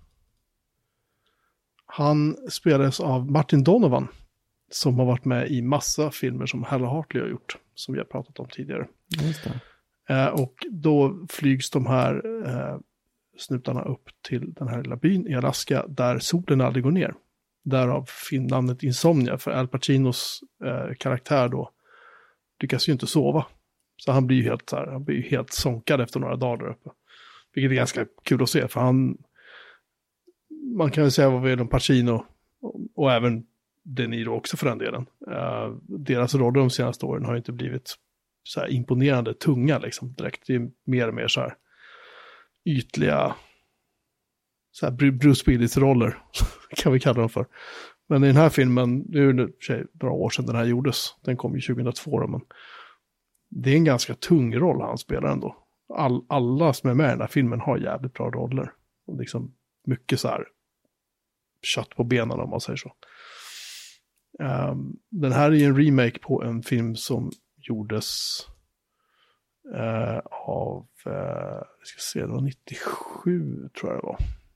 Han spelades av Martin Donovan. Som har varit med i massa filmer som Hal Hartley har gjort. Som vi har pratat om tidigare. Just det. Och då flygs de här snutarna upp till den här lilla byn i Alaska. Där solen aldrig går ner. Därav filmnamnet Insomnia. För Al Pacinos karaktär då lyckas ju inte sova. Så han blir ju helt sonkad efter några dagar där uppe. Vilket är ganska kul att se. För man kan ju säga vad vi är om Pacino och även De Niro också för den delen. Deras roller de senaste åren har ju inte blivit så här imponerande tunga liksom direkt. Det är mer och mer så här ytliga så här Bruce Willis roller kan vi kalla dem för. Men i den här filmen, nu är det några år sedan den här gjordes. Den kom ju 2002 då, men det är en ganska tung roll han spelar ändå. Alla som är med i den här filmen har jävligt bra roller. Och liksom mycket så här kött på benen om man säger så. Den här är en remake på en film som gjordes av det var 97 tror jag det var.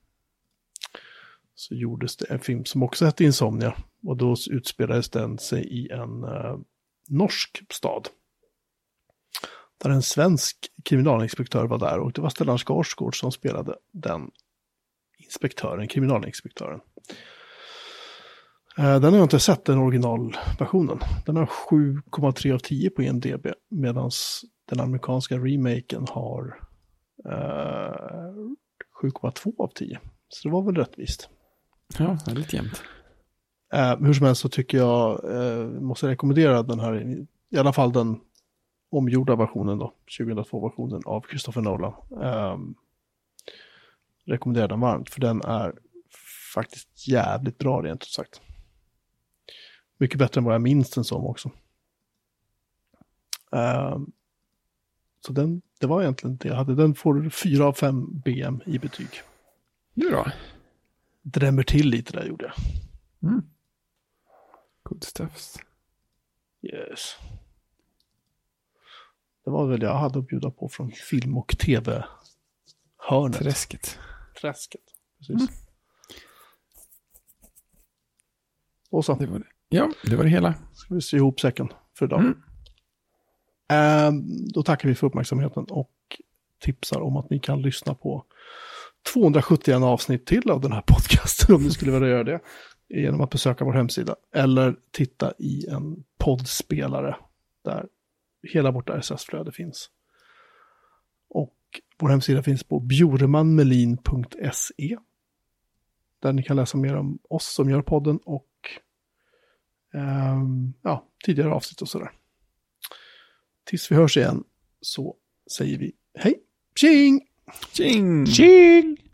Så gjordes det en film som också hette Insomnia. Och då utspelades den sig i en norsk stad. Där en svensk kriminalinspektör var där. Och det var Stellan Skarsgård som spelade den kriminalinspektören. Den har jag inte sett, den originalversionen. Den har 7,3 av 10 på IMDb. Medan den amerikanska remaken har 7,2 av 10. Så det var väl rättvist. Ja, det är lite jämnt. Hur som helst så tycker jag måste rekommendera den här, i alla fall den omgjorda versionen då, 2002-versionen av Christopher Nolan. Rekommenderar den varmt, för den är faktiskt jävligt bra rent ut sagt. Mycket bättre än vad jag minns den som också. Så det var egentligen det jag hade. Den får 4 av 5 BM i betyg. Det är bra. Drämmer till lite där gjorde jag. Good stuffs. Yes. Det var väl jag hade att bjuda på från film- och tv-hörnet. Träsket. Precis. Och så. Det var det. Ja, det var det hela. Ska vi se ihop säcken för idag. Då tackar vi för uppmärksamheten och tipsar om att ni kan lyssna på 271 avsnitt till av den här podcasten om ni skulle vilja göra det genom att besöka vår hemsida eller titta i en poddspelare där hela vårt RSS-flöde finns. Och vår hemsida finns på bjoremanmelin.se där ni kan läsa mer om oss som gör podden och tidigare avsnitt och sådär. Tills vi hörs igen så säger vi hej! Tjing! Tjing! Tjing!